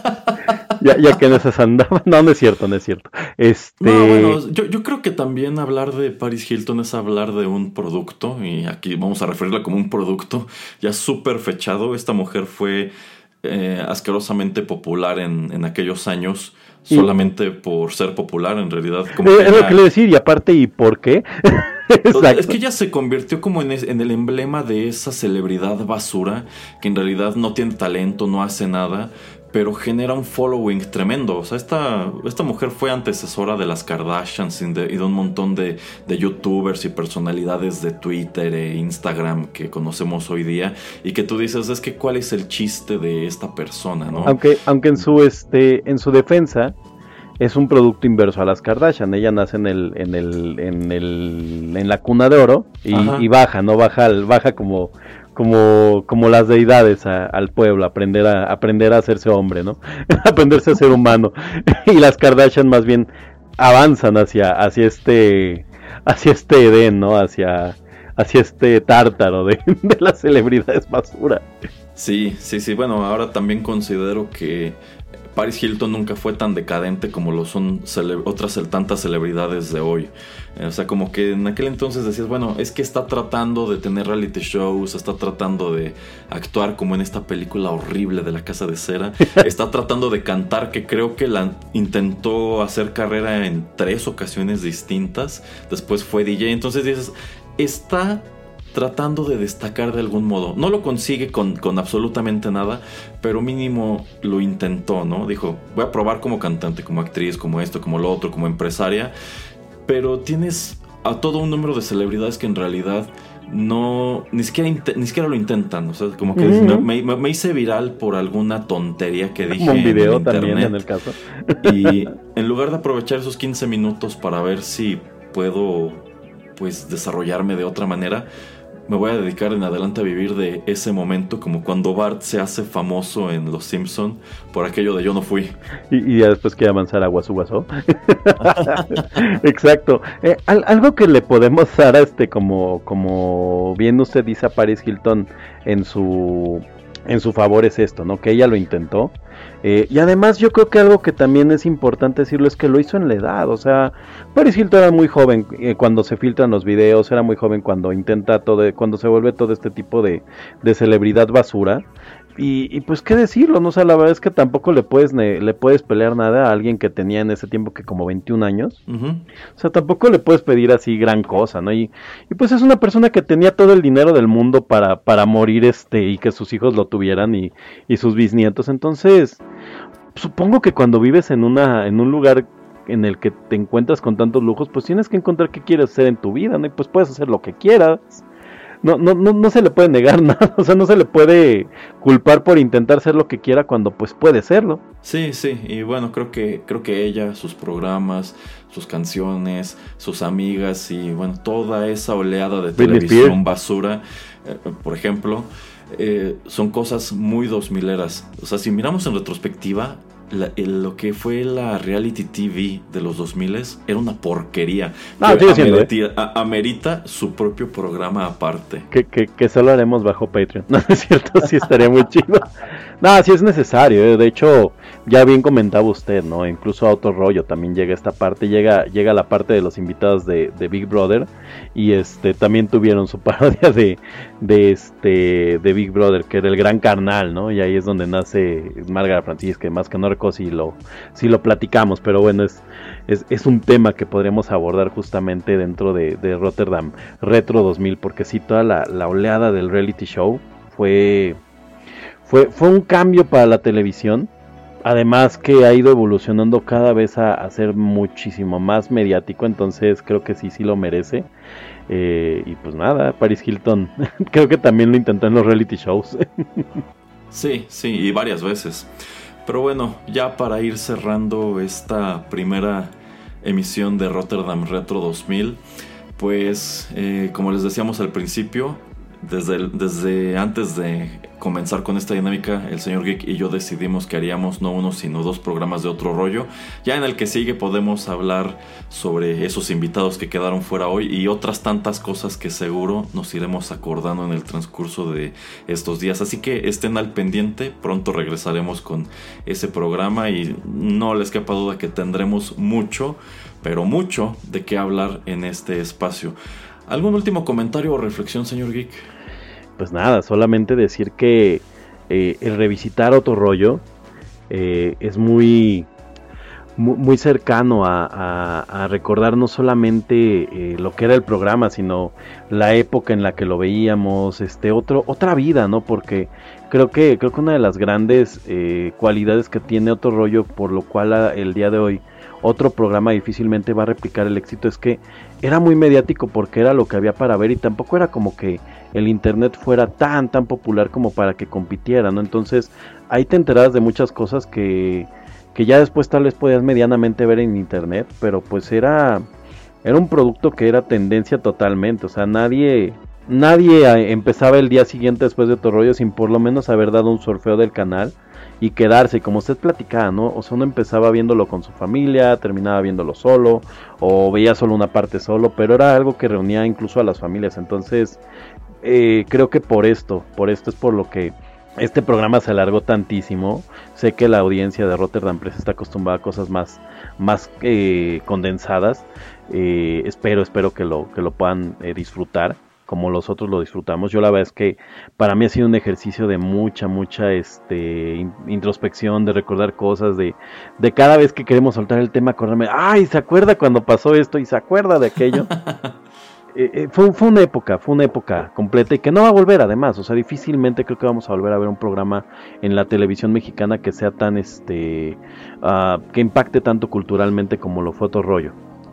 ya, ya que en esas andaban. No, no es cierto, no es cierto. Este... No, bueno, yo, yo creo que también hablar de Paris Hilton es hablar de un producto. Y aquí vamos a referirla como un producto ya súper fechado. Esta mujer fue eh, asquerosamente popular en, en aquellos años. Solamente y... por ser popular, en realidad. Como eh, que es ya... lo que le decir, y aparte, ¿y por qué? Exacto. Es que ella se convirtió como en, es, en el emblema de esa celebridad basura que en realidad no tiene talento, no hace nada, pero genera un following tremendo. O sea, esta, esta mujer fue antecesora de las Kardashians y de, y de un montón de, de youtubers y personalidades de Twitter e Instagram que conocemos hoy día, y que tú dices, es que ¿cuál es el chiste de esta persona, no? Aunque, aunque en su este, en su defensa es un producto inverso a las Kardashian. Ella nace en el, en el, en el, en la cuna de oro y, y baja, no baja, baja como, como, como las deidades a, al pueblo, aprender a, aprender a hacerse hombre, ¿no? Aprenderse a ser humano. Y las Kardashian más bien avanzan hacia, hacia este, hacia este Edén, ¿no? Hacia, hacia este tártaro de, de las celebridades basura. Sí, sí, sí. Bueno, ahora también considero que Paris Hilton nunca fue tan decadente como lo son cele- otras tantas celebridades de hoy. O sea, como que en aquel entonces decías, bueno, es que está tratando de tener reality shows, está tratando de actuar como en esta película horrible de La Casa de Cera, está tratando de cantar, que creo que la intentó hacer carrera en tres ocasiones distintas, después fue D J, entonces dices, está tratando de destacar de algún modo. No lo consigue con, con absolutamente nada, pero mínimo lo intentó, ¿no? Dijo, voy a probar como cantante, como actriz, como esto, como lo otro, como empresaria. Pero tienes a todo un número de celebridades que en realidad no, ni siquiera, int- ni siquiera lo intentan. O sea, como que uh-huh. me, me, me hice viral por alguna tontería que dije como un video en internet. También en el caso. Y en lugar de aprovechar esos quince minutos para ver si puedo, pues, desarrollarme de otra manera, me voy a dedicar en adelante a vivir de ese momento, como cuando Bart se hace famoso en Los Simpson por aquello de yo no fui. Y, y ya después quiere avanzar a Guasú Guasó. Exacto. Eh, al, algo que le podemos dar a este, como, como bien usted dice a Paris Hilton en su, en su favor es esto, ¿no? Que ella lo intentó. Eh, y además yo creo que algo que también es importante decirlo es que lo hizo en la edad. O sea, Paris Hilton era muy joven eh, cuando se filtran los videos, era muy joven cuando intenta todo, cuando se vuelve todo este tipo de, de celebridad basura. Y, y pues qué decirlo, ¿no? O sea, la verdad es que tampoco le puedes ne- le puedes pelear nada a alguien que tenía en ese tiempo que como veintiún años. Uh-huh. O sea, tampoco le puedes pedir así gran cosa, ¿no? Y, y pues es una persona que tenía todo el dinero del mundo para, para morir este y que sus hijos lo tuvieran y, y sus bisnietos. Entonces, supongo que cuando vives en una en un lugar en el que te encuentras con tantos lujos, pues tienes que encontrar qué quieres hacer en tu vida, ¿no? Y pues puedes hacer lo que quieras. No, no, no, no se le puede negar nada, o sea, no se le puede culpar por intentar ser lo que quiera cuando pues puede serlo. Sí, sí, y bueno, creo que, creo que ella, sus programas, sus canciones, sus amigas y bueno, toda esa oleada de Britney televisión Spears. basura, eh, por ejemplo, eh, son cosas muy dos mileras. O sea, si miramos en retrospectiva, La, el, lo que fue la reality T V de los dos miles era una porquería. Ah, que siendo, amerita, ¿eh? a, amerita su propio programa aparte. Que, que, que solo haremos bajo Patreon. No es cierto, sí estaría muy chido. No, sí es necesario, ¿eh? De hecho, ya bien comentaba usted, ¿no? Incluso a otro rollo también llega esta parte, llega, llega la parte de los invitados de, de Big Brother. Y este también tuvieron su parodia de, de este de Big Brother, que era el Gran Carnal, ¿no? Y ahí es donde nace Margarita Francisca, más que no otra cosa si lo, si lo platicamos, pero bueno, es, es, es un tema que podríamos abordar justamente dentro de, de Rotterdam Retro dos mil, porque sí, toda la, la oleada del reality show fue, fue, fue un cambio para la televisión. Además que ha ido evolucionando cada vez a, a ser muchísimo más mediático, entonces creo que sí, sí lo merece. Eh, y pues nada, Paris Hilton creo que también lo intentó en los reality shows. Sí, sí, y varias veces. Pero bueno, ya para ir cerrando esta primera emisión de Rotterdam Retro dos mil, pues eh, como les decíamos al principio, Desde, el, desde antes de comenzar con esta dinámica, el señor Geek y yo decidimos que haríamos no uno sino dos programas de Otro Rollo. Ya en el que sigue podemos hablar sobre esos invitados que quedaron fuera hoy y otras tantas cosas que seguro nos iremos acordando en el transcurso de estos días. Así que estén al pendiente, pronto regresaremos con ese programa y no les quepa duda que tendremos mucho, pero mucho de qué hablar en este espacio. ¿Algún último comentario o reflexión, señor Geek? Pues nada, solamente decir que eh, el revisitar Otro Rollo eh, es muy, muy, muy cercano a, a, a recordar no solamente eh, lo que era el programa, sino la época en la que lo veíamos, este otro otra vida, ¿no? Porque creo que creo que una de las grandes eh, cualidades que tiene Otro Rollo, por lo cual a, el día de hoy otro programa difícilmente va a replicar el éxito, es que era muy mediático porque era lo que había para ver y tampoco era como que el internet fuera tan tan popular como para que compitiera, ¿no? Entonces ahí te enterabas de muchas cosas que, que ya después tal vez podías medianamente ver en internet, pero pues era, era un producto que era tendencia totalmente, o sea, nadie... Nadie empezaba el día siguiente después de Otro Rollo sin por lo menos haber dado un surfeo del canal y quedarse, como usted platicaba, ¿no? O sea, uno empezaba viéndolo con su familia, terminaba viéndolo solo, o veía solo una parte solo, pero era algo que reunía incluso a las familias. Entonces, eh, creo que por esto, por esto es por lo que este programa se alargó tantísimo. Sé que la audiencia de Rotterdam Press está acostumbrada a cosas más, más eh, condensadas. Eh, espero, espero que lo, que lo puedan eh, disfrutar como los otros lo disfrutamos. Yo la verdad es que para mí ha sido un ejercicio de mucha, mucha este introspección, de recordar cosas, de, de cada vez que queremos soltar el tema, acordarme, ay, ¿se acuerda cuando pasó esto? Y se acuerda de aquello. eh, eh, fue, fue una época, fue una época completa y que no va a volver además, o sea, difícilmente creo que vamos a volver a ver un programa en la televisión mexicana que sea tan, este, uh, que impacte tanto culturalmente como lo fue Otro Rollo.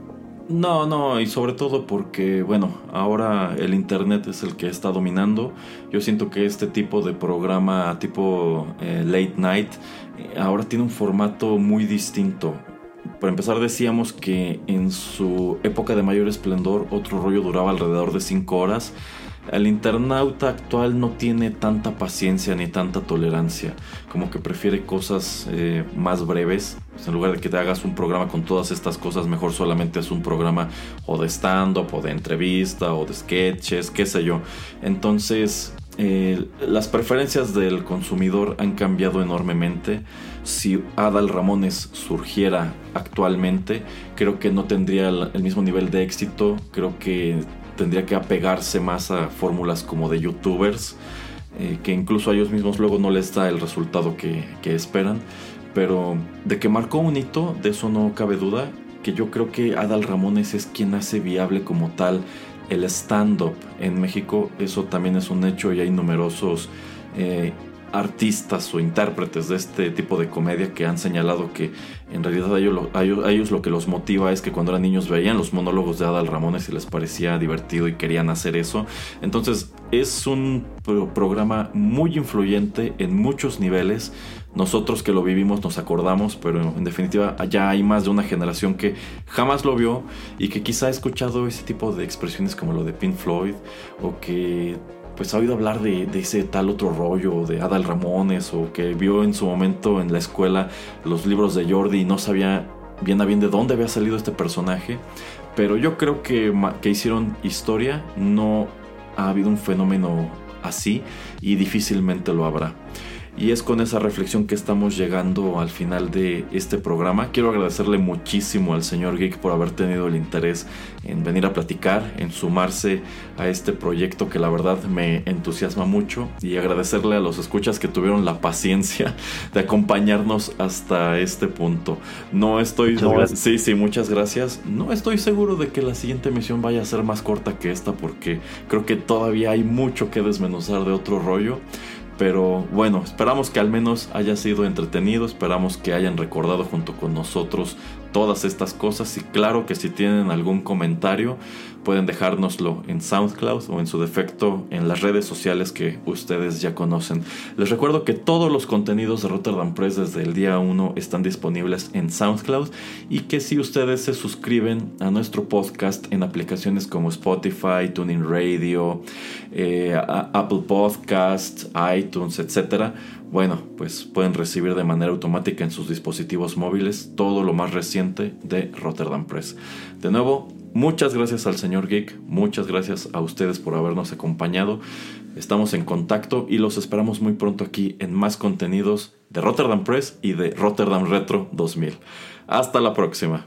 No, no, y sobre todo porque, bueno, ahora el internet es el que está dominando. Yo siento que este tipo de programa tipo eh, late night eh, ahora tiene un formato muy distinto. Para empezar, decíamos que en su época de mayor esplendor Otro Rollo duraba alrededor de cinco horas. El internauta actual no tiene tanta paciencia ni tanta tolerancia, como que prefiere cosas eh, más breves. Pues en lugar de que te hagas un programa con todas estas cosas, mejor solamente haz un programa o de stand-up o de entrevista o de sketches, qué sé yo. Entonces eh, las preferencias del consumidor han cambiado enormemente. Si Adal Ramones surgiera actualmente, creo que no tendría el mismo nivel de éxito. Creo que tendría que apegarse más a fórmulas como de youtubers, eh, que incluso a ellos mismos luego no les da el resultado que, que esperan. Pero de que marcó un hito, de eso no cabe duda. Que yo creo que Adal Ramones es quien hace viable como tal el stand-up en México. Eso también es un hecho y hay numerosos eh, artistas o intérpretes de este tipo de comedia que han señalado que en realidad a ellos, a, ellos, a ellos lo que los motiva es que cuando eran niños veían los monólogos de Adal Ramones y les parecía divertido y querían hacer eso. Entonces es un pro- programa muy influyente en muchos niveles. Nosotros que lo vivimos nos acordamos, pero en definitiva ya hay más de una generación que jamás lo vio y que quizá ha escuchado ese tipo de expresiones como lo de Pink Floyd, o que pues ha oído hablar de, de ese tal Otro Rollo de Adal Ramones, o que vio en su momento en la escuela los libros de Jordi y no sabía bien a bien de dónde había salido este personaje. Pero yo creo que, que hicieron historia. No ha habido un fenómeno así y difícilmente lo habrá. Y es con esa reflexión que estamos llegando al final de este programa. Quiero agradecerle muchísimo al señor Geek por haber tenido el interés en venir a platicar, en sumarse a este proyecto que la verdad me entusiasma mucho, y agradecerle a los escuchas que tuvieron la paciencia de acompañarnos hasta este punto. No estoy... No, sí, sí, muchas gracias. No estoy seguro de que la siguiente emisión vaya a ser más corta que esta, porque creo que todavía hay mucho que desmenuzar de otro rollo. Pero bueno, esperamos que al menos haya sido entretenido, esperamos que hayan recordado junto con nosotros todas estas cosas, y claro que si tienen algún comentario pueden dejárnoslo en SoundCloud o en su defecto en las redes sociales que ustedes ya conocen. Les recuerdo que todos los contenidos de Rotterdam Press desde el día uno están disponibles en SoundCloud, y que si ustedes se suscriben a nuestro podcast en aplicaciones como Spotify, TuneIn Radio, eh, Apple Podcasts, iTunes, etcétera, bueno, pues pueden recibir de manera automática en sus dispositivos móviles todo lo más reciente de Rotterdam Press. De nuevo, muchas gracias al señor Geek, muchas gracias a ustedes por habernos acompañado. Estamos en contacto y los esperamos muy pronto aquí en más contenidos de Rotterdam Press y de Rotterdam Retro dos mil. Hasta la próxima.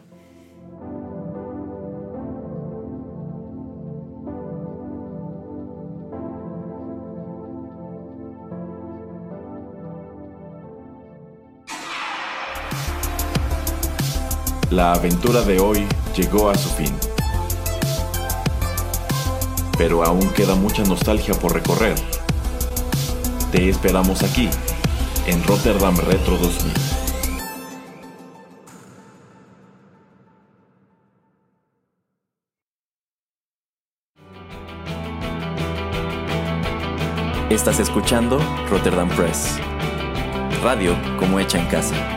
La aventura de hoy llegó a su fin, pero aún queda mucha nostalgia por recorrer. Te esperamos aquí, en Rotterdam Retro dos mil. Estás escuchando Rotterdam Press, radio como hecha en casa.